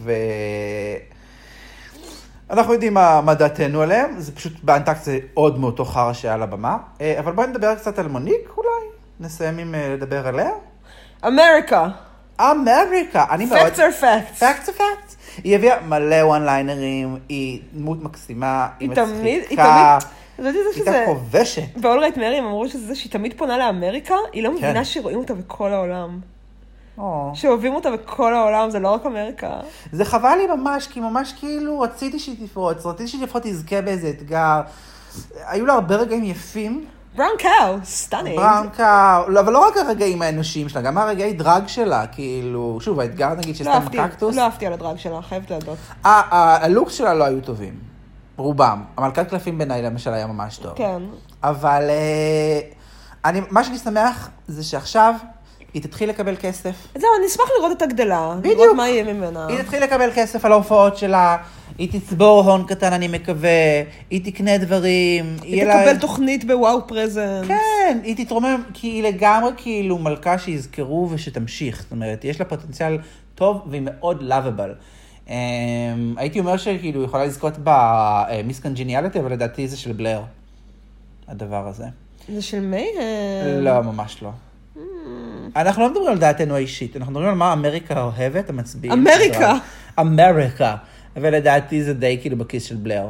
אנחנו יודעים מה דעתנו עליהם, זה פשוט באנטקט זה עוד מאותו חרא שהיה לבמה, אבל בואי נדבר קצת על מוניק אולי, נסיים עם לדבר עליה. אמריקה. Facts are facts. היא הביאה מלא וואן-ליינרים, היא דמות מקסימה, היא מצחיקה, היא כובשת. באולרייט מרי הם אמרו שזה שהיא תמיד פונה לאמריקה, היא לא מבינה שרואים אותה בכל העולם. שאוהבים אותה בכל העולם, זה לא רק אמריקה. זה חבל לי ממש, כי ממש כאילו רציתי שהיא תפרוץ, רציתי שהיא לפחות תזכה באיזה אתגר. היו לה הרבה רגעים יפים. בראון קאו, סטאנינג. בראון קאו, אבל לא רק הרגעים האנושיים שלה, גם הרגעי דרג שלה, כאילו, שוב, האתגר נגיד שסתם קקטוס. לא אהבתי על הדרג שלה, חייבת להודות. הלוקס שלה לא היו טובים, רובם. המלכת קלפים בעיניי למשל היה ממש טוב. כן. אבל מה שאני שמח זה שעכשיו היא תתחיל לקבל כסף. זהו, אני אשמח לראות את הגדלה. בדיוק. לראות מה יהיה ממנה. היא תתחיל לקבל כסף על ההופעות שלה, היא תצבור הון קטן, אני מקווה, היא תקנה דברים. היא תקבל תוכנית בוואו פרזנט. כן, היא תתרומם, כי היא לגמרי כאילו מלכה שיזכרו ושתמשיך. זאת אומרת, יש לה פוטנציאל טוב והיא מאוד לאביבל. הייתי אומר שכאילו היא יכולה לזכות במיס קונג'יניאליטי, אבל לדעתי זה של בלר, הדבר הזה. זה של מי? לא, ממש לא. אנחנו לא מדברים על דעתנו האישית, אנחנו מדברים על מה אמריקה אוהבת, המצביעים. אמריקה. ולדעתי זה די כאילו בכיס של בלר.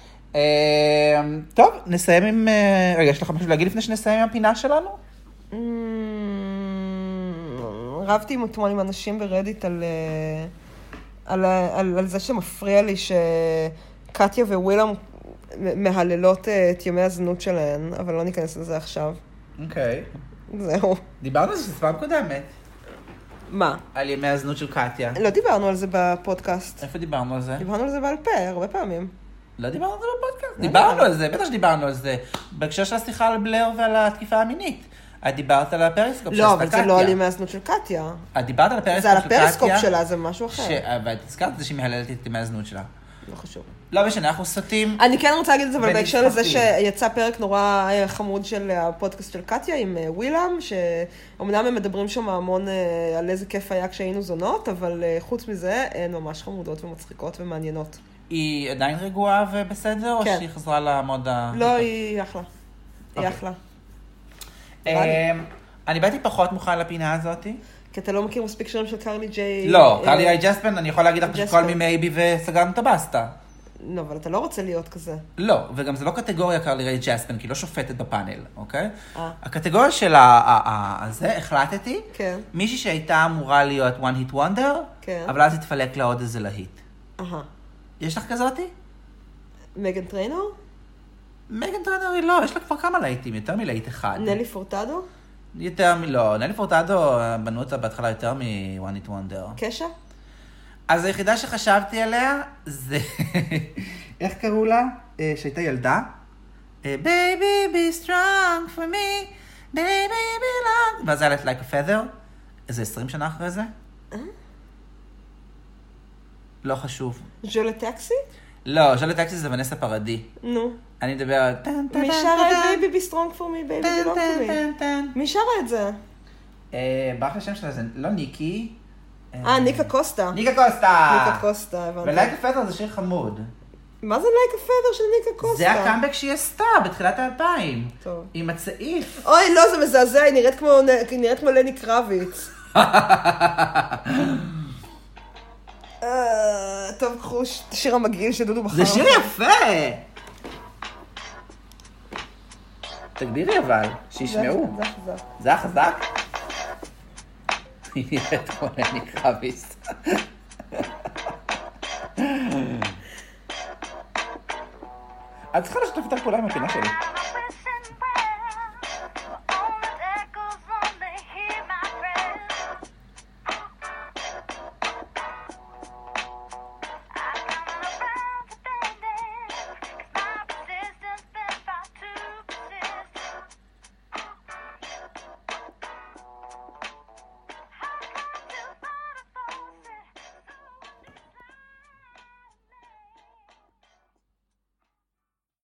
טוב, נסיים עם... רגע, יש לך משהו להגיד לפני שנסיים עם הפינה שלנו? רבתי אתמול עם אנשים ברדיט על זה שמפריע לי שקטיה ווילם מהללות את ימי הזנות שלהן, אבל לא ניכנס לזה עכשיו. אוקיי. זהו. דיברנו על זה פעם קודמת. מה? על ימי הזנות של קטיה. לא דיברנו על זה בפודקאסט. איפה דיברנו על זה? דיברנו על זה בעל פה, הרבה פעמים. לא דיברנו על זה בפודקאסט? דיברנו על זה, בטח שדיברנו על זה. בהקשר של השיחה על בלר ועל התקיפה המינית. את דיברת על הפריסקופ של קטיה. לא, אבל זה לא על ימי הזנות של קטיה. את דיברת על הפריסקופ של קטיה. זה על הפריסקופ שלה, זה משהו אחר. ואת הזכרת את זה שהיא מהללת את ימי הזנות שלה. לא חשוב. לא משנה, אנחנו סוטים. אני כן רוצה להגיד את זה, אבל בהקשר לזה שיצא פרק נורא חמוד של הפודקאסט של קטיה עם ווילם, שאומנם הם מדברים שם המון על איזה כיף היה כשהיינו זונות, אבל חוץ מזה הן ממש חמודות ומצחיקות ומעניינות. היא עדיין רגועה ובסדר, או שהיא חזרה לעמוד לא, היא אחלה. היא אחלה. אני באתי פחות מוכן לפינה הזאת. כי אתה לא מכיר מספיק שירים של קרלי ג'יי... לא, קרלי ג'יי ג'ספן, אני יכול להגיד לך שכל מי מייבי וסגרנו את הבסטה. לא, אבל אתה לא רוצה להיות כזה. לא, וגם זה לא קטגוריה קרלי ג'יי ג'ספן, כי היא לא שופטת בפאנל, אוקיי? הקטגוריה של הזה, החלטתי, מישהי שהייתה אמורה להיות one hit wonder, אבל אז התפלק לה עוד איזה להיט. יש לך כזאתי? מגן טריינור? מגן טריינור היא לא, יש לה כבר כמה להיטים, יותר מלהיט אחד. נלי פורטדו? יותר לא, נלי פורטדו בנו אותה בהתחלה יותר מ-one hit wonder. קשה? אז היחידה שחשבתי עליה זה, איך קראו לה? שהייתה ילדה? Baby be strong for me, baby be long. ואז היה לה like a feather, איזה 20 שנה אחרי זה? לא חשוב. ז'ולה טקסי? לא, ז'ולה טקסי זה ונסה פרדי. נו. אני מדבר על... מי שרה את Baby be strong for me, baby be long for me? מי שרה את זה? ברח לשם שלה זה לא ניקי. ניקה קוסטה. ניקה קוסטה. הבנתי. ולייק הפדר זה שיר חמוד. מה זה לייק הפדר של ניקה קוסטה? זה הקאמבק שהיא עשתה בתחילת 2000. טוב. עם הצעיף. אוי, לא, זה מזעזע, היא נראית כמו לני קרביץ. טוב, קחו את השיר המגעיל שדודו בחר. זה שיר יפה! תגבירי אבל, שישמעו. זה חזק. זה חזק? היא נראית כמו לני קרביס. את צריכה לשתף את הפעולה עם הפינה שלי.